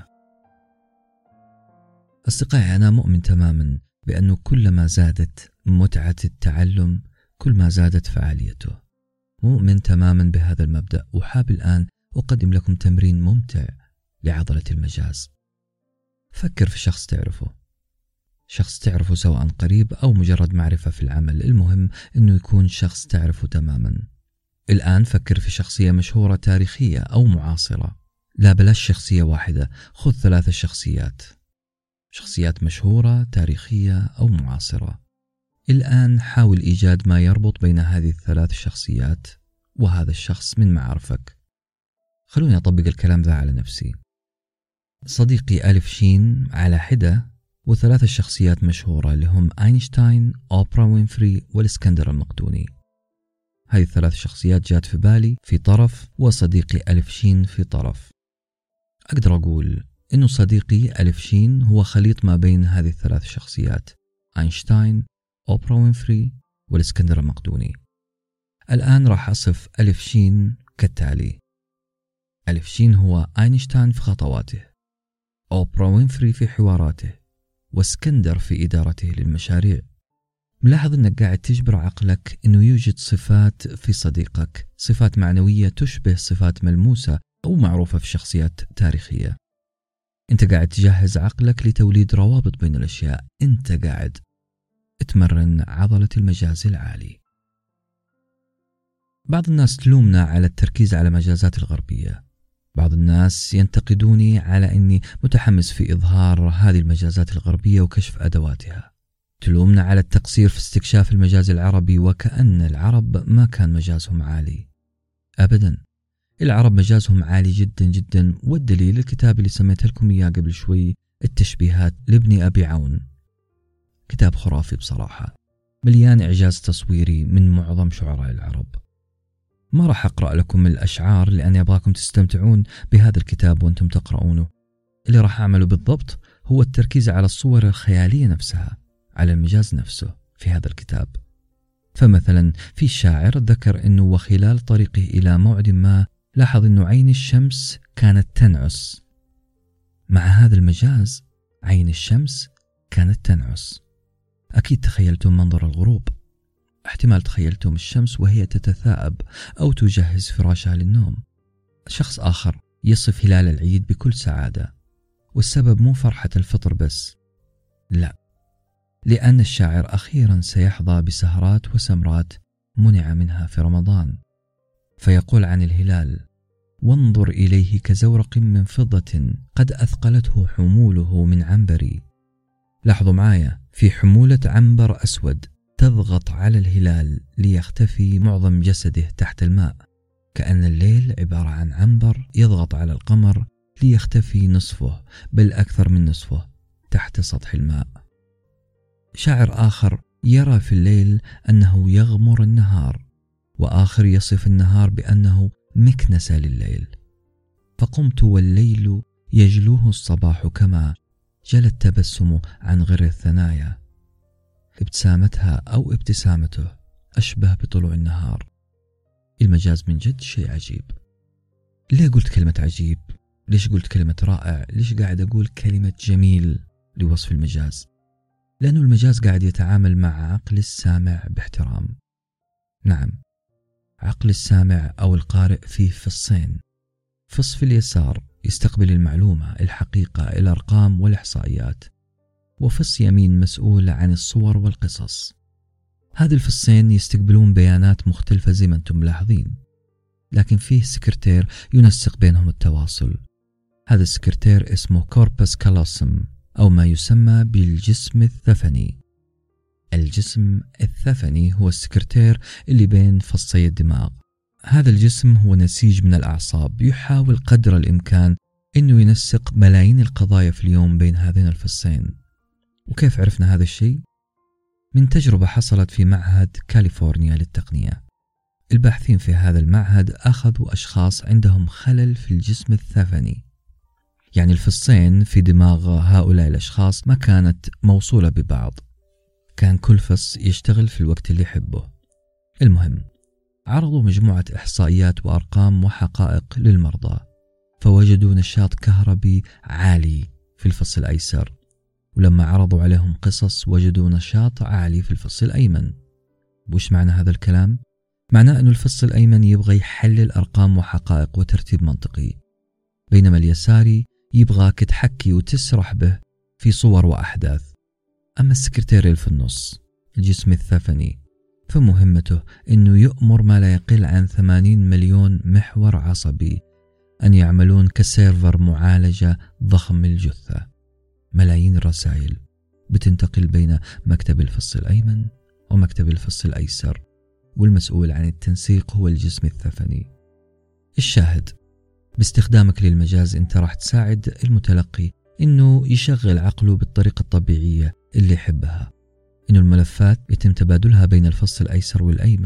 أصدقائي، أنا مؤمن تماما بأنه كلما زادت متعة التعلم كل ما زادت فعاليته. مؤمن تماما بهذا المبدأ، وحاب الآن أقدم لكم تمرين ممتع لعضلة المجاز. فكر في شخص تعرفه، شخص تعرفه سواء قريب أو مجرد معرفة في العمل، المهم أنه يكون شخص تعرفه تماما. الآن فكر في شخصية مشهورة تاريخية أو معاصرة. لا بلاش شخصية واحدة، خذ ثلاثة شخصيات، شخصيات مشهورة تاريخية أو معاصرة. الآن حاول إيجاد ما يربط بين هذه الثلاث شخصيات وهذا الشخص من معارفك. خلوني أطبق الكلام ذا على نفسي. صديقي ألف شين على حدة وثلاث شخصيات مشهورة اللي هم أينشتاين، أوبرا وينفري، والإسكندر المقدوني. هذه الثلاث شخصيات جات في بالي في طرف، وصديقي ألف شين في طرف. أقدر أقول إنه صديقي ألف شين هو خليط ما بين هذه الثلاث شخصيات، أينشتاين، أوبرا وينفري، والإسكندر المقدوني. الآن راح أصف ألف شين كالتالي: ألف شين هو أينشتاين في خطواته، أوبرا وينفري في حواراته، واسكندر في إدارته للمشاريع. ملاحظ أنك قاعد تجبر عقلك أنه يوجد صفات في صديقك، صفات معنوية تشبه صفات ملموسة أو معروفة في شخصيات تاريخية. أنت قاعد تجهز عقلك لتوليد روابط بين الأشياء، أنت قاعد تمرن عضلة المجاز العالي. بعض الناس تلومنا على التركيز على مجازات الغربية، بعض الناس ينتقدوني على أني متحمس في إظهار هذه المجازات الغربية وكشف أدواتها. تلومنا على التقصير في استكشاف المجاز العربي وكأن العرب ما كان مجازهم عالي. أبدا، العرب مجازهم عالي جدا جدا، والدليل الكتاب اللي سميت لكم إياه قبل شوي، التشبيهات لابن أبي عون. كتاب خرافي بصراحة، مليان إعجاز تصويري من معظم شعراء العرب. ما راح أقرأ لكم الأشعار لأني أبغاكم تستمتعون بهذا الكتاب وأنتم تقرؤونه. اللي راح أعمله بالضبط هو التركيز على الصور الخيالية نفسها، على المجاز نفسه في هذا الكتاب. فمثلا في الشاعر ذكر أنه وخلال طريقه إلى موعد ما لاحظ أنه عين الشمس كانت تنعس. مع هذا المجاز عين الشمس كانت تنعس. أكيد تخيلتم منظر الغروب، احتمال تخيلتم الشمس وهي تتثاءب أو تجهز فراشها للنوم. شخص آخر يصف هلال العيد بكل سعادة، والسبب مو فرحة الفطر بس، لا، لأن الشاعر أخيرا سيحظى بسهرات وسمرات منع منها في رمضان. فيقول عن الهلال: وانظر إليه كزورق من فضة قد أثقلته حموله من عنبري. لاحظوا معايا، في حمولة عنبر أسود تضغط على الهلال ليختفي معظم جسده تحت الماء، كأن الليل عبارة عن عنبر يضغط على القمر ليختفي نصفه، بل أكثر من نصفه، تحت سطح الماء. شاعر آخر يرى في الليل أنه يغمر النهار، وآخر يصف النهار بأنه مكنسة لليل. فقمت والليل يجلوه الصباح كما جلى التبسم عن غر الثنايا. ابتسامتها أو ابتسامته أشبه بطلوع النهار. المجاز من جد شيء عجيب. ليه قلت كلمة عجيب؟ ليش قلت كلمة رائع؟ ليش قاعد أقول كلمة جميل لوصف المجاز؟ لأنه المجاز قاعد يتعامل مع عقل السامع باحترام. نعم، عقل السامع أو القارئ فيه فصين: فص في اليسار يستقبل المعلومة، الحقيقة، الأرقام والإحصائيات، وفص يمين مسؤول عن الصور والقصص. هذه الفصين يستقبلون بيانات مختلفة زي ما أنتم ملاحظين، لكن فيه سكرتير ينسق بينهم التواصل. هذا السكرتير اسمه كوربس كالوسم، أو ما يسمى بالجسم الثفني. الجسم الثفني هو السكرتير اللي بين فصي الدماغ. هذا الجسم هو نسيج من الأعصاب يحاول قدر الإمكان أنه ينسق ملايين القضايا في اليوم بين هذين الفصين. وكيف عرفنا هذا الشيء؟ من تجربة حصلت في معهد كاليفورنيا للتقنية. الباحثين في هذا المعهد أخذوا أشخاص عندهم خلل في الجسم الثفني، يعني الفصين في دماغ هؤلاء الأشخاص ما كانت موصولة ببعض، كان كل فص يشتغل في الوقت اللي يحبه. المهم، عرضوا مجموعة إحصائيات وأرقام وحقائق للمرضى، فوجدوا نشاط كهربي عالي في الفص الأيسر، ولما عرضوا عليهم قصص وجدوا نشاط عالي في الفص الأيمن. وش معنى هذا الكلام؟ معناه أن الفص الأيمن يبغى يحلل أرقام وحقائق وترتيب منطقي، بينما اليساري يبغاك تحكي وتسرح به في صور وأحداث. أما السكرتير اللي في النص، الجسم الثفني، فمهمته أنه يؤمر ما لا يقل عن ثمانين مليون محور عصبي أن يعملون كسيرفر معالجة ضخم الجثة. ملايين الرسائل بتنتقل بين مكتب الفص الأيمن ومكتب الفص الأيسر، والمسؤول عن التنسيق هو الجسم الثفني. الشاهد، باستخدامك للمجاز انت راح تساعد المتلقي انه يشغل عقله بالطريقة الطبيعية اللي يحبها، انه الملفات يتم تبادلها بين الفص الأيسر والأيمن،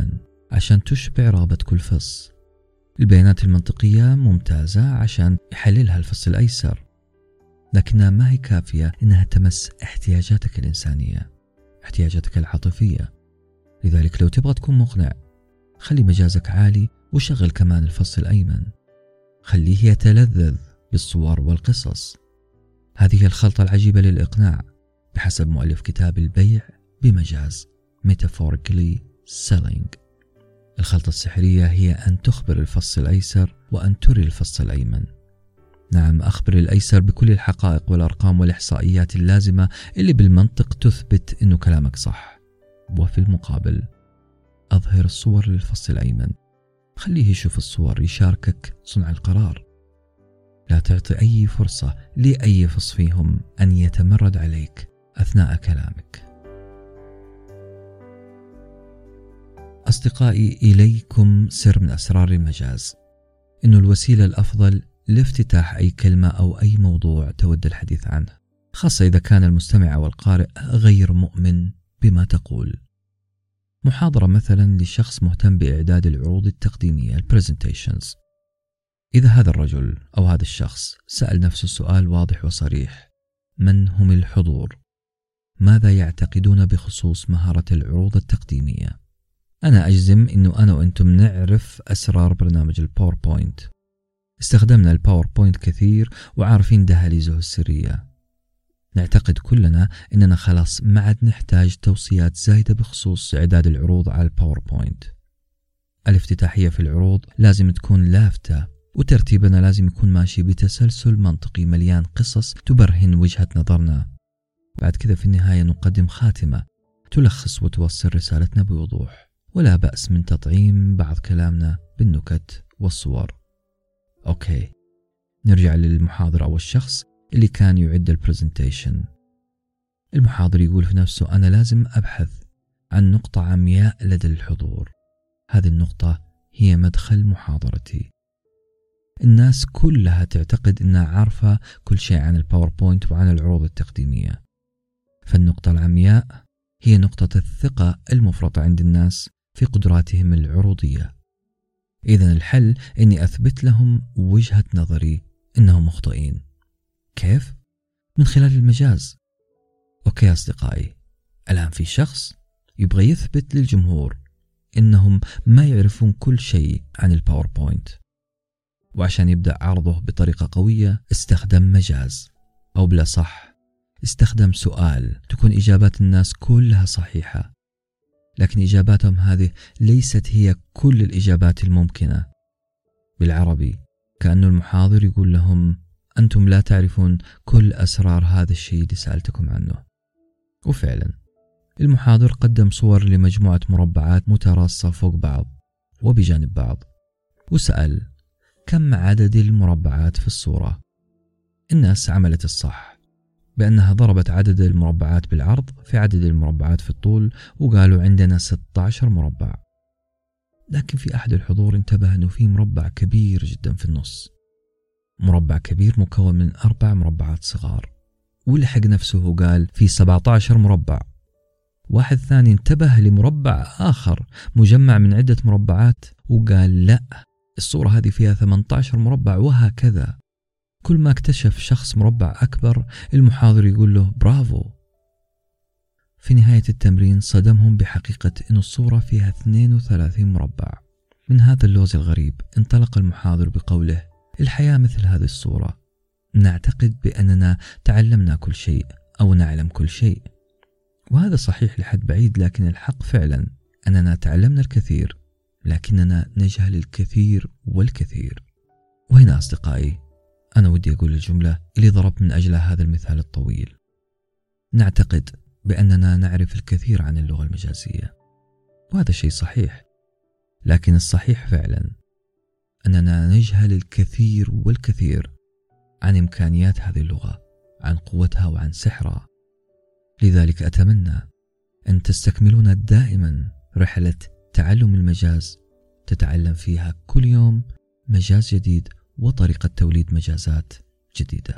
عشان تشبع رغبة كل فص. البيانات المنطقية ممتازة عشان يحللها الفص الأيسر، لكنها ما هي كافية إنها تمس احتياجاتك الإنسانية، احتياجاتك العاطفية. لذلك لو تبغى تكون مقنع، خلي مجازك عالي وشغل كمان الفص الأيمن، خليه يتلذذ بالصور والقصص. هذه الخلطة العجيبة للإقناع بحسب مؤلف كتاب البيع بمجاز Metaphorically Selling. الخلطة السحرية هي أن تخبر الفص الأيسر وأن تري الفص الأيمن. نعم، أخبر الأيسر بكل الحقائق والأرقام والإحصائيات اللازمة اللي بالمنطق تثبت أنه كلامك صح، وفي المقابل أظهر الصور للفص الأيمن، خليه يشوف الصور، يشاركك صنع القرار. لا تعطي أي فرصة لأي فص فيهم أن يتمرد عليك أثناء كلامك. أصدقائي، إليكم سر من أسرار المجاز، إنه الوسيلة الأفضل لافتتاح أي كلمة أو أي موضوع تود الحديث عنه، خاصة إذا كان المستمع أو القارئ غير مؤمن بما تقول. محاضرة مثلا لشخص مهتم بإعداد العروض التقديمية البرزنتيشنز، إذا هذا الرجل أو هذا الشخص سأل نفسه سؤال واضح وصريح: من هم الحضور؟ ماذا يعتقدون بخصوص مهارة العروض التقديمية؟ أنا أجزم أنه أنا وأنتم نعرف أسرار برنامج الباوربوينت، استخدمنا الباوربوينت كثير وعارفين دهاليزه السرية. نعتقد كلنا أننا خلاص ما عاد نحتاج توصيات زايدة بخصوص إعداد العروض على الباوربوينت. الافتتاحية في العروض لازم تكون لافتة، وترتيبنا لازم يكون ماشي بتسلسل منطقي مليان قصص تبرهن وجهة نظرنا. بعد كذا في النهاية نقدم خاتمة تلخص وتوصل رسالتنا بوضوح، ولا بأس من تطعيم بعض كلامنا بالنكت والصور. أوكي، نرجع للمحاضر أو الشخص اللي كان يعد البرزنتيشن. المحاضر يقول في نفسه: أنا لازم أبحث عن نقطة عمياء لدى الحضور، هذه النقطة هي مدخل محاضرتي. الناس كلها تعتقد أنها عارفة كل شيء عن الباوربوينت وعن العروض التقديمية، فالنقطة العمياء هي نقطة الثقة المفرطة عند الناس في قدراتهم العروضية. إذن الحل أني أثبت لهم وجهة نظري أنهم مخطئين. كيف؟ من خلال المجاز. أوكي أصدقائي، الآن في شخص يبغى يثبت للجمهور أنهم ما يعرفون كل شيء عن الباوربوينت، وعشان يبدأ عرضه بطريقة قوية استخدم مجاز، أو بلا صح استخدم سؤال تكون إجابات الناس كلها صحيحة، لكن إجاباتهم هذه ليست هي كل الإجابات الممكنة. بالعربي كأنه المحاضر يقول لهم: أنتم لا تعرفون كل أسرار هذا الشيء اللي سألتكم عنه. وفعلا المحاضر قدم صور لمجموعة مربعات متراصة فوق بعض وبجانب بعض، وسأل: كم عدد المربعات في الصورة؟ الناس عملت الصح بأنها ضربت عدد المربعات بالعرض في عدد المربعات في الطول، وقالوا عندنا ستة عشر مربع. لكن في أحد الحضور انتبه أنه في مربع كبير جدا في النص، مربع كبير مكون من أربع مربعات صغار، ولحق نفسه وقال في سبعة عشر مربع. واحد ثاني انتبه لمربع آخر مجمع من عدة مربعات وقال لا، الصورة هذه فيها ثمانية عشر مربع، وهكذا. كل ما اكتشف شخص مربع أكبر المحاضر يقول له برافو. في نهاية التمرين صدمهم بحقيقة أن الصورة فيها اثنين وثلاثين مربع. من هذا اللغز الغريب انطلق المحاضر بقوله: الحياة مثل هذه الصورة، نعتقد بأننا تعلمنا كل شيء أو نعلم كل شيء، وهذا صحيح لحد بعيد، لكن الحق فعلا أننا تعلمنا الكثير لكننا نجهل الكثير والكثير. وهنا أصدقائي أنا ودي أقول الجملة اللي ضربت من أجلها هذا المثال الطويل: نعتقد بأننا نعرف الكثير عن اللغة المجازية، وهذا شيء صحيح، لكن الصحيح فعلا أننا نجهل الكثير والكثير عن إمكانيات هذه اللغة، عن قوتها وعن سحرها. لذلك أتمنى أن تستكملون دائما رحلة تعلم المجاز، تتعلم فيها كل يوم مجاز جديد وطريقة توليد مجازات جديدة.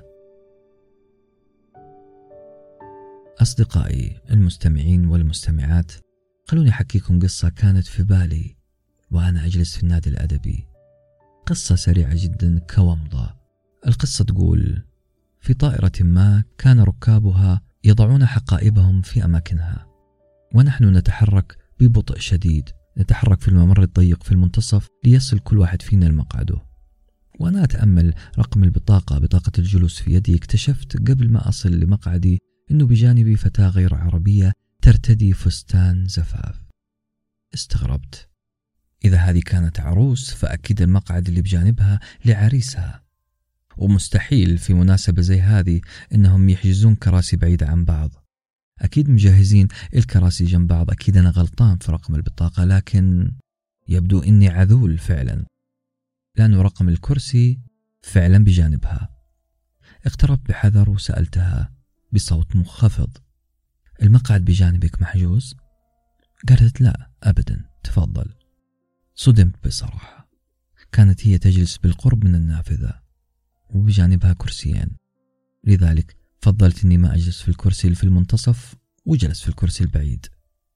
أصدقائي المستمعين والمستمعات، خلوني أحكيكم قصة كانت في بالي وأنا أجلس في النادي الأدبي. قصة سريعة جدا كومضة. القصة تقول: في طائرة ما كان ركابها يضعون حقائبهم في أماكنها، ونحن نتحرك ببطء شديد، نتحرك في الممر الضيق في المنتصف ليصل كل واحد فينا لمقعده. وأنا أتأمل رقم البطاقة، بطاقة الجلوس في يدي. اكتشفت قبل ما أصل لمقعدي أنه بجانبي فتاة غير عربية ترتدي فستان زفاف. استغربت، إذا هذه كانت عروس فأكيد المقعد اللي بجانبها لعريسها، ومستحيل في مناسبة زي هذه إنهم يحجزون كراسي بعيدة عن بعض. أكيد مجهزين الكراسي جنب بعض. أكيد أنا غلطان في رقم البطاقة، لكن يبدو إني عذول فعلا، لأنه رقم الكرسي فعلا بجانبها. اقتربت بحذر وسألتها بصوت منخفض: المقعد بجانبك محجوز؟ قالت: لا أبدا، تفضل. صدمت بصراحة. كانت هي تجلس بالقرب من النافذة وبجانبها كرسيين، لذلك فضلت أني ما أجلس في الكرسي اللي في المنتصف وجلس في الكرسي البعيد،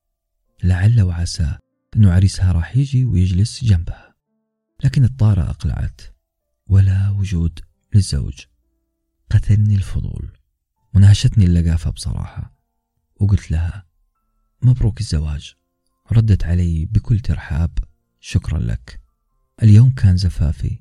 لعل وعسى أنه عريسها راح يجي ويجلس جنبها. لكن الطارة أقلعت، ولا وجود للزوج. قتلني الفضول ونهشتني اللقافة بصراحة، وقلت لها: مبروك الزواج. ردت علي بكل ترحاب: شكرا لك. اليوم كان زفافي.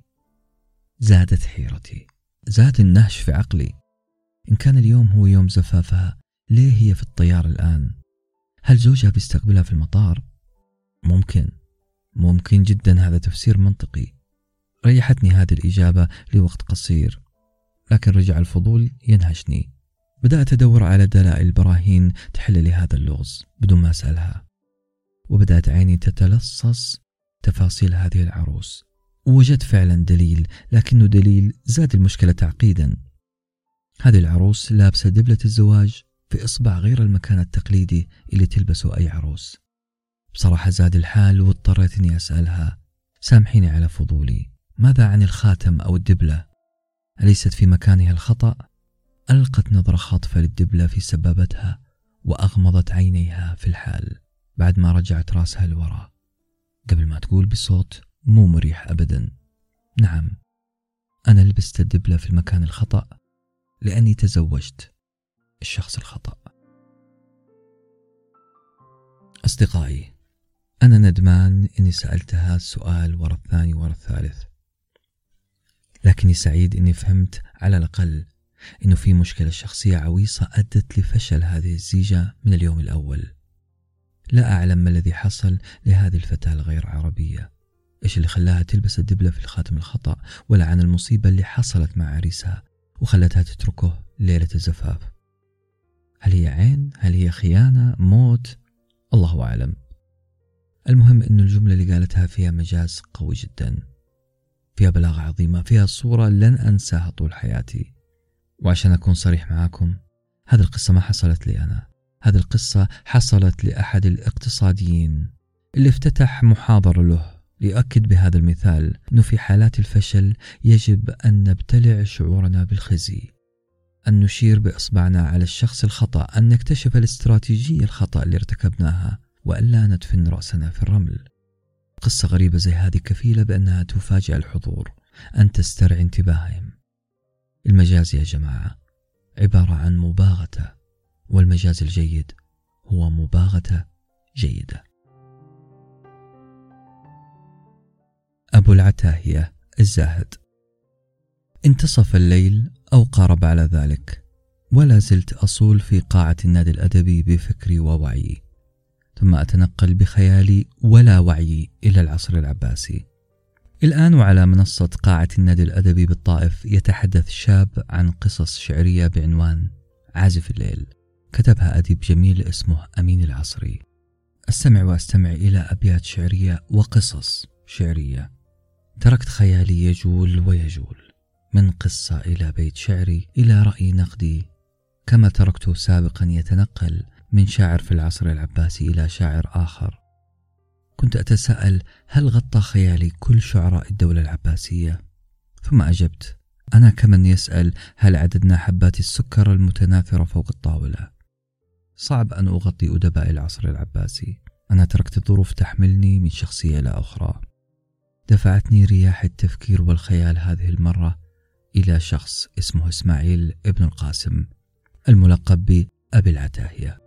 زادت حيرتي، زاد النهش في عقلي. إن كان اليوم هو يوم زفافها، ليه هي في الطيارة الآن؟ هل زوجها بيستقبلها في المطار؟ ممكن ممكن جدا، هذا تفسير منطقي. ريحتني هذه الإجابة لوقت قصير، لكن رجع الفضول ينهشني. بدأت أدور على دلائل براهين تحل لي هذا اللغز بدون ما أسألها، وبدأت عيني تتلصص تفاصيل هذه العروس. ووجدت فعلا دليل، لكنه دليل زاد المشكلة تعقيدا. هذه العروس لابسة دبلة الزواج في إصبع غير المكان التقليدي اللي تلبسه أي عروس. بصراحة زاد الحال، واضطريت أني أسألها: سامحيني على فضولي، ماذا عن الخاتم أو الدبلة؟ أليست في مكانها الخطأ؟ ألقت نظرة خاطفة للدبلة في سبابتها، وأغمضت عينيها في الحال بعد ما رجعت راسها لورا، قبل ما تقول بصوت مو مريح أبدا: نعم، أنا لبست الدبلة في المكان الخطأ لأني تزوجت الشخص الخطأ. أصدقائي، أنا ندمان أني سألتها السؤال ورا الثاني ورا الثالث، لكني سعيد أني فهمت على الأقل أنه في مشكلة شخصية عويصة أدت لفشل هذه الزيجة من اليوم الأول. لا أعلم ما الذي حصل لهذه الفتاة الغير عربية، إيش اللي خلاها تلبس الدبلة في الخاتم الخطأ، ولا عن المصيبة اللي حصلت مع عريسها وخلتها تتركه ليلة الزفاف. هل هي عين؟ هل هي خيانة؟ موت؟ الله أعلم. المهم أن الجملة اللي قالتها فيها مجاز قوي جدا، فيها بلاغة عظيمة، فيها صورة لن أنساها طول حياتي. وعشان أكون صريح معاكم، هذه القصة ما حصلت لي أنا، هذه القصة حصلت لأحد الاقتصاديين اللي افتتح محاضرة له ليؤكد بهذا المثال أنه في حالات الفشل يجب أن نبتلع شعورنا بالخزي، أن نشير بإصبعنا على الشخص الخطأ، أن نكتشف الاستراتيجية الخطأ اللي ارتكبناها، وألا ندفن رأسنا في الرمل. قصة غريبة زي هذه كفيلة بأنها تفاجئ الحضور، أن تسترعي انتباههم. المجاز يا جماعة عبارة عن مباغتة، والمجاز الجيد هو مباغتة جيدة. أبو العتاهية الزاهد. انتصف الليل أو قارب على ذلك، ولا زلت أصول في قاعة النادي الأدبي بفكري ووعيي، ثم أتنقل بخيالي ولا وعي إلى العصر العباسي. الآن وعلى منصة قاعة النادي الأدبي بالطائف يتحدث شاب عن قصص شعرية بعنوان عازف الليل، كتبها أديب جميل اسمه أمين العصري. أستمع وأستمع إلى أبيات شعرية وقصص شعرية. تركت خيالي يجول ويجول من قصة إلى بيت شعري إلى رأي نقدي، كما تركته سابقا يتنقل من شاعر في العصر العباسي إلى شاعر آخر. كنت أتساءل هل غطى خيالي كل شعراء الدولة العباسية؟ ثم أجبت أنا كمن يسأل هل عددنا حبات السكر المتناثرة فوق الطاولة؟ صعب أن أغطي أدباء العصر العباسي، أنا تركت الظروف تحملني من شخصية إلى أخرى. دفعتني رياح التفكير والخيال هذه المرة إلى شخص اسمه إسماعيل ابن القاسم، الملقب بأبي العتاهية.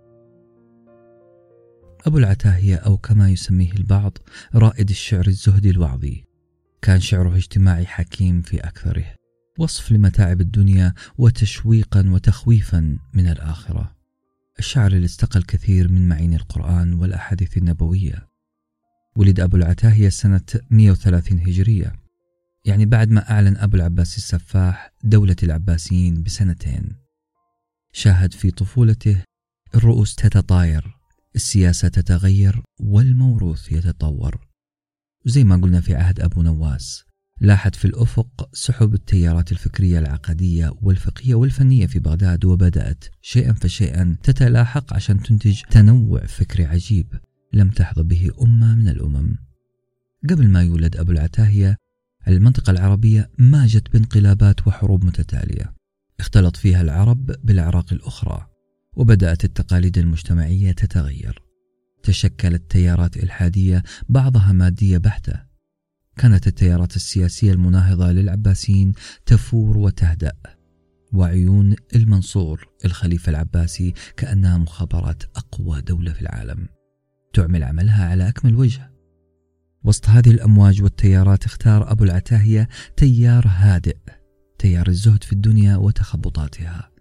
أبو العتاهية، أو كما يسميه البعض رائد الشعر الزهدي الوعظي، كان شعره اجتماعي حكيم في أكثره، وصف لمتاعب الدنيا وتشويقا وتخويفا من الآخرة. الشعر اللي استقى الكثير من معاني القرآن والأحاديث النبوية. ولد أبو العتاهية سنة مئة وثلاثين هجرية، يعني بعد ما أعلن أبو العباس السفاح دولة العباسيين بسنتين. شاهد في طفولته الرؤوس تتطاير، السياسة تتغير، والموروث يتطور. زي ما قلنا في عهد أبو نواس، لاحت في الأفق سحب التيارات الفكرية العقدية والفقهية والفنية في بغداد، وبدأت شيئا فشيئا تتلاحق عشان تنتج تنوع فكري عجيب لم تحظى به أمة من الأمم. قبل ما يولد أبو العتاهية، المنطقة العربية ماجت بانقلابات وحروب متتالية اختلط فيها العرب بالأعراق الأخرى، وبدأت التقاليد المجتمعية تتغير. تشكلت تيارات إلحادية بعضها مادية بحتة. كانت التيارات السياسية المناهضة للعباسيين تفور وتهدأ، وعيون المنصور الخليفة العباسي كأنها مخابرات أقوى دولة في العالم تعمل عملها على أكمل وجه. وسط هذه الأمواج والتيارات اختار أبو العتاهية تيار هادئ، تيار الزهد في الدنيا وتخبطاتها.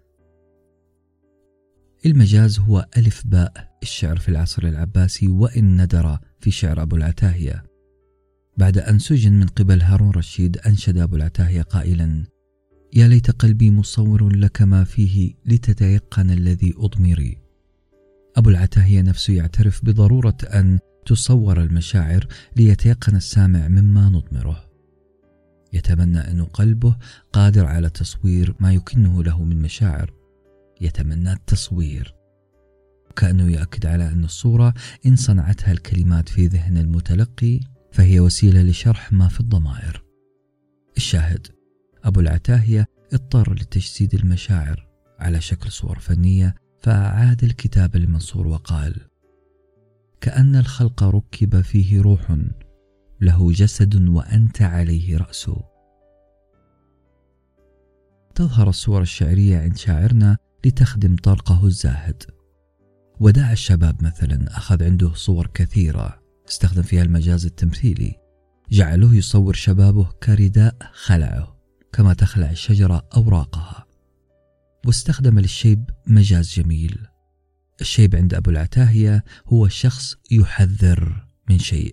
المجاز هو ألف باء الشعر في العصر العباسي، وإن ندر في شعر أبو العتاهية. بعد أن سجن من قبل هارون رشيد، أنشد أبو العتاهية قائلا: يا ليت قلبي مصور لك ما فيه لتتيقن الذي أضمري. أبو العتاهية نفسه يعترف بضرورة أن تصور المشاعر ليتيقن السامع مما نضمره. يتمنى أن قلبه قادر على تصوير ما يكنه له من مشاعر، يتمنى التصوير، وكأنه يؤكد على أن الصورة إن صنعتها الكلمات في ذهن المتلقي فهي وسيلة لشرح ما في الضمائر. الشاهد، أبو العتاهية اضطر لتجسيد المشاعر على شكل صور فنية، فأعاد الكتابة لمنصور وقال: كأن الخلق ركب فيه روح له جسد وأنت عليه رأس. تظهر الصور الشعرية عند شاعرنا لتخدم طرقه الزاهد. وداع الشباب مثلا أخذ عنده صور كثيرة استخدم فيها المجاز التمثيلي، جعله يصور شبابه كرداء خلعه كما تخلع الشجرة أوراقها. واستخدم للشيب مجاز جميل. الشيب عند أبو العتاهية هو شخص يحذر من شيء،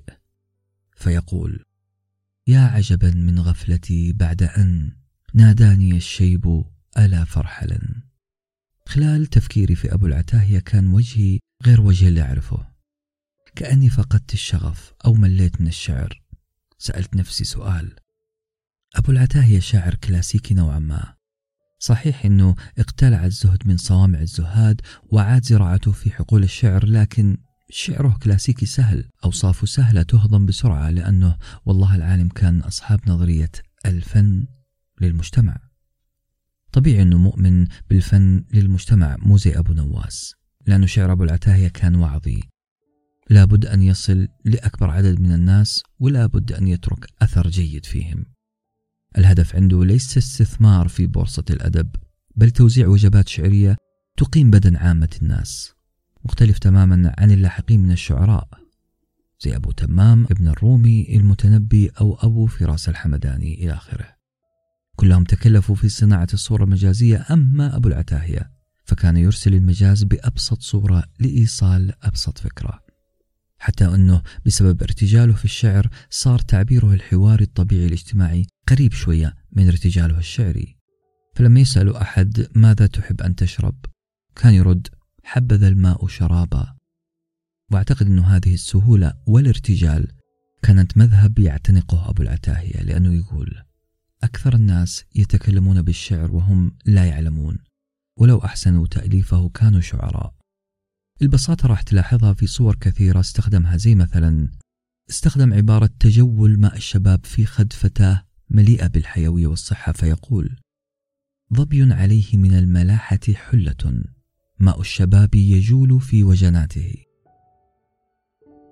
فيقول: يا عجبا من غفلتي بعد أن ناداني الشيب ألا فرحلا. خلال تفكيري في أبو العتاهية كان وجهي غير وجه اللي أعرفه، كأني فقدت الشغف أو مليت من الشعر. سألت نفسي سؤال: أبو العتاهية شاعر كلاسيكي نوعا ما، صحيح أنه اقتلع الزهد من صوامع الزهاد وعاد زراعته في حقول الشعر، لكن شعره كلاسيكي سهل، أوصافه سهلة تهضم بسرعة، لأنه والله العالم كان أصحاب نظرية الفن للمجتمع. طبيعي أنه مؤمن بالفن للمجتمع، مو زي أبو نواس، لأنه شعر أبو العتاهية كان وعظي، لابد أن يصل لأكبر عدد من الناس، ولا بد أن يترك أثر جيد فيهم. الهدف عنده ليس استثمار في بورصة الأدب، بل توزيع وجبات شعرية تقيم بدن عامة الناس، مختلف تماما عن اللاحقين من الشعراء زي أبو تمام، ابن الرومي، المتنبي، أو أبو فراس الحمداني إلى آخره. كلهم تكلفوا في صناعة الصورة المجازية، أما أبو العتاهية فكان يرسل المجاز بأبسط صورة لإيصال أبسط فكرة، حتى أنه بسبب ارتجاله في الشعر صار تعبيره الحواري الطبيعي الاجتماعي قريب شوية من ارتجاله الشعري. فلما يسأل أحد ماذا تحب أن تشرب، كان يرد: حبذا الماء شرابا. واعتقد أن هذه السهولة والارتجال كانت مذهب يعتنقه أبو العتاهية، لأنه يقول: أكثر الناس يتكلمون بالشعر وهم لا يعلمون، ولو أحسنوا تأليفه كانوا شعراء. البساطة راح تلاحظها في صور كثيرة استخدمها، زي مثلا استخدم عبارة تجول ماء الشباب في خد فتاة مليئة بالحيوية والصحة، فيقول: ظبي عليه من الملاحة حلة، ماء الشباب يجول في وجناته.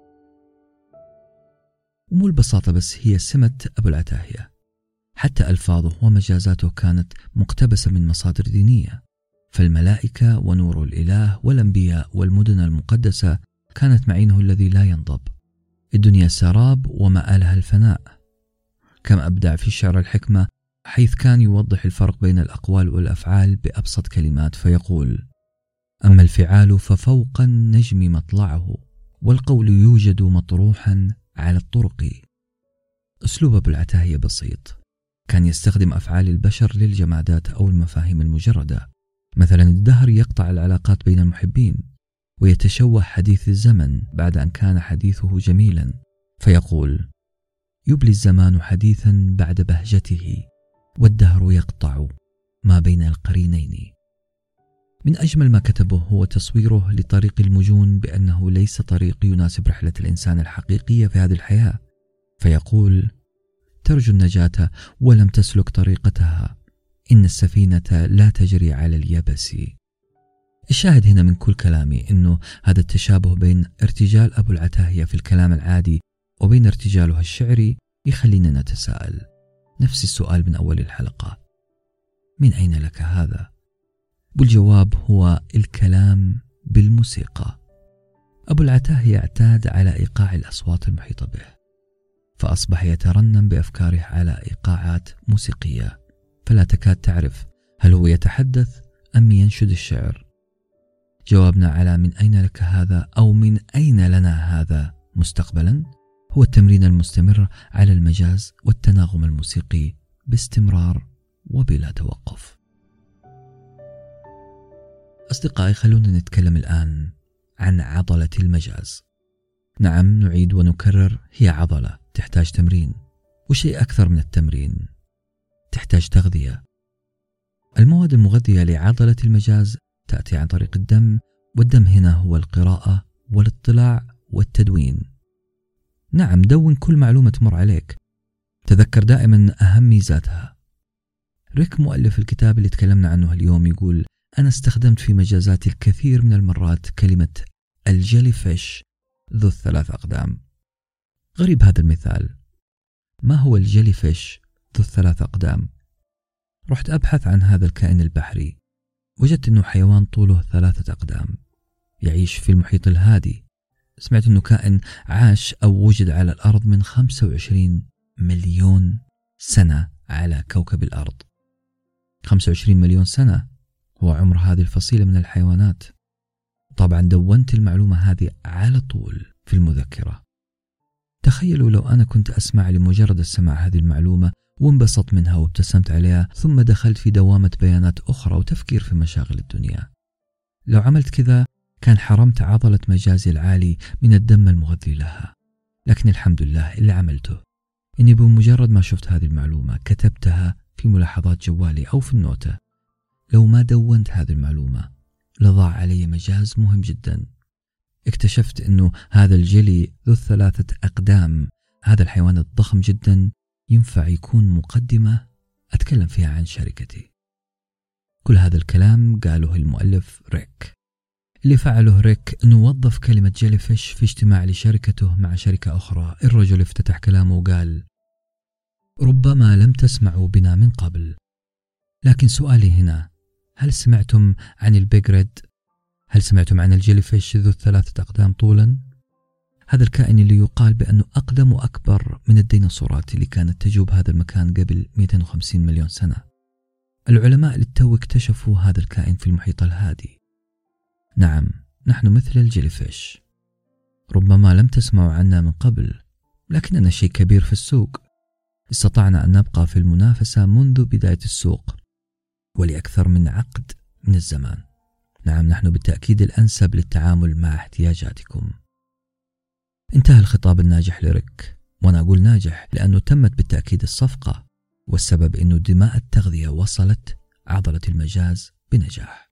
ومو البساطة بس هي سمة أبو العتاهية، حتى ألفاظه ومجازاته كانت مقتبسة من مصادر دينية، فالملائكة ونور الإله والأنبياء والمدن المقدسة كانت معينه الذي لا ينضب. الدنيا سراب ومآلها الفناء. كم أبدع في الشعر الحكمة، حيث كان يوضح الفرق بين الأقوال والأفعال بأبسط كلمات، فيقول: أما الفعال ففوق النجم مطلعه، والقول يوجد مطروحا على الطرق. أسلوب أبو العتاهية بسيط، كان يستخدم أفعال البشر للجمادات أو المفاهيم المجردة. مثلا الدهر يقطع العلاقات بين المحبين، ويتشوه حديث الزمن بعد أن كان حديثه جميلا، فيقول: يبلي الزمان حديثا بعد بهجته، والدهر يقطع ما بين القرينين. من أجمل ما كتبه هو تصويره لطريق المجون بأنه ليس طريق يناسب رحلة الإنسان الحقيقية في هذه الحياة، فيقول: ترجو النجاة ولم تسلك طريقتها، إن السفينة لا تجري على اليبس. الشاهد هنا من كل كلامي أنه هذا التشابه بين ارتجال أبو العتاهية في الكلام العادي وبين ارتجاله الشعري يخلينا نتساءل نفس السؤال من أول الحلقة: من أين لك هذا؟ والجواب هو الكلام بالموسيقى. أبو العتاهية اعتاد على إيقاع الأصوات المحيطة به، فأصبح يترنم بأفكاره على إيقاعات موسيقية، فلا تكاد تعرف هل هو يتحدث أم ينشد الشعر. جوابنا على من أين لك هذا أو من أين لنا هذا مستقبلا هو التمرين المستمر على المجاز والتناغم الموسيقي باستمرار وبلا توقف. أصدقائي، خلونا نتكلم الآن عن عضلة المجاز. نعم، نعيد ونكرر، هي عضلة تحتاج تمرين، وشيء أكثر من التمرين، تحتاج تغذية. المواد المغذية لعضلة المجاز تأتي عن طريق الدم، والدم هنا هو القراءة والاطلاع والتدوين. نعم، دون كل معلومة تمر عليك، تذكر دائما أهم ميزاتها. ريك مؤلف الكتاب اللي تكلمنا عنه اليوم يقول: أنا استخدمت في مجازاتي الكثير من المرات كلمة الجيلي فيش ذو الثلاث أقدام. غريب هذا المثال، ما هو الجيلي فيش ذو الثلاث أقدام؟ رحت أبحث عن هذا الكائن البحري، وجدت أنه حيوان طوله ثلاثة أقدام، يعيش في المحيط الهادي. سمعت أنه كائن عاش أو وجد على الأرض من خمسة وعشرين مليون سنة على كوكب الأرض. خمسة وعشرين مليون سنة هو عمر هذه الفصيلة من الحيوانات. طبعا دونت المعلومة هذه على طول في المذكرة. تخيلوا لو أنا كنت أسمع لمجرد السماع هذه المعلومة وانبسطت منها وابتسمت عليها، ثم دخلت في دوامة بيانات أخرى وتفكير في مشاغل الدنيا. لو عملت كذا كان حرمت عضلة مجازي العالي من الدم المغذي لها. لكن الحمد لله اللي عملته إني بمجرد ما شفت هذه المعلومة كتبتها في ملاحظات جوالي أو في النوتة. لو ما دونت هذه المعلومة لضاع علي مجاز مهم جدا. اكتشفت أنه هذا الجيلي ذو الثلاثة أقدام، هذا الحيوان الضخم جدا، ينفع يكون مقدمة أتكلم فيها عن شركتي. كل هذا الكلام قاله المؤلف ريك. اللي فعله ريك أنه وظف كلمة جيلي فيش في اجتماع لشركته مع شركة أخرى. الرجل افتتح كلامه وقال: ربما لم تسمعوا بنا من قبل، لكن سؤالي هنا، هل سمعتم عن البيج ريد؟ هل سمعتم عن الجيلي فيش ذو الثلاثة أقدام طولا؟ هذا الكائن اللي يقال بأنه أقدم وأكبر من الديناصورات اللي كانت تجوب هذا المكان قبل مئتين وخمسين مليون سنة. العلماء للتو اكتشفوا هذا الكائن في المحيط الهادي. نعم، نحن مثل الجيلي فيش، ربما لم تسمعوا عنا من قبل، لكننا شيء كبير في السوق. استطعنا أن نبقى في المنافسة منذ بداية السوق ولأكثر من عقد من الزمان. نعم، نحن بالتأكيد الأنسب للتعامل مع احتياجاتكم. انتهى الخطاب الناجح لريك، وأنا أقول ناجح لأنه تمت بالتأكيد الصفقة، والسبب أنه دماء التغذية وصلت عضلة المجاز بنجاح.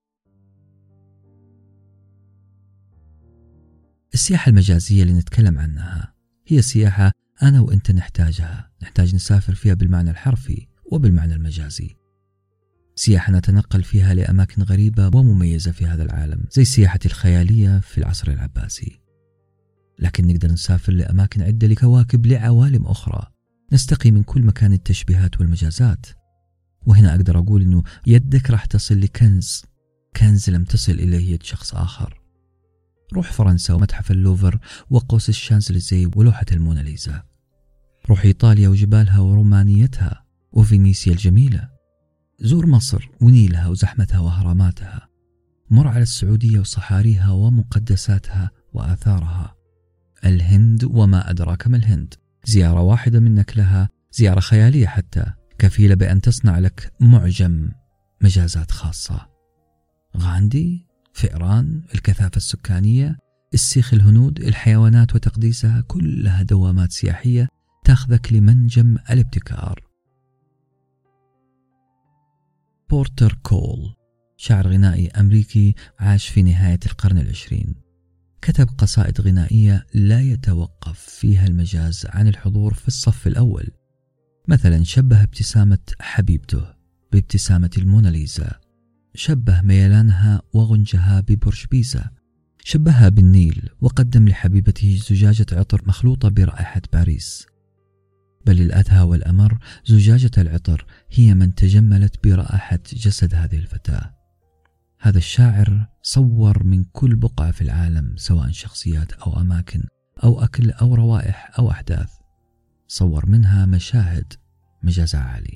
السياحة المجازية اللي نتكلم عنها هي سياحة أنا وإنت نحتاجها، نحتاج نسافر فيها بالمعنى الحرفي وبالمعنى المجازي. سياحة نتنقل فيها لأماكن غريبة ومميزة في هذا العالم، زي السياحة الخيالية في العصر العباسي. لكن نقدر نسافر لأماكن عدة، لكواكب، لعوالم أخرى، نستقي من كل مكان التشبيهات والمجازات. وهنا أقدر أقول أنه يدك راح تصل لكنز، كنز لم تصل إليه يد شخص آخر. روح فرنسا ومتحف اللوفر وقوس الشانزليزيه ولوحة الموناليزا. روح إيطاليا وجبالها ورومانيتها وفينيسيا الجميلة. زور مصر ونيلها وزحمتها وهراماتها. مر على السعودية وصحاريها ومقدساتها وآثارها. الهند وما أدراك ما الهند، زيارة واحدة منك لها زيارة خيالية حتى، كفيلة بأن تصنع لك معجم مجازات خاصة. غاندي، فئران، الكثافة السكانية، السيخ، الهنود، الحيوانات وتقديسها، كلها دوامات سياحية تاخذك لمنجم الابتكار. بورتر كول، شاعر غنائي أمريكي عاش في نهاية القرن العشرين، كتب قصائد غنائية لا يتوقف فيها المجاز عن الحضور في الصف الأول. مثلا شبه ابتسامة حبيبته بابتسامة الموناليزا، شبه ميلانها وغنجها ببرج بيزا، شبهها بالنيل وقدم لحبيبته زجاجة عطر مخلوطة برائحة باريس. بل الأدهى والأمر، زجاجة العطر هي من تجملت برائحة جسد هذه الفتاة. هذا الشاعر صور من كل بقعة في العالم، سواء شخصيات أو أماكن أو أكل أو روائح أو أحداث، صور منها مشاهد مجاز عالي.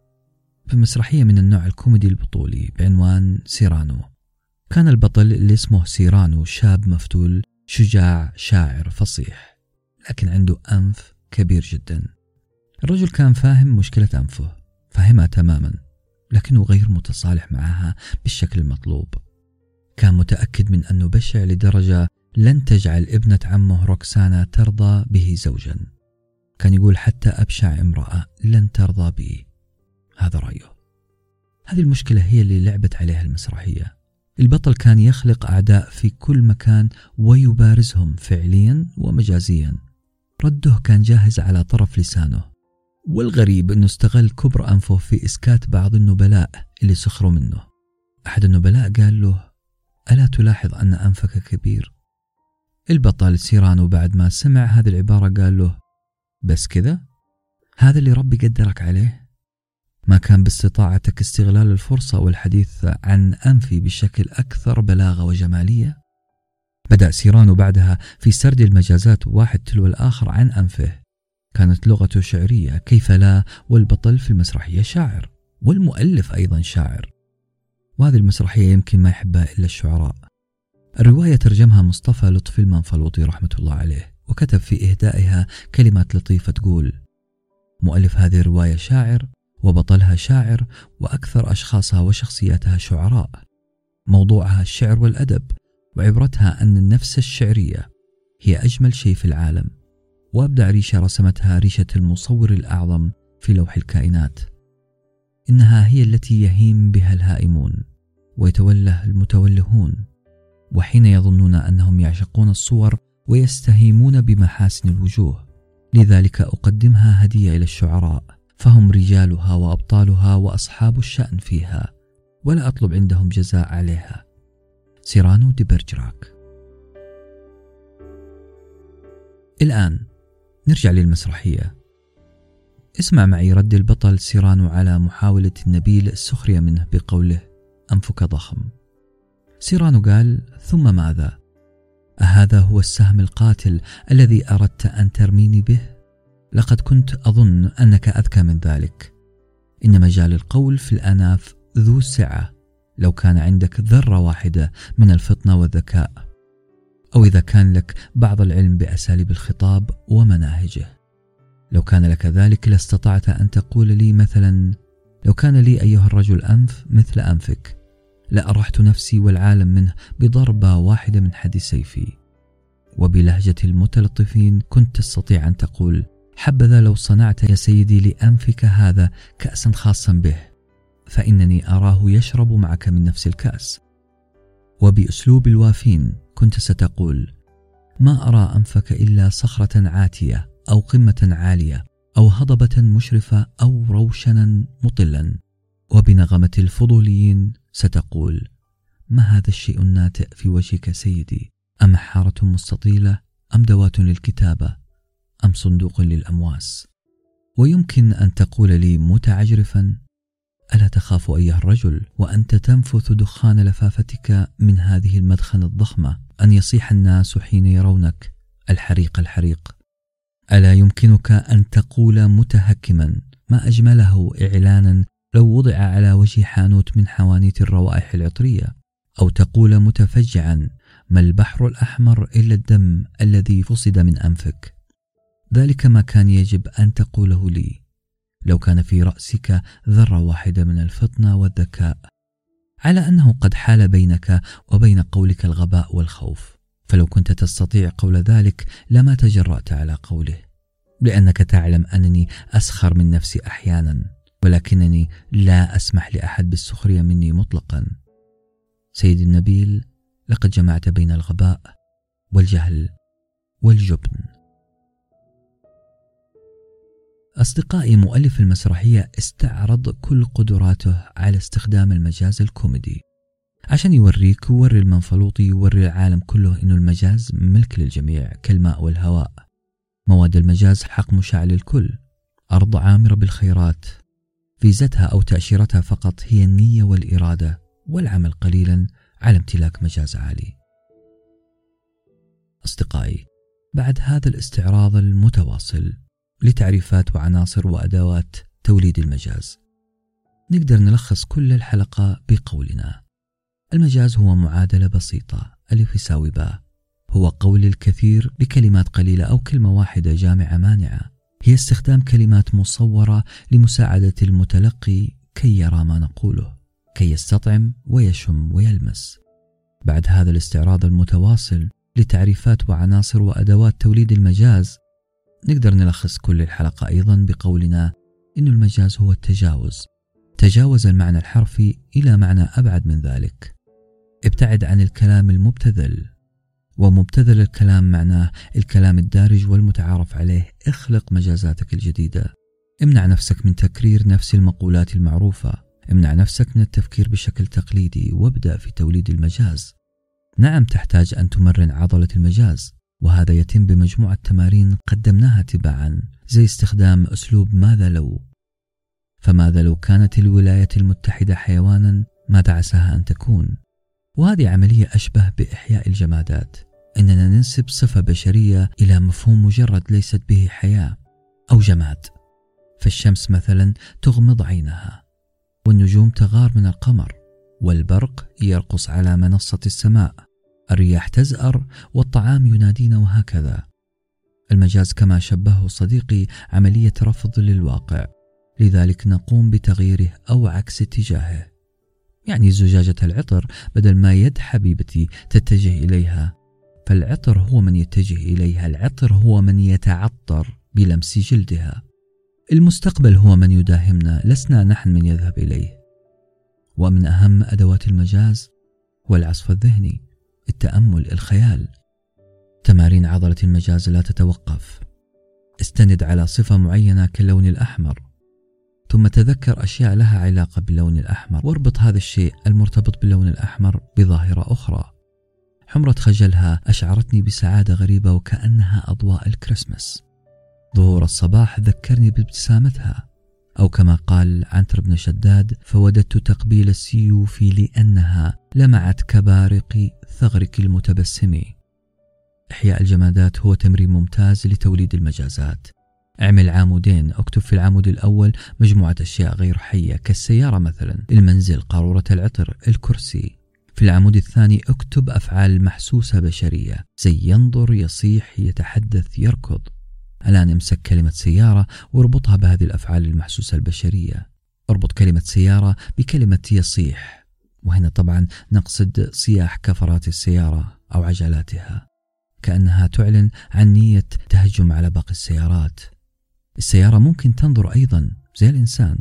في مسرحية من النوع الكوميدي البطولي بعنوان سيرانو، كان البطل اللي اسمه سيرانو شاب مفتول شجاع شاعر فصيح، لكن عنده أنف كبير جدا. الرجل كان فاهم مشكلة أنفه، فهمها تماما، لكنه غير متصالح معها بالشكل المطلوب. كان متأكد من أنه بشع لدرجة لن تجعل ابنة عمه روكسانا ترضى به زوجا. كان يقول حتى أبشع امرأة لن ترضى بي. هذا رأيه. هذه المشكلة هي اللي لعبت عليها المسرحية. البطل كان يخلق أعداء في كل مكان ويبارزهم فعليا ومجازيا. رده كان جاهز على طرف لسانه، والغريب أنه استغل كبر أنفه في إسكات بعض النبلاء اللي سخروا منه. أحد النبلاء قال له: ألا تلاحظ أن أنفك كبير؟ البطل سيرانو بعد ما سمع هذه العبارة قال له: بس كذا؟ هذا اللي ربي قدرك عليه؟ ما كان باستطاعتك استغلال الفرصة والحديث عن أنفي بشكل أكثر بلاغة وجمالية؟ بدأ سيرانو بعدها في سرد المجازات واحد تلو الآخر عن أنفه. كانت لغته شعرية، كيف لا، والبطل في المسرحية شاعر، والمؤلف أيضا شاعر. وهذه المسرحية يمكن ما يحبها إلا الشعراء. الرواية ترجمها مصطفى لطفي المنفلوطي رحمة الله عليه، وكتب في إهدائها كلمات لطيفة تقول: مؤلف هذه الرواية شاعر، وبطلها شاعر، وأكثر أشخاصها وشخصياتها شعراء. موضوعها الشعر والأدب، وعبرتها أن النفس الشعرية هي أجمل شيء في العالم، وأبدع ريشة رسمتها ريشة المصور الأعظم في لوح الكائنات. إنها هي التي يهيم بها الهائمون ويتوله المتولهون، وحين يظنون أنهم يعشقون الصور ويستهيمون بمحاسن الوجوه. لذلك أقدمها هدية إلى الشعراء، فهم رجالها وأبطالها وأصحاب الشأن فيها، ولا أطلب عندهم جزاء عليها. سيرانو دي برجراك. الآن نرجع للمسرحية. اسمع معي رد البطل سيرانو على محاولة النبيل السخرية منه بقوله: أنفك ضخم. سيرانو قال: ثم ماذا؟ أهذا هو السهم القاتل الذي أردت أن ترميني به؟ لقد كنت أظن أنك أذكى من ذلك. إن مجال القول في الأناف ذو سعة، لو كان عندك ذرة واحدة من الفطنة والذكاء، أو إذا كان لك بعض العلم بأساليب الخطاب ومناهجه. لو كان لك ذلك لاستطعت أن تقول لي مثلا: لو كان لي أيها الرجل أنف مثل أنفك لأرحت نفسي والعالم منه بضربة واحدة من حد سيفي. وبلهجة المتلطفين كنت تستطيع أن تقول: حبذا لو صنعت يا سيدي لأنفك هذا كأسا خاصا به، فإنني أراه يشرب معك من نفس الكأس. وبأسلوب الوافين كنت ستقول: ما أرى أنفك إلا صخرة عاتية أو قمة عالية أو هضبة مشرفة أو روشنا مطلا. وبنغمة الفضوليين ستقول: ما هذا الشيء الناتئ في وجهك سيدي؟ أمحارة مستطيلة أم دواة للكتابة أم صندوق للأمواس؟ ويمكن أن تقول لي متعجرفا: ألا تخاف أيها الرجل وأنت تنفث دخان لفافتك من هذه المدخنة الضخمة أن يصيح الناس حين يرونك الحريق الحريق؟ ألا يمكنك أن تقول متهكما: ما أجمله إعلانا لو وضع على وجه حانوت من حوانيت الروائح العطرية؟ أو تقول متفجعا: ما البحر الأحمر إلا الدم الذي فصد من أنفك؟ ذلك ما كان يجب أن تقوله لي لو كان في رأسك ذرة واحدة من الفطنة والذكاء، على أنه قد حال بينك وبين قولك الغباء والخوف. فلو كنت تستطيع قول ذلك لما تجرأت على قوله، لأنك تعلم أنني أسخر من نفسي أحيانا، ولكنني لا أسمح لأحد بالسخرية مني مطلقا. سيدي النبيل، لقد جمعت بين الغباء والجهل والجبن. أصدقائي، مؤلف المسرحية استعرض كل قدراته على استخدام المجاز الكوميدي عشان يوريك ويوري المنفلوطي يوري العالم كله إنه المجاز ملك للجميع كالماء والهواء. مواد المجاز حق مشاع للكل، أرض عامرة بالخيرات، فيزتها أو تأشيرتها فقط هي النية والإرادة والعمل قليلا على امتلاك مجاز عالي. أصدقائي، بعد هذا الاستعراض المتواصل لتعريفات وعناصر وأدوات توليد المجاز، نقدر نلخص كل الحلقة بقولنا: المجاز هو معادلة بسيطة، ألف يساوي باء، هو قول الكثير بكلمات قليلة أو كلمة واحدة جامعة مانعة، هي استخدام كلمات مصورة لمساعدة المتلقي كي يرى ما نقوله، كي يستطعم ويشم ويلمس. بعد هذا الاستعراض المتواصل لتعريفات وعناصر وأدوات توليد المجاز، نقدر نلخص كل الحلقة أيضا بقولنا إن المجاز هو التجاوز، تجاوز المعنى الحرفي إلى معنى أبعد من ذلك. ابتعد عن الكلام المبتذل، ومبتذل الكلام معناه الكلام الدارج والمتعارف عليه. اخلق مجازاتك الجديدة، امنع نفسك من تكرير نفس المقولات المعروفة، امنع نفسك من التفكير بشكل تقليدي وابدأ في توليد المجاز. نعم، تحتاج أن تمرن عضلة المجاز، وهذا يتم بمجموعة تمارين قدمناها تباعا، زي استخدام أسلوب ماذا لو. فماذا لو كانت الولايات المتحدة حيوانا، ماذا عساها أن تكون؟ وهذه عملية أشبه بإحياء الجمادات، إننا ننسب صفة بشرية إلى مفهوم مجرد ليست به حياة أو جماد. فالشمس مثلا تغمض عينها، والنجوم تغار من القمر، والبرق يرقص على منصة السماء، الرياح تزأر، والطعام ينادينا، وهكذا. المجاز كما شبهه صديقي عملية رفض للواقع، لذلك نقوم بتغييره أو عكس اتجاهه. يعني زجاجة العطر بدل ما يد حبيبتي تتجه إليها، فالعطر هو من يتجه إليها، العطر هو من يتعطر بلمس جلدها. المستقبل هو من يداهمنا، لسنا نحن من يذهب إليه. ومن أهم أدوات المجاز هو العصف الذهني، التأمل، الخيال. تمارين عضلة المجاز لا تتوقف. استند على صفة معينة كاللون الأحمر، ثم تذكر أشياء لها علاقة باللون الأحمر، واربط هذا الشيء المرتبط باللون الأحمر بظاهرة أخرى. حمرة خجلها أشعرتني بسعادة غريبة وكأنها أضواء الكريسماس. ظهور الصباح ذكرني بابتسامتها، أو كما قال عنتر بن شداد: فوددت تقبيل السيوف لأنها لمعت كبارق ثغرك المتبسم. إحياء الجمادات هو تمرين ممتاز لتوليد المجازات. اعمل عامودين، اكتب في العمود الأول مجموعة أشياء غير حية كالسيارة مثلا، المنزل، قارورة العطر، الكرسي. في العمود الثاني اكتب أفعال محسوسة بشرية زي ينظر، يصيح، يتحدث، يركض. الآن امسك كلمة سيارة واربطها بهذه الأفعال المحسوسة البشرية. اربط كلمة سيارة بكلمة يصيح، وهنا طبعا نقصد صياح كفرات السيارة أو عجلاتها، كأنها تعلن عن نية تهجم على باقي السيارات. السيارة ممكن تنظر أيضا زي الإنسان،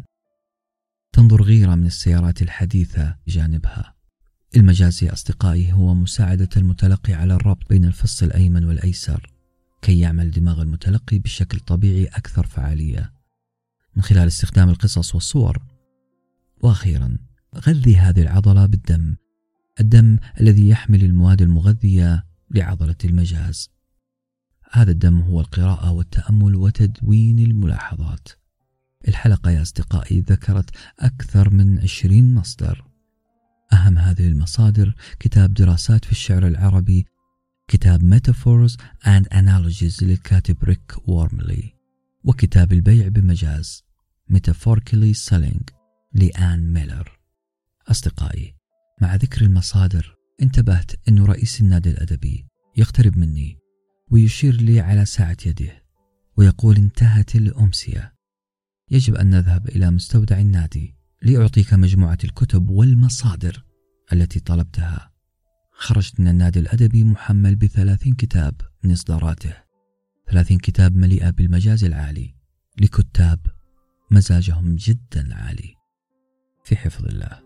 تنظر غيرة من السيارات الحديثة جانبها. المجاز يا أصدقائي هو مساعدة المتلقي على الربط بين الفص الأيمن والأيسر كي يعمل دماغ المتلقي بشكل طبيعي أكثر فعالية من خلال استخدام القصص والصور. وأخيرا، غذي هذه العضلة بالدم، الدم الذي يحمل المواد المغذية لعضلة المجاز. هذا الدم هو القراءة والتأمل وتدوين الملاحظات. الحلقة يا أصدقائي ذكرت أكثر من عشرين مصدر. أهم هذه المصادر كتاب دراسات في الشعر العربي، كتاب Metaphors and Analogies للكاتب ريك وورملي، وكتاب البيع بمجاز Metaphorically Selling لآن ميلر. أصدقائي، مع ذكر المصادر انتبهت أن رئيس النادي الأدبي يقترب مني ويشير لي على ساعة يده ويقول: انتهت الأمسية، يجب أن نذهب إلى مستودع النادي لأعطيك مجموعة الكتب والمصادر التي طلبتها. خرجت من النادي الأدبي محمل بثلاثين كتاب من إصداراته، ثلاثين كتاب مليئة بالمجاز العالي لكتاب مزاجهم جدا عالي. في حفظ الله.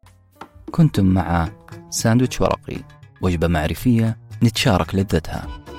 كنتم مع ساندويتش ورقي، وجبة معرفية نتشارك لذتها.